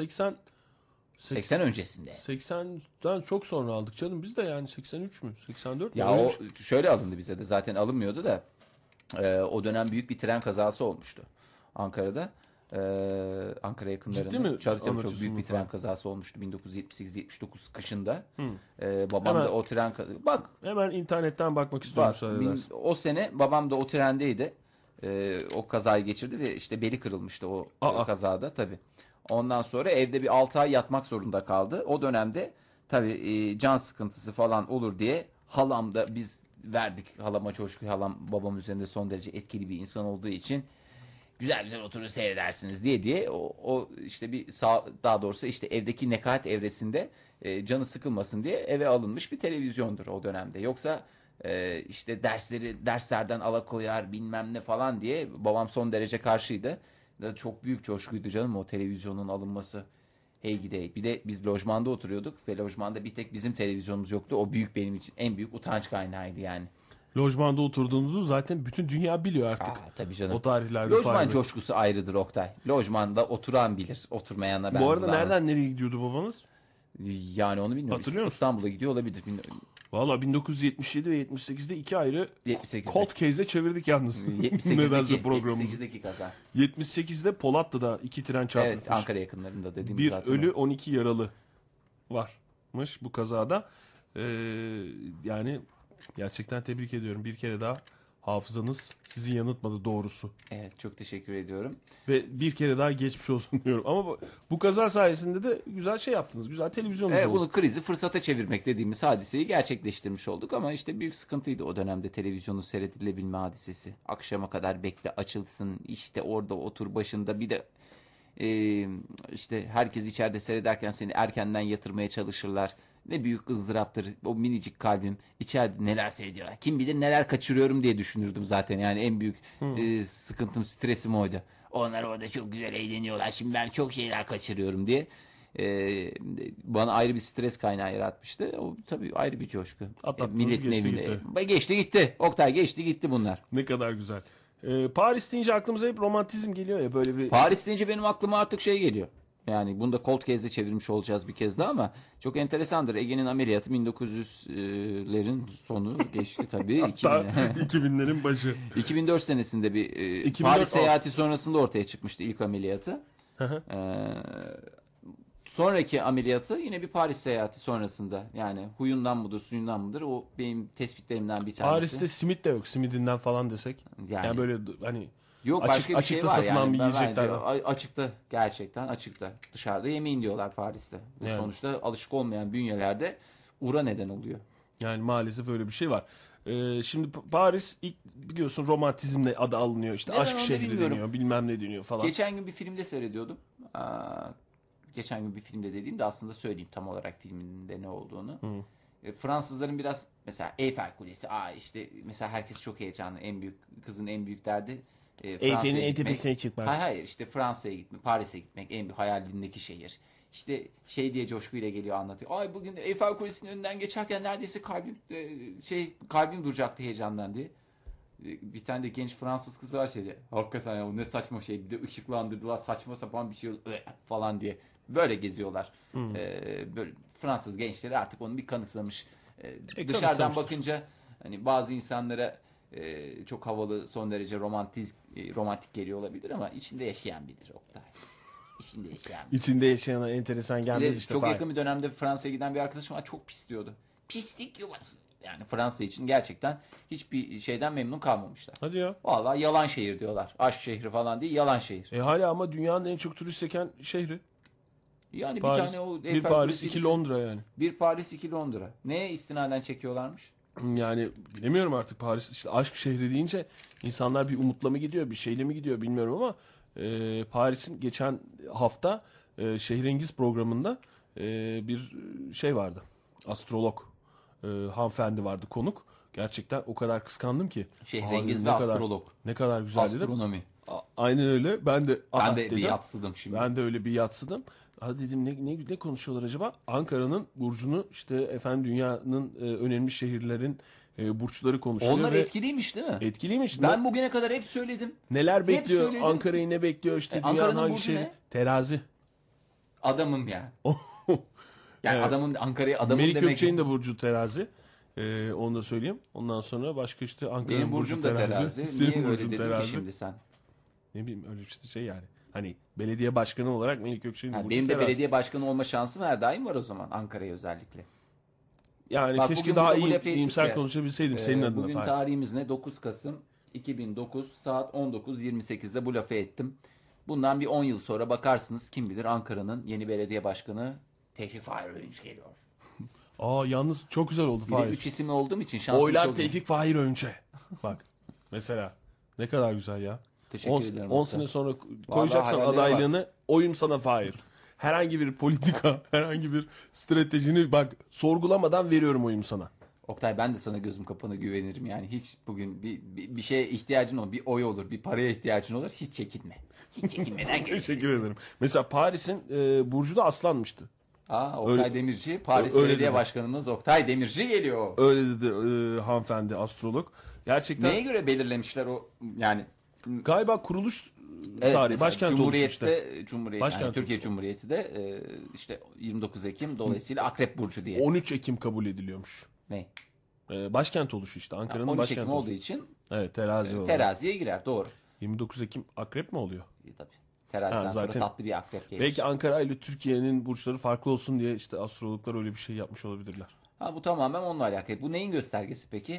80 öncesinde.
80'den çok sonra aldık canım. Biz de yani 83 mü? 84 mü?
Ya
Öyle
o
bir şey.
şöyle alındı bize de, zaten alınmıyordu da o dönem büyük bir tren kazası olmuştu Ankara'da. Ankara yakınlarında.
Ciddi mi
Tabii çok
anlatıyorsun
büyük bir
bunu
tren
falan?
kazası olmuştu 1978-79 kışında. Babam
Hemen-
da o tren bak
Hemen internetten bakmak istiyorum müsaade edersen.
o sene babam da o trendeydi. O kazayı geçirdi ve işte beli kırılmıştı o
Aa.
kazada tabii. Ondan sonra evde bir 6 ay yatmak zorunda kaldı. O dönemde tabii can sıkıntısı falan olur diye halam da, biz verdik halama coşkuyu. Halam babam üzerinde son derece etkili bir insan olduğu için güzel güzel oturur seyredersiniz diye o işte daha doğrusu işte evdeki nekaat evresinde canı sıkılmasın diye eve alınmış bir televizyondur o dönemde. Yoksa işte derslerden alakoyar bilmem ne falan diye babam son derece karşıydı. Çok büyük coşkuydu canım o televizyonun alınması. Hey gidi hey. Bir de biz lojmanda oturuyorduk ve lojmanda bir tek bizim televizyonumuz yoktu. O benim için en büyük utanç kaynağıydı yani.
Lojmanda oturduğunuzu zaten bütün dünya biliyor artık.
Tabii canım.
O tarihlerde
Lojman
Fahir Bey.
coşkusu ayrıdır Oktay. Lojmanda oturan bilir. Oturmayanla ben
Bu arada
bulamam.
nereden nereye gidiyordu babanız?
Yani onu bilmiyorum.
Hatırlıyor musun?
İstanbul'a gidiyor olabilir. Bilmiyorum.
Valla 1977 ve 78'de iki ayrı
78'de.
cold case'de çevirdik yalnız.
78'deki,
Nedense programımızı.
78'deki kaza.
78'de Polatlı'da iki tren çarpmış.
Evet, Ankara yakınlarında dediğim
Bir
zaten.
ölü 12 yaralı varmış bu kazada. Yani gerçekten tebrik ediyorum. Bir kere daha hafızanız sizi yanıltmadı doğrusu.
Evet, çok teşekkür ediyorum.
Ve bir kere daha geçmiş olsun diyorum. Ama bu kaza sayesinde de güzel şey yaptınız. Güzel televizyonunuz
Evet,
oldu.
bunu krizi fırsata çevirmek dediğimiz hadiseyi gerçekleştirmiş olduk ama işte büyük sıkıntıydı o dönemde televizyonu seyredilebilme hadisesi. Akşama kadar bekle açılsın, işte orada otur başında, bir de işte herkes içeride seyrederken seni erkenden yatırmaya çalışırlar. Ne büyük ızdıraptır o minicik kalbim. İçeride neler seyrediyorlar. Kim bilir neler kaçırıyorum diye düşünürdüm zaten. Yani en büyük sıkıntım, stresim oydu.
Onlar orada çok güzel eğleniyorlar. Şimdi ben çok şeyler kaçırıyorum.
Diye bana ayrı bir stres kaynağı yaratmıştı. O tabii ayrı bir coşku.
Atlattınız,
Milletin
geçti
evinde.
gitti.
Geçti gitti. Oktay, geçti gitti bunlar.
Ne kadar güzel. Paris deyince aklımıza hep romantizm geliyor ya, böyle bir...
Paris deyince benim aklıma artık şey geliyor. Yani bunu da cold case'e çevirmiş olacağız bir kez daha ama çok enteresandır. Ege'nin ameliyatı 1900'lerin sonu geçti tabii.
Hatta 2000'lerin başı.
2004 senesinde bir
2004
Paris seyahati sonrasında ortaya çıkmıştı ilk ameliyatı. Sonraki ameliyatı yine bir Paris seyahati sonrasında. Yani huyundan mıdır, suyundan mıdır? O benim tespitlerimden bir tanesi.
Paris'te simit de yok. Simidinden falan desek.
Yani-
Yani böyle hani
Yok,
açık-
başka bir
açıkta
şey var
satılan
yani.
bir
Ben
yiyecekler
bence
var.
açıkta, gerçekten açıkta. Dışarıda yemeyin diyorlar Paris'te. Bu
Yani.
sonuçta alışık olmayan bünyelerde ura neden oluyor.
yani maalesef öyle bir şey var. Şimdi Paris ilk biliyorsun romantizmle adı alınıyor. İşte
Neden
aşk
onu da
şehri
bilmiyorum.
deniyor, bilmem ne deniyor falan.
Geçen gün bir filmde seyrediyordum. Geçen gün bir filmde dediğimde aslında söyleyeyim tam olarak filminde ne olduğunu. Fransızların biraz mesela Eyfel Kulesi. İşte mesela herkes çok heyecanlı. En büyük kızın en büyük derdi
Eyfel'in
Fransa'ya
en
gitmek.
tepesine çıkmak.
Hayır, işte Fransa'ya gitmek, Paris'e gitmek en büyük hayalindeki şehir. İşte şey diye coşkuyla geliyor, anlatıyor. Ay bugün Eyfel Kulesi'nin önünden geçerken neredeyse kalbim duracaktı heyecandan diye. Bir tane de genç Fransız kızı var şeydi. Hakikaten ya, ne saçma şey. Bir de ışıklandırdılar, saçma sapan bir şey oldu falan diye. Böyle geziyorlar. Böyle Fransız gençleri artık onu bir kanıksamış. Dışarıdan
kanıksamıştır.
bakınca hani bazı insanlara çok havalı, son derece romantik geliyor olabilir ama içinde yaşayan biridir Oktay. İçinde yaşayan biri.
İçinde yaşayan enteresan
Bir
gelmez
de
işte.
çok
Fahir.
yakın bir dönemde Fransa'ya giden bir arkadaşım var, çok pis diyordu.
pislik yuvası.
Yani Fransa için gerçekten hiçbir şeyden memnun kalmamışlar.
Hadi ya.
Vallahi yalan şehir diyorlar. Aşk şehri falan değil, yalan şehir.
Hala ama dünyanın en çok turist çeken şehri.
Yani
Paris.
bir tane o
Bir
Eiffel
Paris,
Kulesi'yle-
2 Londra yani.
Bir Paris, 2 Londra. Neye istinaden çekiyorlarmış?
Yani bilemiyorum artık, Paris işte aşk şehri deyince insanlar bir umutla mı gidiyor, bir şeyle mi gidiyor bilmiyorum ama Paris'in geçen hafta Şehrengiz programında bir şey vardı. Astrolog hanımefendi vardı, konuk. Gerçekten o kadar kıskandım ki.
Şehrengiz
Abi
ve
ne kadar-
astrolog.
Ne kadar güzel dedim.
Astronomi.
Aynen öyle. Ben de
Ben de
dedim.
bir yatsıdım şimdi.
Ben de öyle bir yatsıdım. Hadi dedim ne konuşuyorlar acaba? Ankara'nın burcunu, işte efendim dünyanın önemli şehirlerin burçları konuşuluyor.
Onlar
ve
etkiliymiş değil mi?
etkiliymiş.
Ben bugüne kadar hep söyledim.
Neler bekliyor?
söyledim.
Ankara'yı ne bekliyor? İşte dünyanın
Ankara'nın
hangi
burcu
şehri?
ne?
Terazi.
Adamım ya. Yani
Evet.
adamın Ankara'ya adamım
Melik
demek.
Gökçek'in de burcu terazi. Onu da söyleyeyim. Ondan sonra başka işte Ankara'nın
Benim burcum da terazi.
Senin
Niye öyle
burcun
dedin
terazi.
ki şimdi sen?
Ne bileyim, öyle işte şey yani. Hani belediye başkanı olarak Melik Gökçek'in de
Ha,
burcu
benim de
terazi.
belediye başkanı olma şansım her daim var o zaman Ankara'ya özellikle.
Yani
Bak,
keşke
bugün
daha
burada bu
iyi,
lafı ettik
iyimser
ya.
konuşabilseydim senin adına.
Bugün
Fahir.
tarihimiz ne? 9 Kasım 2009 saat 19.28'de bu lafı ettim. Bundan bir 10 yıl sonra bakarsınız, kim bilir Ankara'nın yeni belediye başkanı
Tevfik Fahir Öğünç geliyor.
Yalnız çok güzel oldu
bir de
Fahir.
3 isimli olduğum için şansım
Oylar
çok iyi.
Tevfik Fahir Önç'e. Bak mesela ne kadar güzel ya.
Teşekkür ederim
10
Oktay.
sene sonra koyacaksan
hayalleri
adaylığını, oyum sana Fahir. Herhangi bir politika, herhangi bir stratejini bak sorgulamadan veriyorum oyumu sana.
Oktay, ben de sana gözüm kapalı güvenirim. Yani hiç bugün bir şeye ihtiyacın olur. Bir oy olur, bir paraya ihtiyacın olur. Hiç çekinme.
Hiç çekinmeden
Teşekkür ederim. Mesela Paris'in burcu da aslanmıştı.
Oktay
Öyle-
Demirci, Paris
öyle
Belediye
dedi.
Başkanımız Oktay Demirci geliyor.
Öyle dedi hanımefendi astrolog. Gerçekten
Neye göre belirlemişler o, yani
galiba kuruluş
evet,
tarihi,
mesela
başkent olmuş işte.
Cumhuriyet,
Başkent
yani Türkiye
olmuş.
Cumhuriyeti de işte 29 Ekim dolayısıyla Akrep Burcu diye.
13 Ekim kabul ediliyormuş.
Ne?
Başkent oluşu işte, Ankara'nın
13
başkenti
Ekim
oluşu.
olduğu için
Evet, terazi olarak.
teraziye girer, doğru.
29 Ekim akrep mi oluyor?
Tabii. Teraziden sonra
zaten-
tatlı bir akrep gelir.
Belki Ankara ile Türkiye'nin burçları farklı olsun diye işte astrologlar öyle bir şey yapmış olabilirler.
Bu tamamen onunla alakalı. Bu neyin göstergesi peki?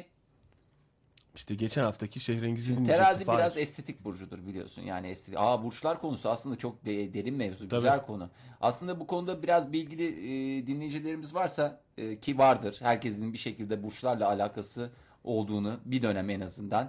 İşte geçen haftaki Şehrengiz'in
Terazi biraz estetik burcudur biliyorsun. Yani estetik. Burçlar konusu aslında çok derin mevzu, güzel konu. Aslında bu konuda biraz bilgili dinleyicilerimiz varsa ki vardır. Herkesin bir şekilde burçlarla alakası olduğunu bir dönem en azından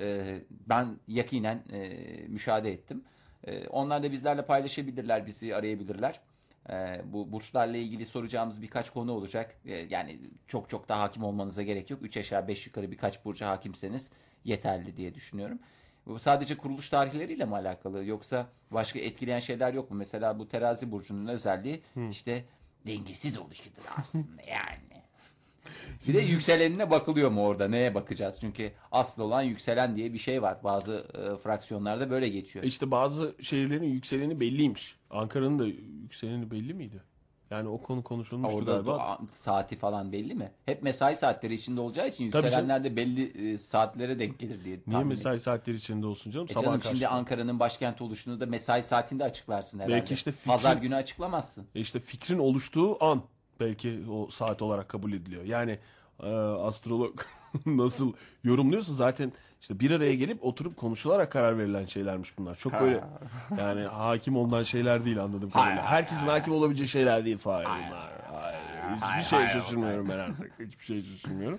ben yakinen müşahede ettim. Onlar da bizlerle paylaşabilirler, bizi arayabilirler. Bu burçlarla ilgili soracağımız birkaç konu olacak. Yani çok da hakim olmanıza gerek yok. 3 aşağı 5 yukarı birkaç burca hakimseniz yeterli diye düşünüyorum. Bu sadece kuruluş tarihleriyle mi alakalı, yoksa başka etkileyen şeyler yok mu? Mesela bu terazi burcunun özelliği işte
dengesiz oluşudur aslında yani.
bir de yükselenine bakılıyor mu orada? Neye bakacağız? Çünkü asıl olan yükselen diye bir şey var. Bazı fraksiyonlarda böyle geçiyor.
İşte bazı şehirlerin yükseleni belliymiş. Ankara'nın da yükseleni belli miydi? Yani o konu konuşulmuştu
Orada
galiba.
saati falan belli mi? Hep mesai saatleri içinde olacağı için
Tabii
yükselenler de belli saatlere denk gelir diye
Niye
tahmin
mesai saatleri içinde olsun canım?
ediyorum.
Sabah
Canım, şimdi Ankara'nın başkenti oluşunu da mesai saatinde açıklarsın herhalde.
Belki işte
Pazar günü açıklamazsın.
İşte fikrin oluştuğu an belki o saat olarak kabul ediliyor. Yani astrolog nasıl yorumluyorsa zaten işte bir araya gelip oturup konuşularak karar verilen şeylermiş bunlar. Çok böyle yani hakim olunan şeyler değil, anladığım kadarıyla. Herkesin hakim olabileceği şeyler değil Fahir bunlar. Hiçbir şeye şaşırmıyorum ben artık. Hiçbir şeye şaşırmıyorum.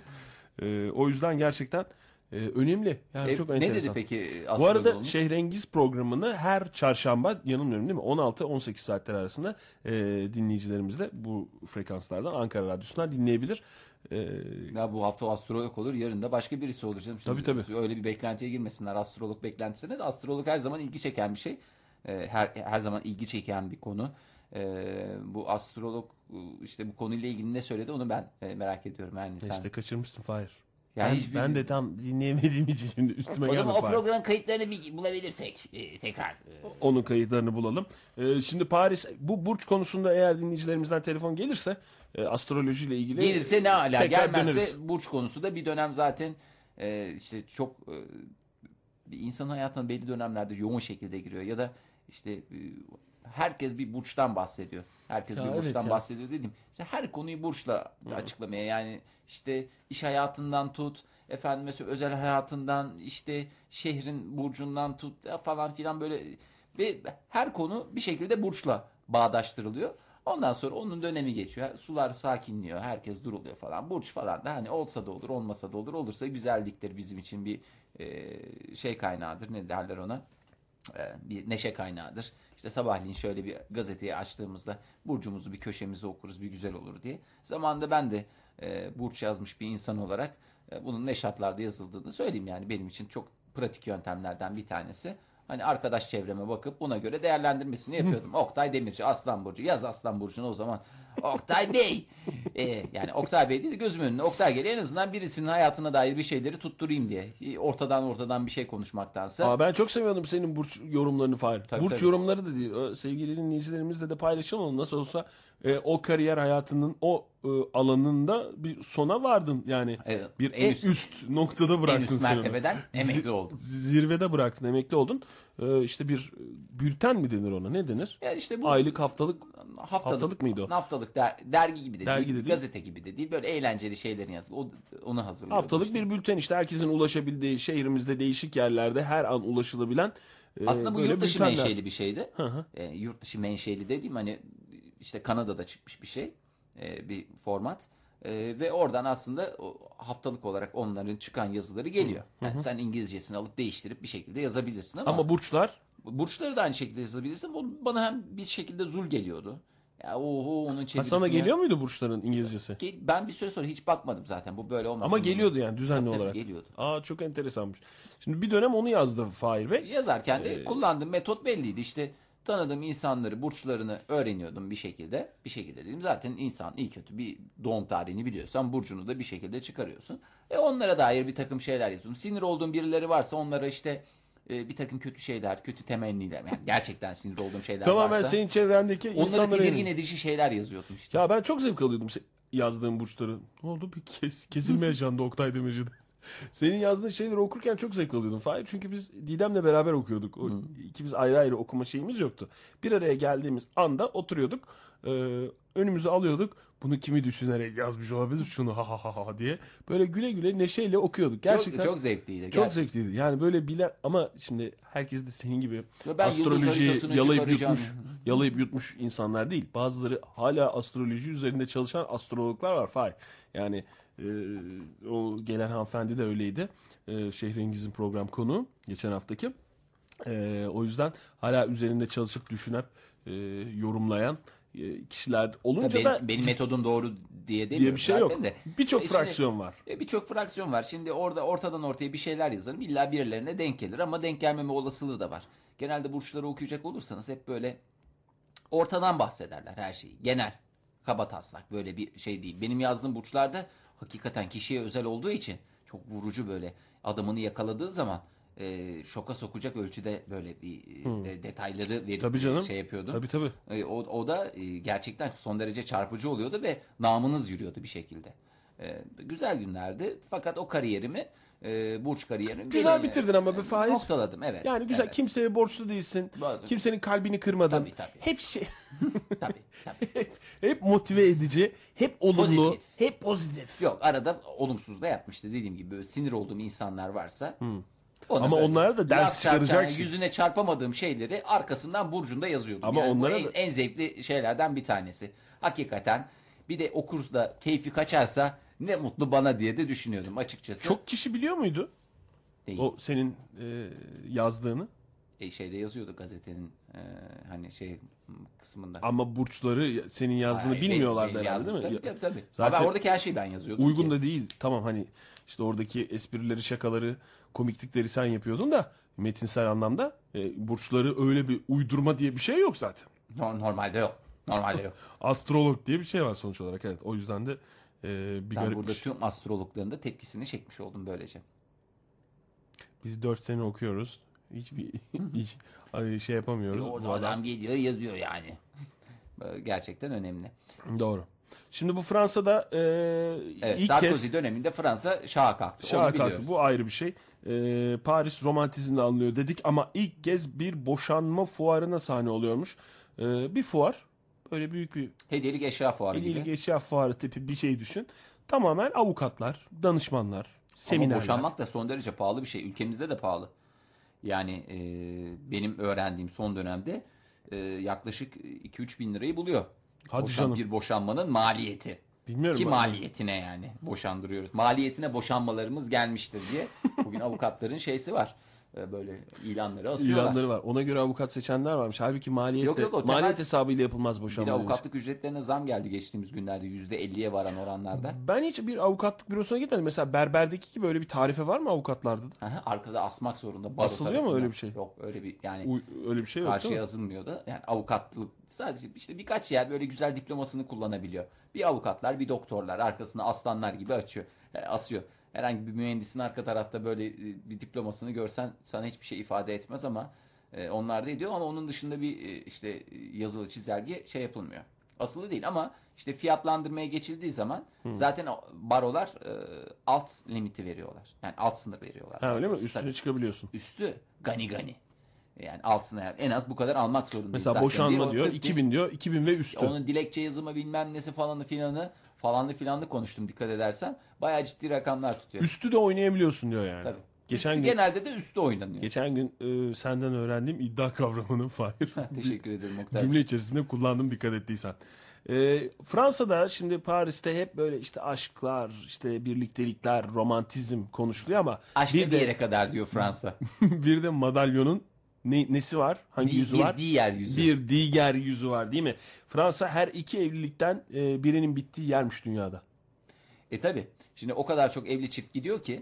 O yüzden gerçekten önemli. Yani çok
Ne
enteresan.
dedi peki
Bu
astrolog
arada
olmuş?
Şehrengiz programını her çarşamba, yanılmıyorum değil mi, 16-18 saatler arasında dinleyicilerimiz de bu frekanslardan, Ankara Radyosu'ndan dinleyebilir.
Ya bu hafta astrolog olur, yarın da başka birisi olur canım. Şimdi
Tabii.
öyle bir beklentiye girmesinler, astrolog beklentisine de. Astrolog her zaman ilgi çeken bir şey. Her zaman ilgi çeken bir konu. Bu astrolog işte bu konuyla ilgili ne söyledi onu ben merak ediyorum. Yani sen...
İşte kaçırmışsın Fahir.
Ya
Ben de tam dinleyemediğim için şimdi üstüme
O
gelme
zaman o
Fahir.
programın kayıtlarını bir bulabilirsek tekrar.
Onun kayıtlarını bulalım. Şimdi Paris, bu burç konusunda eğer dinleyicilerimizden telefon gelirse astrolojiyle ilgili
Gelirse ne ala,
tekrar
gelmezse
döneriz.
burç konusu da bir dönem zaten işte çok bir insanın hayatına belli dönemlerde yoğun şekilde giriyor ya da işte herkes bir burçtan bahsediyor. Herkes
Ya
bir
evet
burçtan
ya.
bahsediyor dediğim. İşte her konuyu burçla açıklamaya, yani işte iş hayatından tut, efendim mesela özel hayatından, işte şehrin burcundan tut falan filan, böyle ve her konu bir şekilde burçla bağdaştırılıyor. Ondan sonra onun dönemi geçiyor. Sular sakinliyor. Herkes duruluyor falan. Burç falan da hani olsa da olur, olmasa da olur. Olursa güzelliktir, bizim için bir şey kaynağıdır. Ne derler ona? Bir neşe kaynağıdır. İşte sabahleyin şöyle bir gazeteyi açtığımızda burcumuzu bir köşemize okuruz, bir güzel olur diye. Zamanında ben de burç yazmış bir insan olarak bunun ne şartlarda yazıldığını söyleyeyim, yani benim için çok pratik yöntemlerden bir tanesi. Hani arkadaş çevreme bakıp buna göre değerlendirmesini yapıyordum. Oktay Demirci, Aslan Burcu. Yaz Aslan Burcu'nu o zaman. Oktay Bey. Yani Oktay Bey değil de gözümün önüne Oktay geliyor. En azından birisinin hayatına dair bir şeyleri tutturayım diye. Ortadan bir şey konuşmaktansa.
Aa, ben çok seviyordum senin burç yorumlarını Fahir.
Tabii,
Burç
tabii.
yorumları da değil. Sevgili dinleyicilerimizle de paylaşalım. Nasıl olsa o kariyer hayatının o alanında bir sona vardın. Yani
Evet,
bir
en
en
üst-
üst noktada bıraktın
en üst
sen onu.
mertebeden emekli oldum.
Zirvede bıraktın, emekli oldun. İşte bir bülten mi denir ona? Ne denir?
Ya işte bu
Aylık, haftalık. Haftalık mıydı o?
Haftalık dergi gibi de
Dergi
değil,
de değil.
gazete gibi de değil. Böyle eğlenceli şeylerin yazılı. Onu hazırlıyordum.
Haftalık
işte.
bir bülten, işte herkesin ulaşabildiği, şehrimizde değişik yerlerde her an ulaşılabilen
Aslında bu
böyle
yurt dışı
bültenler.
menşeli bir şeydi. Yurt dışı menşeli dediğim hani işte Kanada'da çıkmış bir şey. Bir format. Ve oradan aslında haftalık olarak onların çıkan yazıları geliyor. Yani sen İngilizcesini alıp değiştirip bir şekilde yazabilirsin
Ama burçlar
burçları da aynı şekilde yazabilirsin. Bu bana hem bir şekilde zul geliyordu. Ya onun çevirisine.
sana geliyor muydu burçların İngilizcesi?
Ben bir süre sonra hiç bakmadım zaten. Bu böyle olmaz.
Ama geliyordu yani düzenli
Tabii,
olarak.
geliyordu.
Aa, çok enteresanmış. Şimdi bir dönem onu yazdı Fahir Bey.
Yazarken de kullandığım metot belliydi. İşte tanıdığım insanları, burçlarını öğreniyordum bir şekilde. Bir şekilde dedim, zaten insan iyi kötü bir doğum tarihini biliyorsan burcunu da bir şekilde çıkarıyorsun. Onlara dair bir takım şeyler yazıyorum. Sinir olduğum birileri varsa onlara işte bir takım kötü şeyler, kötü temenniler. Yani gerçekten sinir olduğum şeyler
Tamamen
varsa.
senin çevrendeki
Onları
insanlara
tedirgin
yönelik.
edici şeyler yazıyordum işte.
Ya ben çok zevk alıyordum yazdığım burçları. Ne oldu? Bir kesilme yaşandı Oktay Demirci'de. Senin yazdığın şeyleri okurken çok zevk alıyordum Fahir. Çünkü biz Didem'le beraber okuyorduk. İkimiz ayrı ayrı okuma şeyimiz yoktu. Bir araya geldiğimiz anda oturuyorduk. Önümüze alıyorduk. Bunu kimi düşünerek yazmış olabilir şunu ha ha ha diye. Böyle güle güle neşeyle okuyorduk. Gerçekten
Çok zevkliydi.
çok
gerçekten.
zevkliydi. Yani böyle bilen, ama şimdi herkes de senin gibi
Ve ben yıldız
astrolojiyi
haritasını
yalayıp
çıkaracağım.
yutmuş insanlar değil. Bazıları hala astroloji üzerinde çalışan astrologlar var Fahir. Yani o gelen hanımefendi de öyleydi. Şehrengiz'in program konuğu geçen haftaki. O yüzden hala üzerinde çalışıp düşünüp yorumlayan kişiler olunca da
Benim metodum doğru diye demiyorum
diye bir şey yok.
zaten de.
Birçok
Şimdi,
fraksiyon var.
Birçok fraksiyon var. Şimdi ortadan ortaya bir şeyler yazarım. İlla birilerine denk gelir ama denk gelmeme olasılığı da var. Genelde burçları okuyacak olursanız hep böyle ortadan bahsederler her şeyi. Genel, kabataslak, böyle bir şey değil. Benim yazdığım burçlarda hakikaten kişiye özel olduğu için çok vurucu, böyle adamını yakaladığı zaman şoka sokacak ölçüde böyle bir detayları verip
Tabii canım.
şey yapıyordum.
Tabii tabii.
O da gerçekten son derece çarpıcı oluyordu ve namınız yürüyordu bir şekilde. Güzel günlerdi. Fakat o kariyerimi, burç kariyerimi
Güzel bitirdin ama be Fahir.
noktaladım, evet.
Yani güzel,
Evet.
kimseye borçlu değilsin.
Doğru.
Kimsenin kalbini kırmadın.
Tabii, tabii.
Hep şey
Tabii.
hep motive edici, hep olumlu,
Pozitif.
hep pozitif.
Yok, arada olumsuz da yapmıştı. Dediğim gibi böyle sinir olduğum insanlar varsa. ona
Ama
böyle
onlara da ders
laf çarpacağına
çıkaracaksın.
yüzüne çarpamadığım şeyleri arkasından burcunda yazıyordum.
Ama
Yani bu
onlara
en,
da-
en zevkli şeylerden bir tanesi. Hakikaten bir de o kursda keyfi kaçarsa ne mutlu bana diye de düşünüyordum açıkçası.
Çok kişi biliyor muydu
değil.
o senin yazdığını?
Şeyde yazıyordu gazetenin hani şey kısmında.
Ama burçları senin yazdığını
Ay,
bilmiyorlardı
benim
herhalde
yazdım.
değil mi?
Tabii.
Zaten
Ama oradaki her şeyi ben yazıyordum
uygun
ki.
da değil. Tamam, hani işte oradaki esprileri, şakaları, komiklikleri sen yapıyordun da metinsel anlamda burçları öyle bir uydurma diye bir şey yok zaten.
Normalde yok. Normalde yok.
Astrolog diye bir şey var sonuç olarak, evet. O yüzden de bir
Ben
garip.
burada tüm astrologların da tepkisini çekmiş oldum böylece.
Biz 4 sene okuyoruz. Hiç şey yapamıyoruz.
Orada
Bu adam.
adam geliyor yazıyor yani. Gerçekten önemli.
Doğru. Şimdi bu Fransa'da
Evet,
ilk
Sarkozy
kez
döneminde Fransa şaha kalktı.
şaha
Onu biliyoruz.
kalktı. Bu ayrı bir şey. Paris romantizmle anılıyor dedik ama ilk kez bir boşanma fuarına sahne oluyormuş. Bir fuar. Böyle büyük bir
Hediyelik eşya fuarı
hediyelik
gibi.
eşya fuarı tipi bir şey düşün. Tamamen avukatlar, danışmanlar,
Ama
seminerler.
boşanmak da son derece pahalı bir şey. Ülkemizde de pahalı. Yani benim öğrendiğim son dönemde yaklaşık 2-3 bin lirayı buluyor.
Hadi canım.
Bir boşanmanın maliyeti.
Bilmiyorum.
Ki
ben.
maliyetine yani boşandırıyoruz. Maliyetine boşanmalarımız gelmiştir diye bugün avukatların şeysi var. Böyle ilanları asıyorlar.
İlanları var. Ona göre avukat seçenler varmış. Halbuki maliyet
Yok,
de,
yok, o temel-
maliyet hesabıyla yapılmaz
Bir de
boşanma.
avukatlık ücretlerine zam geldi geçtiğimiz günlerde %50'ye varan oranlarda.
Ben hiç bir avukatlık bürosuna gitmedim. Mesela berberdeki gibi öyle bir tarife var mı avukatlarda da?
Aha, arkada asmak zorunda. Baro
Asılıyor mu
tarafından.
öyle bir şey?
Yok öyle bir yani
Öyle bir şey yok değil
karşıya
mi?
yazılmıyor da. Yani avukatlık sadece işte birkaç yer böyle güzel diplomasını kullanabiliyor. Bir avukatlar, bir doktorlar arkasına aslanlar gibi asıyor. Herhangi bir mühendisin arka tarafta böyle bir diplomasını görsen sana hiçbir şey ifade etmez ama onlar da ediyor ama onun dışında bir işte yazılı çizelge şey yapılmıyor. Asılı değil ama işte fiyatlandırmaya geçildiği zaman zaten barolar alt limiti veriyorlar. Yani alt sınır veriyorlar.
Ha, öyle mi?
Tabii.
Üstüne çıkabiliyorsun.
Üstü gani. Yani altına en az bu kadar almak zorundayız.
Mesela
zaten.
boşanma
Bir
diyor,
40 bin,
2000 diyor, 2000 ve üstü.
onun dilekçe yazımı bilmem nesi falanlı filanlı konuştum dikkat edersen. Bayağı ciddi rakamlar tutuyor.
Üstü de oynayabiliyorsun diyor yani.
Tabii.
Geçen
Üstü
gün
genelde de üstü oynanıyor.
geçen gün senden öğrendiğim iddia kavramını Fahir.
Teşekkür ederim Oktay.
Cümle içerisinde kullandım dikkat ettiysen. Fransa'da şimdi Paris'te hep böyle işte aşklar, işte birliktelikler, romantizm konuşuluyor ama
Aşk bir yere kadar diyor Fransa.
bir de madalyonun nesi var? Hangi yüzü var?
Bir diğer yüzü.
Bir diğer yüzü var değil mi? Fransa her iki evlilikten birinin bittiği yermiş dünyada.
Tabi. Şimdi o kadar çok evli çift gidiyor ki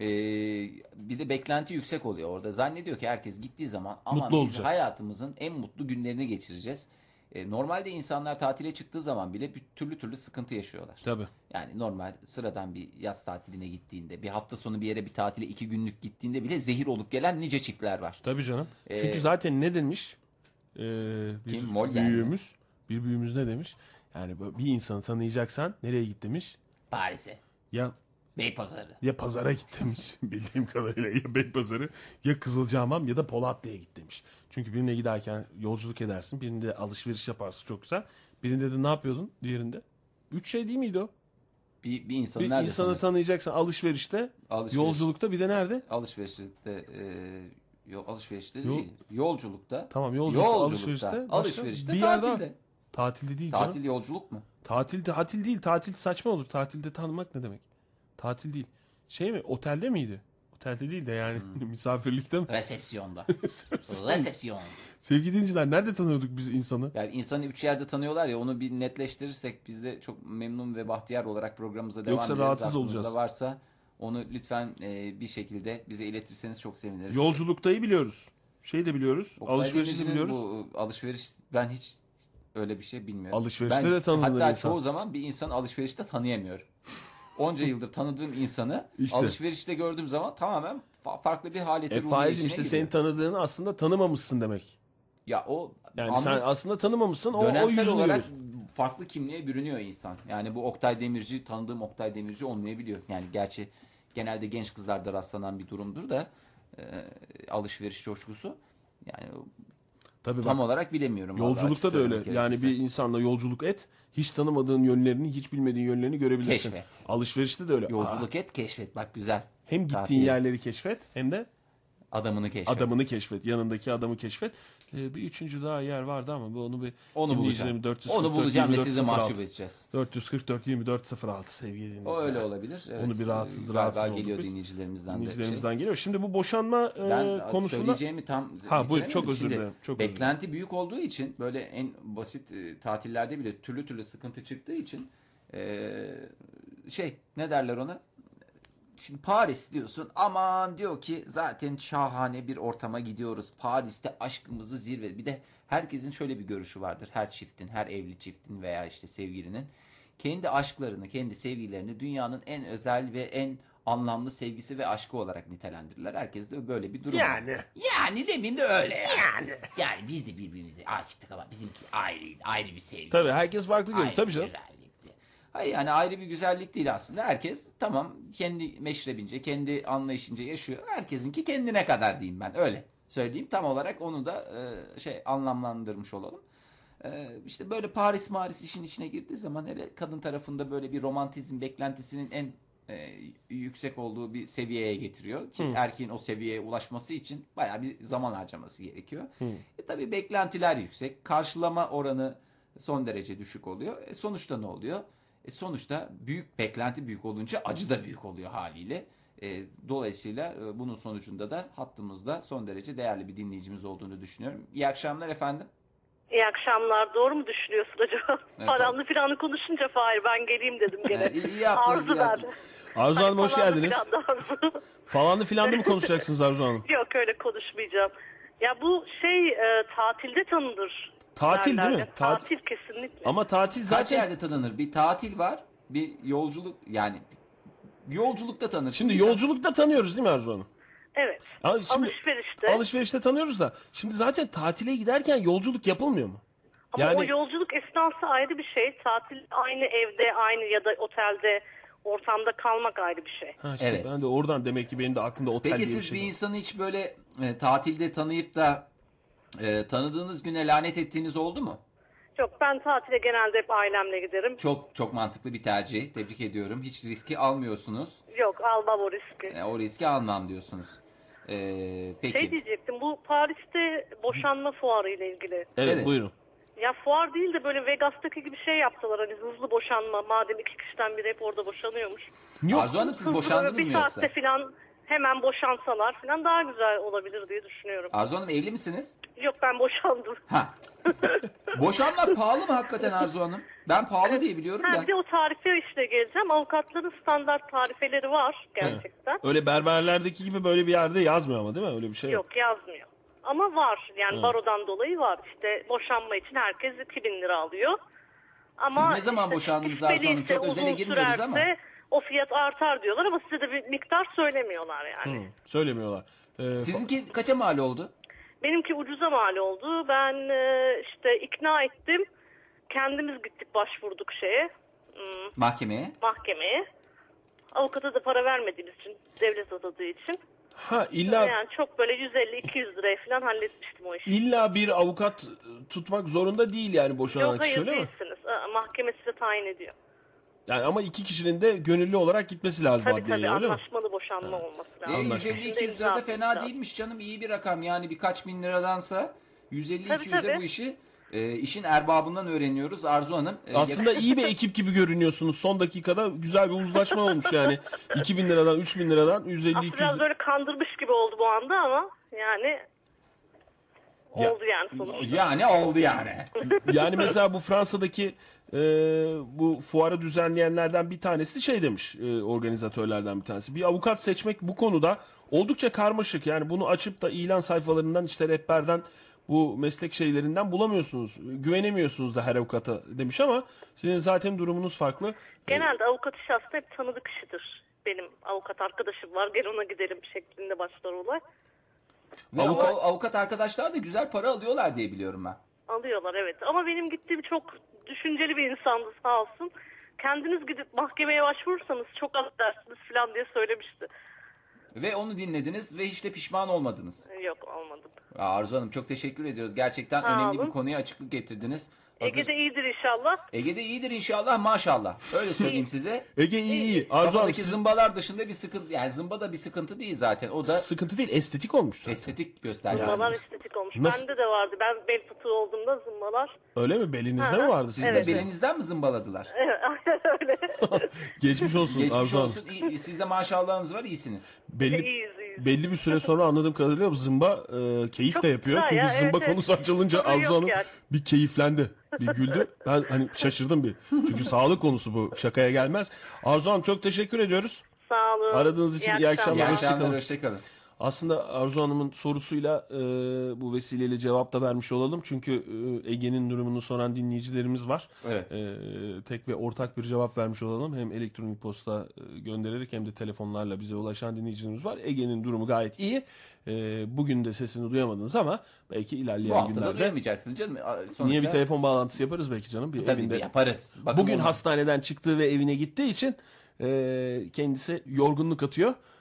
bir de beklenti yüksek oluyor orada. Zannediyor ki herkes gittiği zaman aman
Mutlu
biz
olacak.
hayatımızın en mutlu günlerini geçireceğiz. Normalde insanlar tatile çıktığı zaman bile bir türlü sıkıntı yaşıyorlar.
Tabii.
Yani normal sıradan bir yaz tatiline gittiğinde, bir hafta sonu bir yere bir tatile 2 günlük gittiğinde bile zehir olup gelen nice çiftler var.
Tabii canım. Çünkü zaten ne demiş? Bir
Kim? Molière mi?
büyüğümüz. Bir büyüğümüz ne demiş? Yani böyle bir insanı tanıyacaksan nereye git demiş?
Paris'e.
Ya
Beypazarı.
pazara git demiş. Bildiğim kadarıyla ya Beypazarı ya Kızılcahamam ya da Polatlı'ya git demiş. Çünkü birine giderken yolculuk edersin. Birinde alışveriş yaparsın çok güzel. Birinde de ne yapıyordun diğerinde? 3 şey değil miydi o?
Bir insanı
Bir
nerede
insanı
tanırsın?
tanıyacaksan alışverişte,
Alışveriş.
yolculukta bir de nerede?
Alışverişte alışverişte
Yol-
değil. Yolculukta.
Tamam, yolculukta, alışverişte. Başka?
Alışverişte,
Bir yer daha.
tatilde.
Tatilde değil canım.
Tatil yolculuk mu?
Tatil değil. Tatil saçma olur. Tatilde tanımak ne demek? Tatil değil. Şey mi? Otelde miydi? Otelde değil de yani misafirlikte mi?
Resepsiyonda. Resepsiyon.
Sevgili dinleyiciler nerede tanıyorduk biz insanı?
Yani insanı 3 yerde tanıyorlar ya onu bir netleştirirsek biz de çok memnun ve bahtiyar olarak programımıza devam
Yoksa
ederiz.
rahatsız
Aklınızda
olacağız.
varsa onu lütfen bir şekilde bize iletirseniz çok seviniriz.
Yolculuktayı biliyoruz. Şey de biliyoruz.
Oktay
Alışverişi de
Demirci'nin
biliyoruz.
Bu alışveriş ben hiç öyle bir şey bilmiyorum.
Alışverişte
Ben
de tanınır
hatta
insan.
çoğu zaman bir insanı alışverişte tanıyamıyorum. Onca yıldır tanıdığım insanı
İşte.
alışverişte gördüğüm zaman tamamen farklı bir haleti ruhiye
Fahir'cim
içine
işte
giriyor.
senin tanıdığını aslında tanımamışsın demek.
Ya o
Yani sen aslında tanımamışsın. O
dönemsel
yüzünü
olarak
görüyorsun.
farklı kimliğe bürünüyor insan. Yani bu Oktay Demirci tanıdığım Oktay Demirci olmayabiliyor. Yani gerçi genelde genç kızlarda rastlanan bir durumdur da alışveriş coşkusu. Yani
Tabii
tam
bak.
olarak bilemiyorum. vallahi
Yolculukta
açık
da öyle.
söylemek
Yani
gerekirse.
bir insanla yolculuk et. Hiç tanımadığın yönlerini, hiç bilmediğin yönlerini görebilirsin.
Keşfet.
Alışverişte de öyle.
Yolculuk et, keşfet. Bak güzel.
Hem gittiğin
Tatil.
yerleri keşfet hem de
Adamını keşfet.
adamını keşfet. Yanındaki adamı keşfet. Bir üçüncü daha yer vardı ama onu bir
Onu bulacağım.
dinleyicilerim 444
Onu bulacağım ve
24
sizi
06.
mahcup edeceğiz.
444 24 06 sevgili dinleyiciler.
O öyle olabilir. Evet.
Onu bir rahatsız
Galiba
olduk
geliyor
biz.
dinleyicilerimizden de.
Dinleyicilerimizden geliyor. Şimdi bu boşanma
Ben
konusunda
söyleyeceğimi tam
buyur, çok
bitiremedim.
özür
Şimdi
dilerim. Çok özür
beklenti büyük olduğu için böyle en basit tatillerde bile türlü sıkıntı çıktığı için ne derler ona? Şimdi Paris diyorsun aman diyor ki zaten şahane bir ortama gidiyoruz. Paris'te aşkımızı zirve. Bir de herkesin şöyle bir görüşü vardır. Her çiftin, her evli çiftin veya işte sevgilinin kendi aşklarını, kendi sevgilerini dünyanın en özel ve en anlamlı sevgisi ve aşkı olarak nitelendirirler. Herkes de böyle bir durum var.
yani
Yani demeyeyim de öyle yani. Yani biz de birbirimize aşıktık ama bizimki ayrıydı. Ayrı bir sevgi.
tabii herkes farklı görüyor.
Ayrı
Tabii
bir
canım.
güzellikti.
Hayır yani ayrı bir güzellik değil aslında. Herkes tamam kendi meşrebince, kendi anlayışınca yaşıyor. Herkesinki kendine kadar diyeyim ben. Öyle söyleyeyim. Tam olarak onu da anlamlandırmış olalım. işte böyle Paris işin içine girdiği zaman hele kadın tarafında böyle bir romantizm beklentisinin en yüksek olduğu bir seviyeye getiriyor ki erkeğin o seviyeye ulaşması için bayağı bir zaman harcaması gerekiyor. Tabii beklentiler yüksek, karşılama oranı son derece düşük oluyor. Sonuçta ne oluyor? Sonuçta beklenti büyük olunca acı da büyük oluyor haliyle. Dolayısıyla bunun sonucunda da hattımızda son derece değerli bir dinleyicimiz olduğunu düşünüyorum. İyi akşamlar efendim.
İyi akşamlar. Doğru mu düşünüyorsun acaba?
Evet.
Paranlı filanı konuşunca Fahir ben geleyim dedim gene.
İyi yaptınız,
Arzu
iyi yaptınız.
verdi.
Arzu Hanım hoş
Falanlı
geldiniz.
filanlı Arzu.
Falanlı filanlı mı konuşacaksınız Arzu Hanım?
Yok öyle konuşmayacağım. Ya bu tatilde tanınır.
Tatil
derler
değil mi?
ya. Tatil kesinlikle.
Ama tatil
Kaç
zaten...
yerde tanınır? Bir tatil var, bir yolculuk, yani yolculukta tanır.
Şimdi yolculukta tanıyoruz değil mi Arzu Hanım?
Evet.
Ama şimdi-
Alışverişte.
Alışverişte tanıyoruz da. Şimdi zaten tatile giderken yolculuk yapılmıyor mu?
Ama o yolculuk esnası ayrı bir şey. Tatil aynı evde, aynı ya da otelde, ortamda kalmak ayrı bir şey.
Ha, işte
Evet.
ben de oradan demek ki benim de aklımda otel
Peki
diye
siz
şey
bir
var.
insanı hiç böyle tatilde tanıyıp da tanıdığınız güne lanet ettiğiniz oldu mu?
Yok ben tatile genelde hep ailemle giderim.
Çok mantıklı bir tercih. Tebrik ediyorum. Hiç riski almıyorsunuz.
Yok almam o riski.
O riski almam diyorsunuz. Peki.
Şey diyecektim, bu Paris'te boşanma fuarı ile ilgili.
Evet,
Evet.
buyurun.
Ya fuar değil de böyle Vegas'taki gibi şey yaptılar, hani hızlı boşanma, madem iki kişiden biri hep orada boşanıyormuş.
Yok.
Arzu Hanım siz
Hızlı
boşandınız
böyle
mı
bir
yoksa?
saatte falan hemen boşansalar falan daha güzel olabilir diye düşünüyorum.
Arzu Hanım evli misiniz?
Yok ben boşandım.
Ha. Boşanmak pahalı mı hakikaten Arzu Hanım? Ben pahalı diye biliyorum da.
Bir de o tarife işte geleceğim. Avukatların standart tarifeleri var gerçekten.
Öyle berberlerdeki gibi böyle bir yerde yazmıyor ama değil mi? Öyle bir şey yok.
Yok yazmıyor. Ama var yani barodan dolayı var. İşte boşanma için herkes 2000 lira alıyor. Ama
Siz ne zaman boşandınız Arzu Hanım? Çok
uzun
özele girmiyoruz ama.
sürerse o fiyat artar diyorlar ama size de bir miktar söylemiyorlar yani.
Söylemiyorlar.
Sizinki kaça mal oldu?
Benimki ucuza mal oldu. Ben işte ikna ettim. Kendimiz gittik, başvurduk
Mahkemeye.
mahkemeye. Avukata da para vermediğimiz için, devlet adadığı için.
illa
Yani çok böyle 150-200 liraya falan halletmiştim o işi.
illa bir avukat tutmak zorunda değil yani boşanan
Yok
kişi
hayır
öyle mi?
değilsiniz. Mahkeme size tayin ediyor.
Yani ama iki kişinin de gönüllü olarak gitmesi lazım
Tabii
adliyeye
tabii
öyle mi?
anlaşmalı boşanma olması lazım.
Anlaşıldı.
150-200 lira da fena değilmiş canım. İyi bir rakam. Yani birkaç bin liradansa 150-200'e
Tabii.
bu işi işin erbabından öğreniyoruz Arzu Hanım.
Aslında iyi bir ekip gibi görünüyorsunuz. Son dakikada güzel bir uzlaşma olmuş yani. 2000 liradan 3000 liradan
Aslında
150-200
biraz böyle kandırmış gibi oldu bu anda ama yani oldu yani sonuçta.
Yani oldu yani.
Yani mesela bu Fransa'daki bu fuarı düzenleyenlerden bir tanesi şey demiş, organizatörlerden bir tanesi. Bir avukat seçmek bu konuda oldukça karmaşık. Yani bunu açıp da ilan sayfalarından işte rehberden bu meslek şeylerinden bulamıyorsunuz. Güvenemiyorsunuz da her avukata demiş ama sizin zaten durumunuz farklı.
Genelde avukat işi aslında hep tanıdık işidir. Benim avukat arkadaşım var, gel ona gidelim şeklinde başlar olay.
Ve o avukat arkadaşlar da güzel para alıyorlar diye biliyorum ben.
Alıyorlar evet ama benim gittiğim çok düşünceli bir insandı sağ olsun. Kendiniz gidip mahkemeye başvurursanız çok az dersiniz falan diye söylemişti.
Ve onu dinlediniz ve hiç de pişman olmadınız.
Yok olmadım.
Arzu Hanım çok teşekkür ediyoruz. Gerçekten
Sağ
önemli
olun.
bir konuya açıklık getirdiniz.
Ege'de iyidir inşallah.
Ege'de iyidir inşallah maşallah. Öyle söyleyeyim size.
Ege iyi. Arzu Hanım
Kafadaki
siz-
zımbalar dışında bir sıkıntı, yani zımba da bir sıkıntı değil zaten. O da
sıkıntı değil, estetik olmuş zaten.
estetik göstergesi.
Zımbalar estetik olmuş.
Nasıl?
Bende de vardı. Ben bel fıtığı olduğumda zımbalar.
Öyle mi? Belinizde
Hı hı.
mi vardı
Siz
sizin?
de belinizden mi zımbaladılar?
Evet aynen öyle.
Geçmiş olsun
Geçmiş
Arzu Hanım.
olsun. Sizde maşallahınız var, iyisiniz.
Belli,
iyiyiz.
belli bir süre sonra anladığım kadarıyla bu zımba keyif
Çok
de yapıyor.
güzel
Çünkü
ya,
zımba
evet,
konusu
evet.
açılınca
Sorun
Arzu
yok
Hanım
yani.
bir keyiflendi. Bir güldü. Ben hani şaşırdım bir. Çünkü sağlık konusu bu. Şakaya gelmez. Arzu Hanım çok teşekkür ediyoruz.
Sağ olun.
Aradığınız için iyi akşamlar.
İyi
Hoşçakalın.
akşamlar, hoşçakalın.
Aslında Arzu Hanım'ın sorusuyla bu vesileyle cevap da vermiş olalım. Çünkü Ege'nin durumunu soran dinleyicilerimiz var.
Evet.
Tek ve ortak bir cevap vermiş olalım. Hem elektronik posta göndererek hem de telefonlarla bize ulaşan dinleyicilerimiz var. Ege'nin durumu gayet iyi. Bugün de sesini duyamadınız ama belki
Bu
ilerleyen
hafta da
günlerde
duyamayacaksınız canım. Sonuçta,
niye bir telefon bağlantısı yaparız belki canım. Bir
tabii
evinde.
yaparız. Bakın
Bugün
onu-
hastaneden çıktığı ve evine gittiği için kendisi yorgunluk atıyor.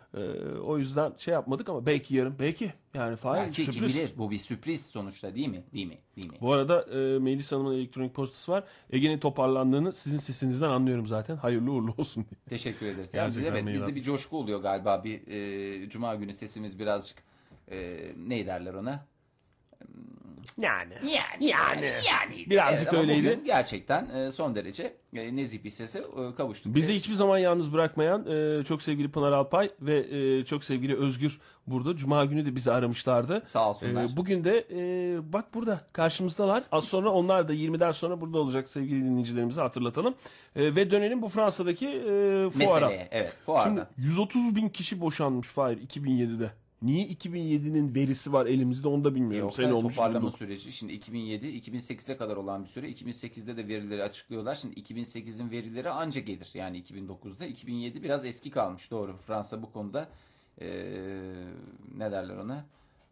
O yüzden şey yapmadık ama belki yarın, belki yani Fahir,
Belki kim
sürpriz.
bilir, bu bir sürpriz sonuçta, değil mi? Değil mi? Değil mi?
Bu arada Melis Hanım'ın elektronik postası var. Ege'nin toparlandığını sizin sesinizden anlıyorum zaten. Hayırlı uğurlu olsun diye.
Teşekkür ederiz.
Gerçekten
Evet,
mail
bizde
at-
bir coşku oluyor galiba. Bir cuma günü sesimiz birazcık ne derler ona?
Yani.
Yani.
Birazcık
ama
öyleydi.
bugün gerçekten son derece nezih bir sese kavuştuk.
Bizi hiçbir zaman yalnız bırakmayan çok sevgili Pınar Alpay ve çok sevgili Özgür burada. Cuma günü de bizi aramışlardı.
Sağ olsunlar.
Bugün de bak burada karşımızdalar. Az sonra onlar da 20'den sonra burada olacak sevgili dinleyicilerimize hatırlatalım. Ve dönelim bu Fransa'daki fuara.
Meseleye, evet, fuarda.
Şimdi 130 bin kişi boşanmış Fahir 2007'de. Niye 2007'nin verisi var elimizde onu da bilmiyorum.
Yok,
Sene olmuş.
toparlama
2009.
süreci. Şimdi 2007, 2008'e kadar olan bir süre. 2008'de de verileri açıklıyorlar. Şimdi 2008'in verileri anca gelir. Yani 2009'da. 2007 biraz eski kalmış. Doğru. Fransa bu konuda ne derler ona?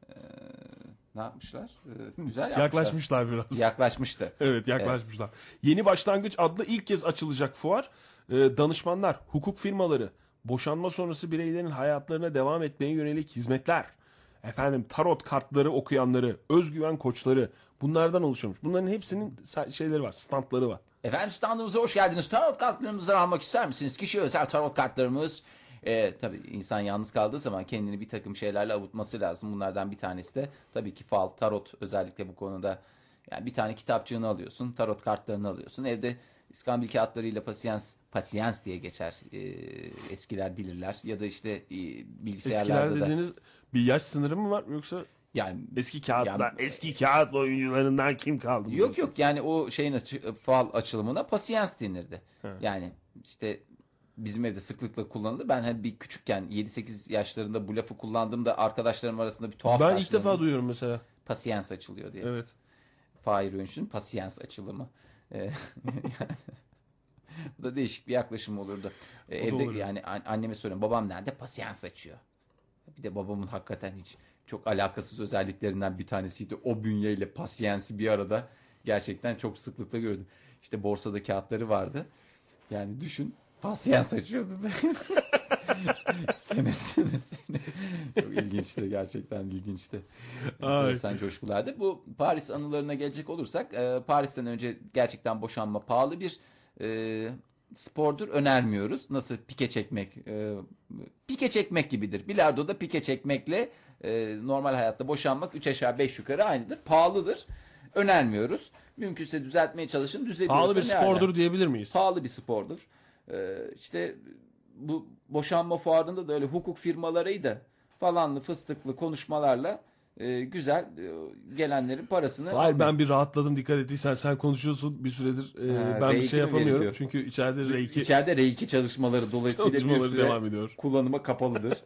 Ne yapmışlar? Güzel yapmışlar.
Yaklaşmışlar biraz.
Yaklaşmıştı.
Evet, yaklaşmışlar. Yeni Başlangıç adlı ilk kez açılacak fuar. Danışmanlar, hukuk firmaları, boşanma sonrası bireylerin hayatlarına devam etmeye yönelik hizmetler, efendim tarot kartları okuyanları, özgüven koçları, bunlardan oluşuyormuş. Bunların hepsinin şeyleri var, standları var.
Efendim, standımıza hoş geldiniz. Tarot kartlarımızı almak ister misiniz? Kişi özel tarot kartlarımız. Tabii insan yalnız kaldığı zaman kendini bir takım şeylerle avutması lazım. Bunlardan bir tanesi de tabii ki fal, tarot, özellikle bu konuda. Yani bir tane kitapçığını alıyorsun, tarot kartlarını alıyorsun. Evde iskambil kağıtlarıyla pasiyans diye geçer. Eskiler bilirler. Ya da işte bilgisayarlarda
Eskiler
da.
dediğiniz bir yaş sınırı mı var yoksa
Yani
eski kağıtlar,
Yani-
eski kağıt oyuncularından kim kaldı?
yok yani o şeyin fal açılımına pasiyans denirdi. Yani işte bizim evde sıklıkla kullanılır. Ben hani bir küçükken 7-8 yaşlarında bu lafı kullandığımda arkadaşlarım arasında bir tuhaf
Ben ilk
karşılanıyor.
defa duyuyorum mesela.
Pasiyans açılıyor diye.
Evet.
Fahir Öğünç'ün pasiyans açılımı. Yani, bu da değişik bir yaklaşım olurdu. Evde
olur.
yani anneme soruyorum, babam nerede? Pasiyans açıyor. Bir de babamın hakikaten hiç çok alakasız özelliklerinden bir tanesiydi. O bünyeyle pasiyansı bir arada gerçekten çok sıklıkla gördüm. İşte borsada kağıtları vardı. Yani düşün, pasiyans açıyordu. Sene. Çok ilginçti, gerçekten ilginçti.
Ay.
Sen coşkulardı. Bu Paris anılarına gelecek olursak, Paris'ten önce gerçekten boşanma pahalı bir spordur, önermiyoruz. Nasıl pike çekmek? Pike çekmek gibidir. Bilardo'da pike çekmekle normal hayatta boşanmak 3 aşağı 5 yukarı aynıdır. Pahalıdır. Önermiyoruz. Mümkünse düzeltmeye çalışın. Düzeliyorsa
Pahalı bir
ne ala.
spordur diyebilir miyiz?
Pahalı bir spordur. İşte bu boşanma fuarında da öyle hukuk firmalarıydı falanlı fıstıklı konuşmalarla güzel gelenlerin parasını
Hayır, ben bir rahatladım, dikkat ettiysen sen konuşuyorsun bir süredir ben bir
R2
şey
mi
yapamıyorum
veriliyor?
çünkü içeride R2
İçeride R2 çalışmaları dolayısıyla bir
çalışmaları
süre
devam ediyor.
kullanıma kapalıdır.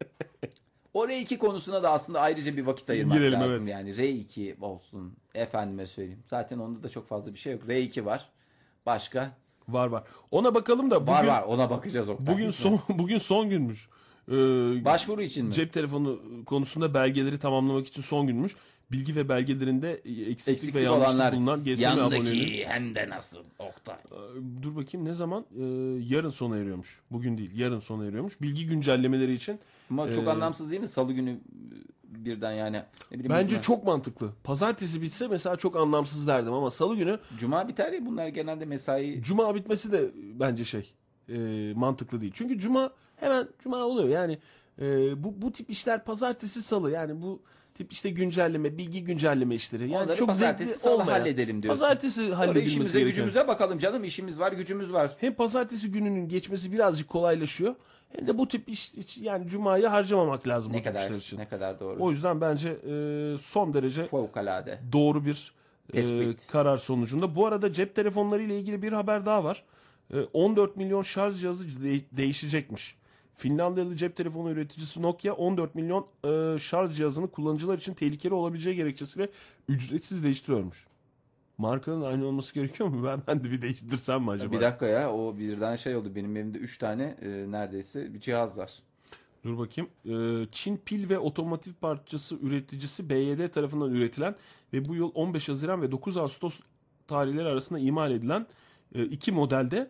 O R2 konusuna da aslında ayrıca bir vakit ayırmak
Girelim,
lazım.
evet.
Yani R2 olsun, efendime söyleyeyim. Zaten onda da çok fazla bir şey yok. R2 var. Başka?
var. Ona bakalım da bugün
Var ona bakacağız Oktay.
bugün son günmüş.
Başvuru için mi?
Cep telefonu konusunda belgeleri tamamlamak için son günmüş. Bilgi ve belgelerinde eksiklik ve yanlışlık
olanlar,
bulunan GSM aboneleri.
Yandaki hem de nasıl Oktay?
Dur bakayım ne zaman? Yarın sona eriyormuş. Bugün değil, yarın sona eriyormuş. Bilgi güncellemeleri için.
Ama çok anlamsız değil mi? Salı günü birden yani. Ne bileyim,
Bence
bunlar-
çok mantıklı. Pazartesi bitse mesela çok anlamsız derdim ama salı günü,
Cuma biter ya, bunlar genelde mesai.
cuma bitmesi de bence mantıklı değil. Çünkü hemen cuma oluyor. Yani bu tip işler pazartesi salı, yani bu tip işte güncelleme, bilgi güncelleme işleri. Yani
Onları
çok
pazartesi
zevkli
salı
olmayan.
halledelim diyorsun.
Pazartesi
Sonra
halledilmesi
işimize
gereken.
gücümüze bakalım canım. İşimiz var, gücümüz var.
Hem pazartesi gününün geçmesi birazcık kolaylaşıyor. Hem de bu tip iş yani cumayı harcamamak lazım bu
Ne
tip işler
kadar
için.
ne kadar doğru.
O yüzden bence son derece
Fevkalade.
doğru bir
Tespit.
karar sonucunda. Bu arada cep telefonları ile ilgili bir haber daha var. 14 milyon şarj cihazı değişecekmiş. Finlandiyalı cep telefonu üreticisi Nokia 14 milyon şarj cihazını kullanıcılar için tehlikeli olabileceği gerekçesiyle ücretsiz değiştiriyormuş. Markanın aynı olması gerekiyor mu? Ben de bir değiştirsem mi acaba?
Bir dakika ya, o birden şey oldu. Benim evimde 3 tane neredeyse bir cihaz var.
Dur bakayım. Çin pil ve otomotiv parçası üreticisi BYD tarafından üretilen ve bu yıl 15 Haziran ve 9 Ağustos tarihleri arasında imal edilen iki modelde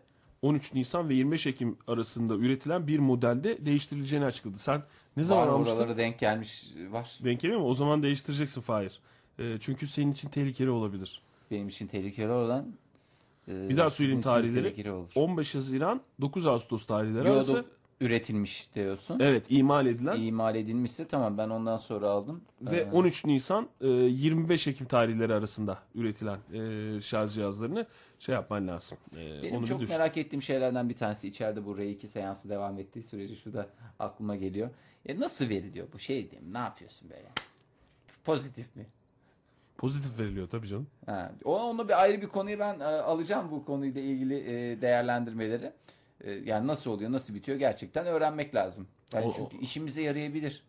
13 Nisan ve 25 Ekim arasında üretilen bir modelde değiştirileceğini açıkladı. Sen ne zaman
Var,
almıştın?
oralara denk gelmiş var.
Denk geliyor mu? O zaman değiştireceksin Fahir. Çünkü senin için tehlikeli olabilir.
Benim için tehlikeli olan
Bir daha söyleyeyim
sizin için
tarihleri.
tehlikeli olur.
15 Haziran 9 Ağustos tarihleri
Yo,
arası.
üretilmiş diyorsun.
Evet, imal edilen
İmal edilmişse tamam, ben ondan sonra aldım.
ve 13 Nisan 25 Ekim tarihleri arasında üretilen şarj cihazlarını şey yapman lazım.
Benim
Onu
çok
bir düşün.
merak ettiğim şeylerden bir tanesi, içeride bu R2 seansı devam ettiği sürece şu da aklıma geliyor. Nasıl veriliyor bu şey diyeyim, ne yapıyorsun böyle? Pozitif mi?
Pozitif veriliyor tabii canım.
Ha, onu bir ayrı bir konuyu ben alacağım, bu konuyla ilgili değerlendirmeleri. Yani nasıl oluyor, nasıl bitiyor gerçekten öğrenmek lazım. Yani çünkü işimize yarayabilir.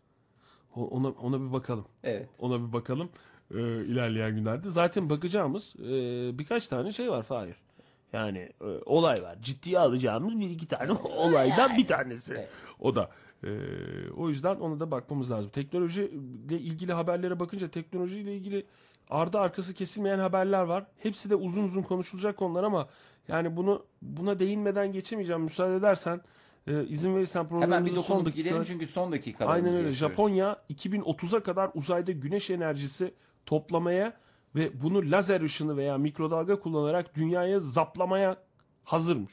Ona bir bakalım.
Evet.
Ona bir bakalım ilerleyen günlerde. Zaten bakacağımız birkaç tane şey var Fahir. Yani olay var. Ciddiye alacağımız bir iki tane olaydan bir tanesi.
Evet.
O da. O yüzden ona da bakmamız lazım. Teknolojiyle ilgili haberlere bakınca teknolojiyle ilgili ardı arkası kesilmeyen haberler var. Hepsi de uzun uzun konuşulacak konular ama yani buna değinmeden geçemeyeceğim. Müsaade edersen izin verirsen
Hemen bir
programımızın son
dokunup
dakika.
gidelim çünkü son dakikalarımızı
Aynen öyle.
yaşıyoruz.
Japonya 2030'a kadar uzayda güneş enerjisi toplamaya ve bunu lazer ışını veya mikrodalga kullanarak dünyaya zaplamaya hazırmış.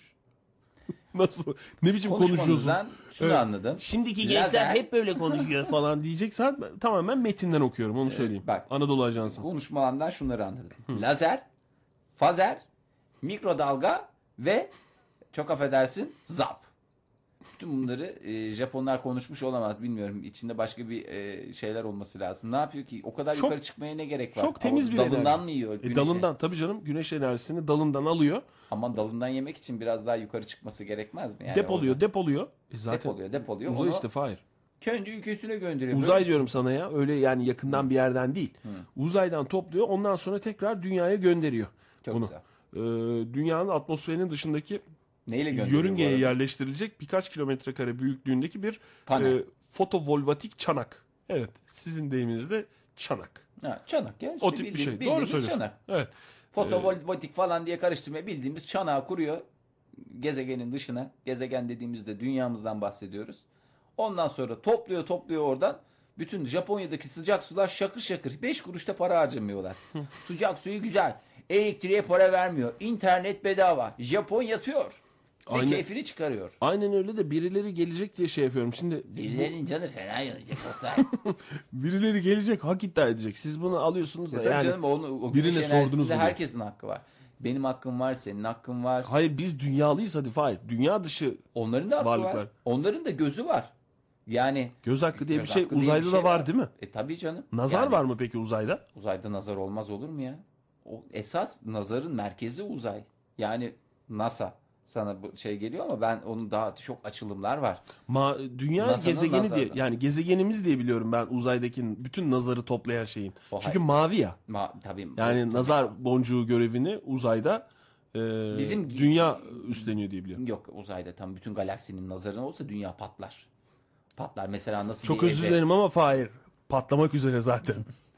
Nasıl? Ne biçim konuşuyorsun?
Konuşmanızdan şunu
Evet.
anladım.
Şimdiki
Lazer-
gençler hep böyle konuşuyor falan diyeceksen tamamen metinden okuyorum onu söyleyeyim.
bak.
Anadolu Ajansı.
Konuşmalarından şunları anladım. Lazer, fazer, mikrodalga ve çok affedersin zap. Bütün bunları Japonlar konuşmuş olamaz, bilmiyorum. İçinde başka bir şeyler olması lazım. Ne yapıyor ki? O kadar
Çok-
yukarı çıkmaya ne gerek var?
çok temiz bir
Dalından
enerji.
mı yiyor? Güneşe?
Dalından tabii canım güneş enerjisini dalından alıyor.
Aman dalından yemek için biraz daha yukarı çıkması gerekmez mi? Yani
depoluyor,
orada?
depoluyor. Zaten
Depoluyor.
uzay
Onu
işte Fahir.
kendi ülkesine gönderiyor.
Uzay diyorum sana ya. Öyle yani yakından bir yerden değil. Uzaydan topluyor. Ondan sonra tekrar dünyaya gönderiyor.
Çok
bunu.
güzel.
Dünyanın atmosferinin dışındaki
Neyle gönderiyor
yörüngeye
bu arada?
yerleştirilecek birkaç kilometre kare büyüklüğündeki bir
Panel.
fotovoltaik çanak. Evet. Sizin deyiminizde çanak.
Ha, çanak ya.
O tip bir şey. Doğru
bildiğimiz
söylüyorsun.
çanak.
Evet.
Fotovoltaik falan diye karıştırmaya bildiğimiz çanağı kuruyor gezegenin dışına. Gezegen dediğimizde dünyamızdan bahsediyoruz. Ondan sonra topluyor oradan. Bütün Japonya'daki sıcak sular şakır şakır. 5 kuruşta para harcamıyorlar. Sıcak suyu güzel. Elektriğe para vermiyor. İnternet bedava. Japon yatıyor. Ve
Aynen.
keyfini çıkarıyor.
Aynen öyle de birileri gelecek diye şey yapıyorum. Şimdi
Birilerinin canı fena yanacak Oktay.
birileri gelecek, hak iddia edecek. Siz bunu alıyorsunuz da
Tabii
yani.
canım, o
birine
güneş
sordunuz
enerjisinde
bunu.
herkesin hakkı var. Benim hakkım var, senin hakkın var.
Hayır biz dünyalıyız hadi Fahir. Dünya dışı
Onların da hakkı
Varlıklar.
var. Onların da gözü var. Yani
göz hakkı diye bir
göz
şey
hakkı diye
uzayda
bir
da
şey
var değil mi?
Tabii canım.
Nazar
Yani
var mı peki uzayda?
Uzayda nazar olmaz olur mu ya? O esas nazarın merkezi uzay. Yani NASA sana bu şey geliyor ama ben onun daha çok açılımlar var.
Dünya
NASA'nın
gezegeni diye
nazarda.
yani gezegenimiz diye biliyorum ben uzaydaki bütün nazarı toplayan şeyin.
O
Çünkü
hayır.
mavi ya.
Tabii.
Yani nazar boncuğu görevini uzayda
Bizim-
dünya üstleniyor diye biliyorum.
Yok, uzayda tam bütün galaksinin nazarına olsa dünya patlar. Patlar mesela, nasıl
Çok
bir
özür
evde-
dilerim ama Fahir patlamak üzere zaten.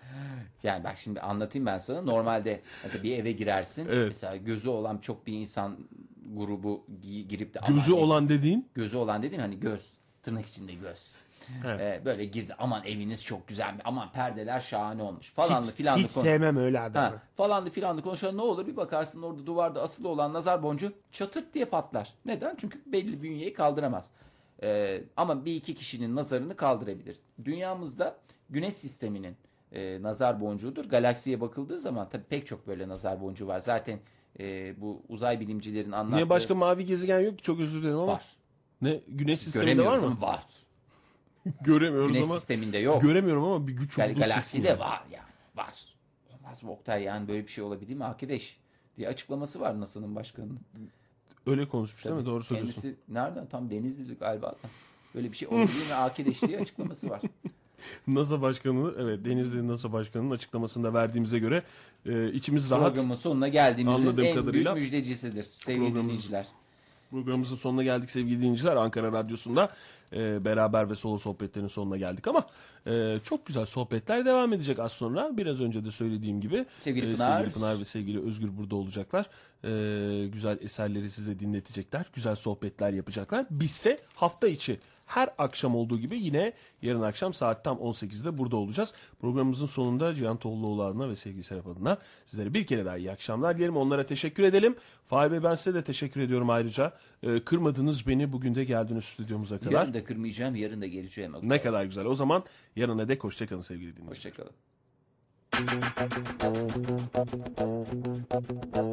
Yani bak şimdi anlatayım ben sana. Normalde mesela bir eve girersin.
Evet.
Mesela gözü olan çok bir insan grubu girip de
Gözü
aman
olan dediğin
gözü olan dediğim hani göz, tırnak içinde göz.
Evet.
Böyle girdi, aman eviniz çok güzel, aman perdeler şahane olmuş falanlı
hiç,
filanlı
hiç sevmem öyle adamı.
Ha, falanlı filanlı konuşan ne olur, bir bakarsın orada duvarda asılı olan nazar boncuğu çatırt diye patlar. Neden? Çünkü belli bünyeyi kaldıramaz. Ama bir iki kişinin nazarını kaldırabilir. Dünyamızda güneş sisteminin nazar boncuğudur. Galaksiye bakıldığı zaman tabii pek çok böyle nazar boncuğu var. Zaten bu uzay bilimcilerin anlattığı
Niye başka mavi gezegen yok ki? Çok özür dilerim ama.
var.
Ne? Güneş sisteminde var
Göremiyoruz
mı?
ama var.
Göremiyoruz
Güneş
ama.
sisteminde yok.
Göremiyorum ama bir güç olduğu kesin.
Galakside
yani.
var yani. Var. Olmaz mı Oktay, yani böyle bir şey olabilir mi arkadaş diye açıklaması var NASA'nın başkanının.
Öyle konuşmuş değil mi?
Tabii.
Doğru söylüyorsun.
Kendisi nereden? Tam Denizli'li galiba da. Böyle bir şey olabilir mi arkadaş diye açıklaması var.
NASA Başkanı, evet Denizli NASA Başkanı'nın açıklamasında verdiğimize göre içimiz rahat.
Programın sonuna geldiğimizin
Anladığım
en
kadarıyla
büyük müjdecisidir sevgili
programımız-
dinleyiciler.
Programımızın sonuna geldik sevgili dinleyiciler. Ankara Radyosu'nda beraber ve solo sohbetlerin sonuna geldik ama çok güzel sohbetler devam edecek az sonra. Biraz önce de söylediğim gibi
Sevgili Pınar.
sevgili Pınar ve sevgili Özgür burada olacaklar. güzel eserleri size dinletecekler. Güzel sohbetler yapacaklar. Bizse hafta içi her akşam olduğu gibi yine yarın akşam saat tam 18'de burada olacağız. Programımızın sonunda Cihan Toğluoğlu adına ve sevgili Serap adına sizlere bir kere daha iyi akşamlar diyelim. Onlara teşekkür edelim. Fahir Bey, ben size de teşekkür ediyorum ayrıca. Kırmadınız beni, bugün de geldiniz stüdyomuza kadar.
Yarın da kırmayacağım, yarın da geleceğim.
Ne kadar güzel. O zaman yarına dek hoşçakalın sevgili dinleyiciler.
Hoşçakalın.